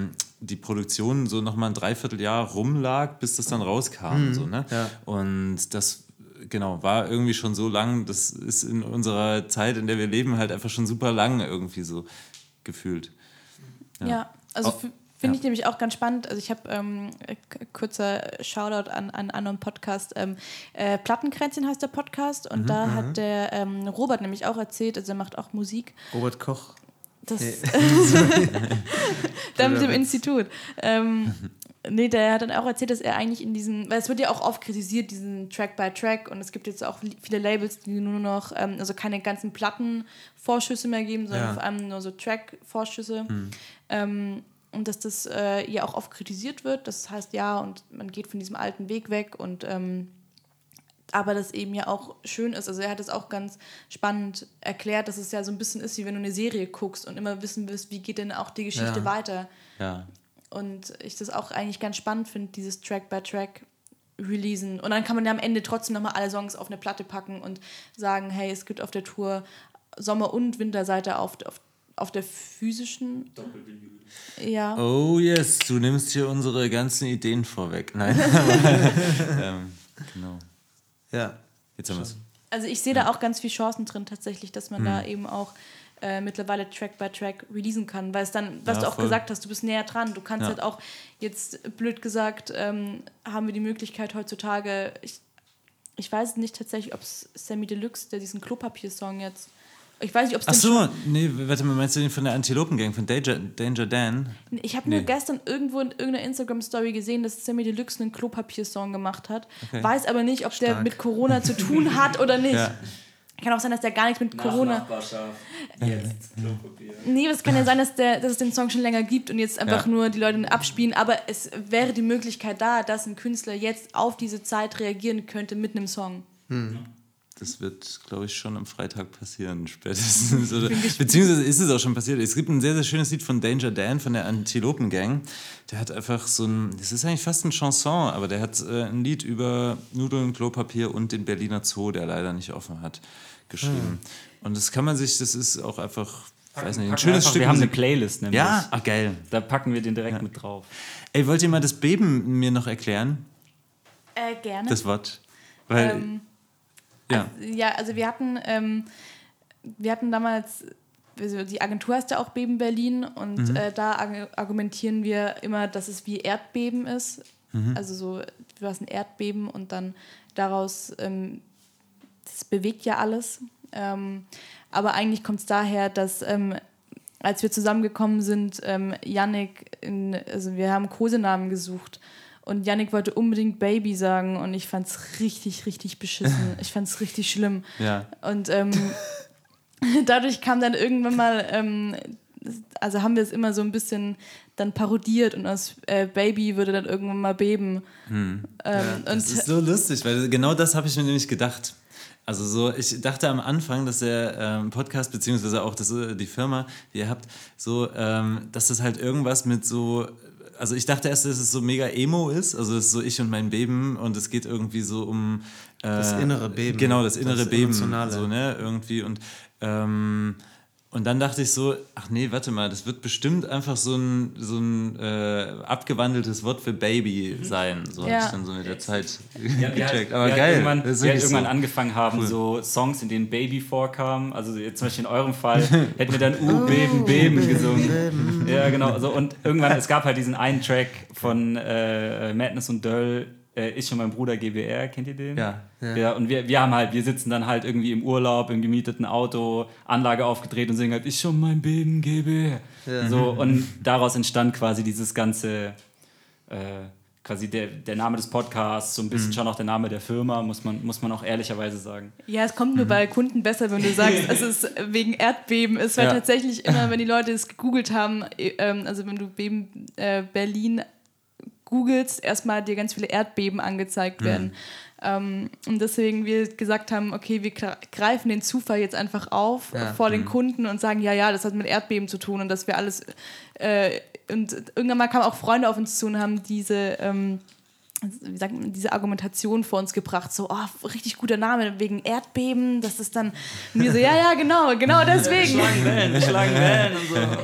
die Produktion so nochmal ein Dreivierteljahr rumlag, bis das dann rauskam. Mhm. So, ne? Ja. Und das genau war irgendwie schon so lang, das ist in unserer Zeit, in der wir leben, halt einfach schon super lang irgendwie so gefühlt. Ja, ja also oh. Finde ja. ich nämlich auch ganz spannend. Also ich habe ähm, k- kurzer Shoutout an, an einen anderen Podcast. Ähm, äh, Plattenkränzchen heißt der Podcast und mhm, da m- hat der ähm, Robert nämlich auch erzählt, also er macht auch Musik. Robert Koch. Das hey. Da mit dem Institut. Ähm, nee, der hat dann auch erzählt, dass er eigentlich in diesem, weil es wird ja auch oft kritisiert, diesen Track by Track und es gibt jetzt auch viele Labels, die nur noch, ähm, also keine ganzen Plattenvorschüsse mehr geben, sondern ja. vor allem nur so Track-Vorschüsse. Hm. Ähm, und dass das äh, ja auch oft kritisiert wird. Das heißt, ja, und man geht von diesem alten Weg weg und ähm, aber das eben ja auch schön ist. Also er hat es auch ganz spannend erklärt, dass es ja so ein bisschen ist, wie wenn du eine Serie guckst und immer wissen willst, wie geht denn auch die Geschichte ja. weiter. Ja. Und ich das auch eigentlich ganz spannend finde, dieses Track-by-Track releasen. Und dann kann man ja am Ende trotzdem nochmal alle Songs auf eine Platte packen und sagen, hey, es gibt auf der Tour Sommer- und Winterseite auf, auf, auf der physischen... Doppelvinyl. Ja. Oh yes, du nimmst hier unsere ganzen Ideen vorweg. Nein, ähm, genau. Ja. Jetzt haben wir es. Also ich sehe ja. da auch ganz viele Chancen drin tatsächlich, dass man hm. da eben auch äh, mittlerweile Track by Track releasen kann, weil es dann, was ja, du auch voll. gesagt hast, du bist näher dran. Du kannst ja. halt auch, jetzt blöd gesagt, ähm, haben wir die Möglichkeit heutzutage, ich, ich weiß nicht tatsächlich, ob es Sammy Deluxe, der diesen Klopapier-Song jetzt, ich weiß nicht, ob es Ach so, nee, warte mal, meinst du den von der Antilopen-Gang, von Danger, Danger Dan? Ich habe nee. nur gestern irgendwo in irgendeiner Instagram-Story gesehen, dass Sammy Deluxe einen Klopapier-Song gemacht hat. Okay. Weiß aber nicht, ob Stark. der mit Corona zu tun hat oder nicht. Ja. Kann auch sein, dass der gar nichts mit Nach Corona... Nachbarschaft. Jetzt Klopapier. Nee, es kann ja sein, dass, der, dass es den Song schon länger gibt und jetzt einfach ja. nur die Leute abspielen. Aber es wäre die Möglichkeit da, dass ein Künstler jetzt auf diese Zeit reagieren könnte mit einem Song. Hm. Das wird, glaube ich, schon am Freitag passieren, spätestens. Oder, beziehungsweise ist es auch schon passiert. Es gibt ein sehr, sehr schönes Lied von Danger Dan, von der Antilopen Gang. Der hat einfach so ein, das ist eigentlich fast ein Chanson, aber der hat äh, ein Lied über Nudeln, Klopapier und den Berliner Zoo, der leider nicht offen hat, geschrieben. Hm. Und das kann man sich, das ist auch einfach, packen, weiß nicht, ein schönes einfach, Stück. Wir haben eine Playlist nämlich. Ja, ach geil. Da packen wir den direkt ja. mit drauf. Ey, wollt ihr mal das Beben mir noch erklären? Äh, gerne. Das Wort. Weil... Ähm. Ja. Also, ja, also wir hatten, ähm, wir hatten damals, also die Agentur heißt ja auch Beben Berlin und mhm. äh, da argumentieren wir immer, dass es wie Erdbeben ist. Mhm. Also so, du hast ein Erdbeben und dann daraus, ähm, das bewegt ja alles. Ähm, aber eigentlich kommt es daher, dass ähm, als wir zusammengekommen sind, ähm, Yannick, in, also wir haben Kosenamen gesucht. Und Yannick wollte unbedingt Baby sagen und ich fand's richtig, richtig beschissen. Ich fand's richtig schlimm. Ja. Und ähm, dadurch kam dann irgendwann mal, ähm, also haben wir es immer so ein bisschen dann parodiert und aus äh, Baby würde dann irgendwann mal beben. Hm. Ähm, ja, das und ist so lustig, weil genau das habe ich mir nämlich gedacht. Also so, ich dachte am Anfang, dass der ähm, Podcast, beziehungsweise auch das, die Firma, die ihr habt, so, ähm, dass das halt irgendwas mit so... Also ich dachte erst, dass es so mega emo ist, also das ist so ich und mein Beben und es geht irgendwie so um... Äh, das innere Beben. Genau, das innere das Beben. Emotionale. So, ne, irgendwie und... Ähm, Und dann dachte ich so, ach nee, warte mal, das wird bestimmt einfach so ein, so ein äh, abgewandeltes Wort für Baby sein. So ja. habe ich dann so mit der Zeit ja, gecheckt. Halt, Aber geil. Irgendwann, wir halt irgendwann so angefangen haben, cool. so Songs, in denen Baby vorkam. Also jetzt zum Beispiel in eurem Fall hätten wir dann Uh, Beben, Beben gesungen. Ja, genau. So, und irgendwann, es gab halt diesen einen Track von äh, Madness und Döll, äh, ich und mein Bruder G B R, kennt ihr den? Ja. Ja, ja und wir, wir haben halt, wir sitzen dann halt irgendwie im Urlaub, im gemieteten Auto, Anlage aufgedreht und singen halt, ich und mein Beben, G B R. Ja. So, und daraus entstand quasi dieses ganze, äh, quasi der, der Name des Podcasts, so ein bisschen mhm. schon auch der Name der Firma, muss man, muss man auch ehrlicherweise sagen. Ja, es kommt nur mhm. bei Kunden besser, wenn du sagst, es ist wegen Erdbeben. Es war ja. tatsächlich immer, wenn die Leute es gegoogelt haben, ähm, also wenn du Beben äh, Berlin googelst, erstmal dir ganz viele Erdbeben angezeigt werden. Mhm. Ähm, und deswegen wir gesagt haben, okay, wir greifen den Zufall jetzt einfach auf ja. vor den mhm. Kunden und sagen, ja, ja, das hat mit Erdbeben zu tun und dass wir alles äh, und irgendwann mal kamen auch Freunde auf uns zu und haben diese ähm, wie sagt man, diese Argumentation vor uns gebracht, so, oh, richtig guter Name, wegen Erdbeben, das ist dann, und wir so, ja, ja, genau, genau deswegen. Wir schlagen Wellen, wir schlagen Wellen und so.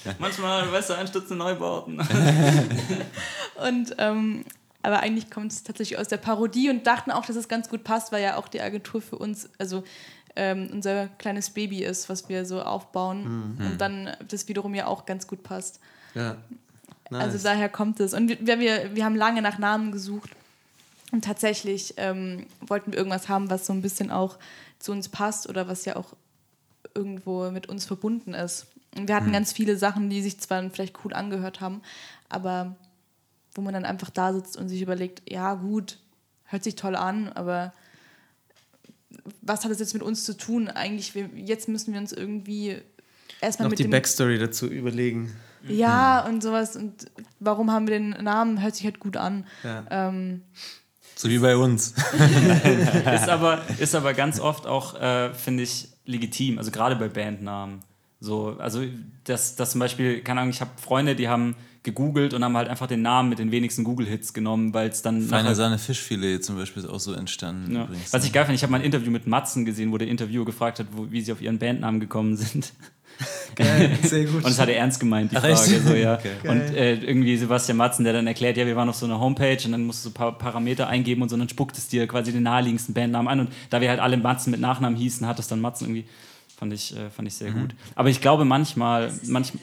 Manchmal besser einstürzende Neubauten. Und ähm, aber eigentlich kommt es tatsächlich aus der Parodie und dachten auch, dass es ganz gut passt, weil ja auch die Agentur für uns, also ähm, unser kleines Baby ist, was wir so aufbauen. Mhm. Und dann das wiederum ja auch ganz gut passt. Ja. Nice. Also daher kommt es. Und wir, wir, wir haben lange nach Namen gesucht. Und tatsächlich ähm, wollten wir irgendwas haben, was so ein bisschen auch zu uns passt oder was ja auch irgendwo mit uns verbunden ist. Und wir hatten mhm. ganz viele Sachen, die sich zwar vielleicht cool angehört haben, aber wo man dann einfach da sitzt und sich überlegt, ja gut, hört sich toll an, aber was hat das jetzt mit uns zu tun? Eigentlich, wir, jetzt müssen wir uns irgendwie erstmal noch mit die dem Backstory dazu überlegen. Ja, und sowas. Und warum haben wir den Namen? Hört sich halt gut an. Ja. Ähm, so wie bei uns. ist, aber, ist aber ganz oft auch, äh, finde ich, legitim. Also gerade bei Bandnamen. So, also das, das zum Beispiel, keine Ahnung, ich habe Freunde, die haben gegoogelt und haben halt einfach den Namen mit den wenigsten Google-Hits genommen, weil es dann... Feine Sahne Fischfilet zum Beispiel ist auch so entstanden. Ja. Übrigens. Was ich geil fand, ich habe mal ein Interview mit Matzen gesehen, wo der Interviewer gefragt hat, wo, wie sie auf ihren Bandnamen gekommen sind. Geil, sehr gut. Und es hat er ernst gemeint, die Ach, Frage. So, ja. Okay. Und äh, irgendwie Sebastian Matzen, der dann erklärt, ja, wir waren auf so einer Homepage und dann musst du so ein paar Parameter eingeben und so, und dann spuckt es dir quasi den naheliegendsten Bandnamen an. Und da wir halt alle Matzen mit Nachnamen hießen, hat es dann Matzen irgendwie, fand ich, äh, fand ich sehr mhm. gut. Aber ich glaube manchmal... manchmal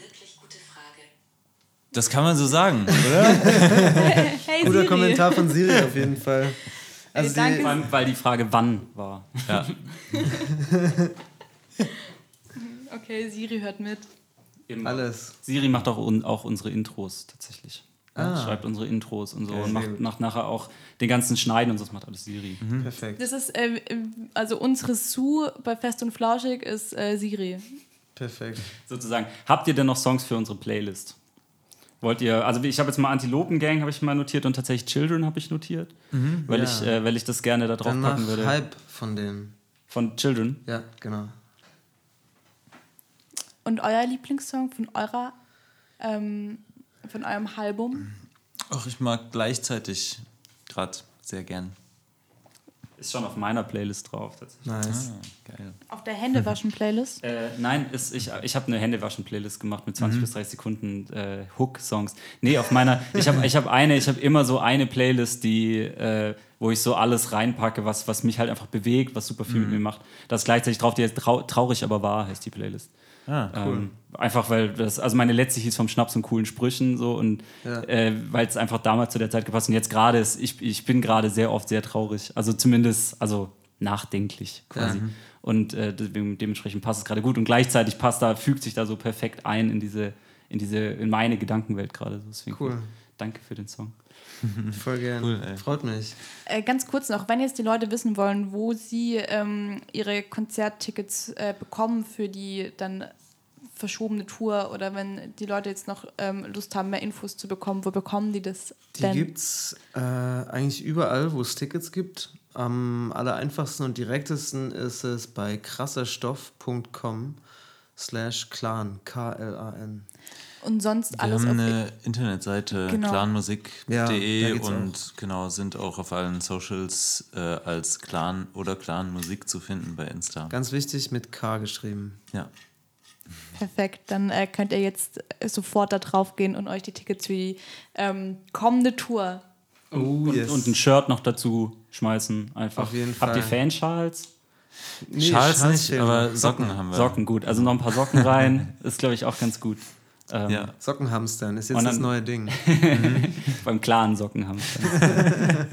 das kann man so sagen, oder? hey, Guter Siri. Kommentar von Siri auf jeden Fall. Also Hey, danke. Vor allem, weil die Frage wann war. Ja. Okay, Siri hört mit. Immer. Alles. Siri macht auch, un, auch unsere Intros tatsächlich. Ah. Schreibt unsere Intros und so Okay, und macht, macht nachher auch den ganzen Schneiden und so, das macht alles Siri. Mhm. Perfekt. Das ist, äh, also unsere Sue bei Fest und Flauschig ist äh, Siri. Perfekt. Sozusagen. Habt ihr denn noch Songs für unsere Playlist? Wollt ihr, also ich habe jetzt mal Antilopen-Gang habe ich mal notiert und tatsächlich Children habe ich notiert, mhm, weil, ja. ich, äh, weil ich das gerne da drauf Dann packen mach würde. Hype von denen. Von Children? Ja, genau. Und euer Lieblingssong von eurer, ähm, von eurem Album? Ach, ich mag gleichzeitig gerade sehr gern. Ist schon auf meiner Playlist drauf tatsächlich. Nice. Ah, geil. Auf der Händewaschen-Playlist? Äh, nein, ist, ich, ich habe eine Händewaschen-Playlist gemacht mit zwanzig bis dreißig Sekunden äh, Hook-Songs. Nee, auf meiner, ich habe ich hab eine, ich habe immer so eine Playlist, die, äh, wo ich so alles reinpacke, was, was mich halt einfach bewegt, was super viel mhm. mit mir macht. Das ist gleichzeitig drauf, die heißt trau- Traurig, aber wahr heißt die Playlist. Ah, cool. Ähm, einfach weil das, also meine letzte hieß vom Schnaps und coolen Sprüchen so und Ja. äh, weil es einfach damals zu der Zeit gepasst hat. Und jetzt gerade ist, ich, ich bin gerade sehr oft sehr traurig. Also zumindest, also nachdenklich quasi. Ja. Und äh, de- dementsprechend passt es gerade gut. Und gleichzeitig passt da, fügt sich da so perfekt ein in diese, in diese, in meine Gedankenwelt gerade. Deswegen Cool. Danke für den Song. Voll gern. Cool, ey. Freut mich. Äh, ganz kurz noch, wenn jetzt die Leute wissen wollen, wo sie ähm, ihre Konzerttickets äh, bekommen für die dann verschobene Tour oder wenn die Leute jetzt noch ähm, Lust haben, mehr Infos zu bekommen, wo bekommen die das Die denn? gibt es äh, eigentlich überall, wo es Tickets gibt. Am aller einfachsten und direktesten ist es bei krasserstoff.com slash clan, K L A N. Und sonst Wir alles haben auf eine Internetseite, Genau. clanmusik punkt Ja, de da geht's und genau, sind auch auf allen Socials äh, als Clan oder Clanmusik zu finden bei Insta. Ganz wichtig, mit K geschrieben. Ja. Perfekt, dann äh, könnt ihr jetzt äh, sofort da drauf gehen und euch die Tickets für die ähm, kommende Tour. Und, Oh, und, yes. und ein Shirt noch dazu schmeißen. Einfach. Auf jeden Habt ihr Fall. Fanschals? Nee, Schals Schals nicht, fehlen aber noch. Socken haben wir. Socken, gut. Also noch ein paar Socken rein. Ist, glaube ich, auch ganz gut. Ähm, Ja. Sockenhamstern ist jetzt Und das dann- neue Ding. Beim klaren Socken haben wir.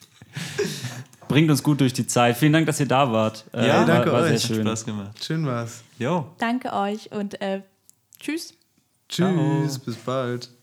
Bringt uns gut durch die Zeit. Vielen Dank, dass ihr da wart. Äh, Ja, war, danke war euch. sehr Hat schön. Spaß gemacht. Schön war's. Jo. Danke euch und äh, tschüss. Tschüss, bis bald.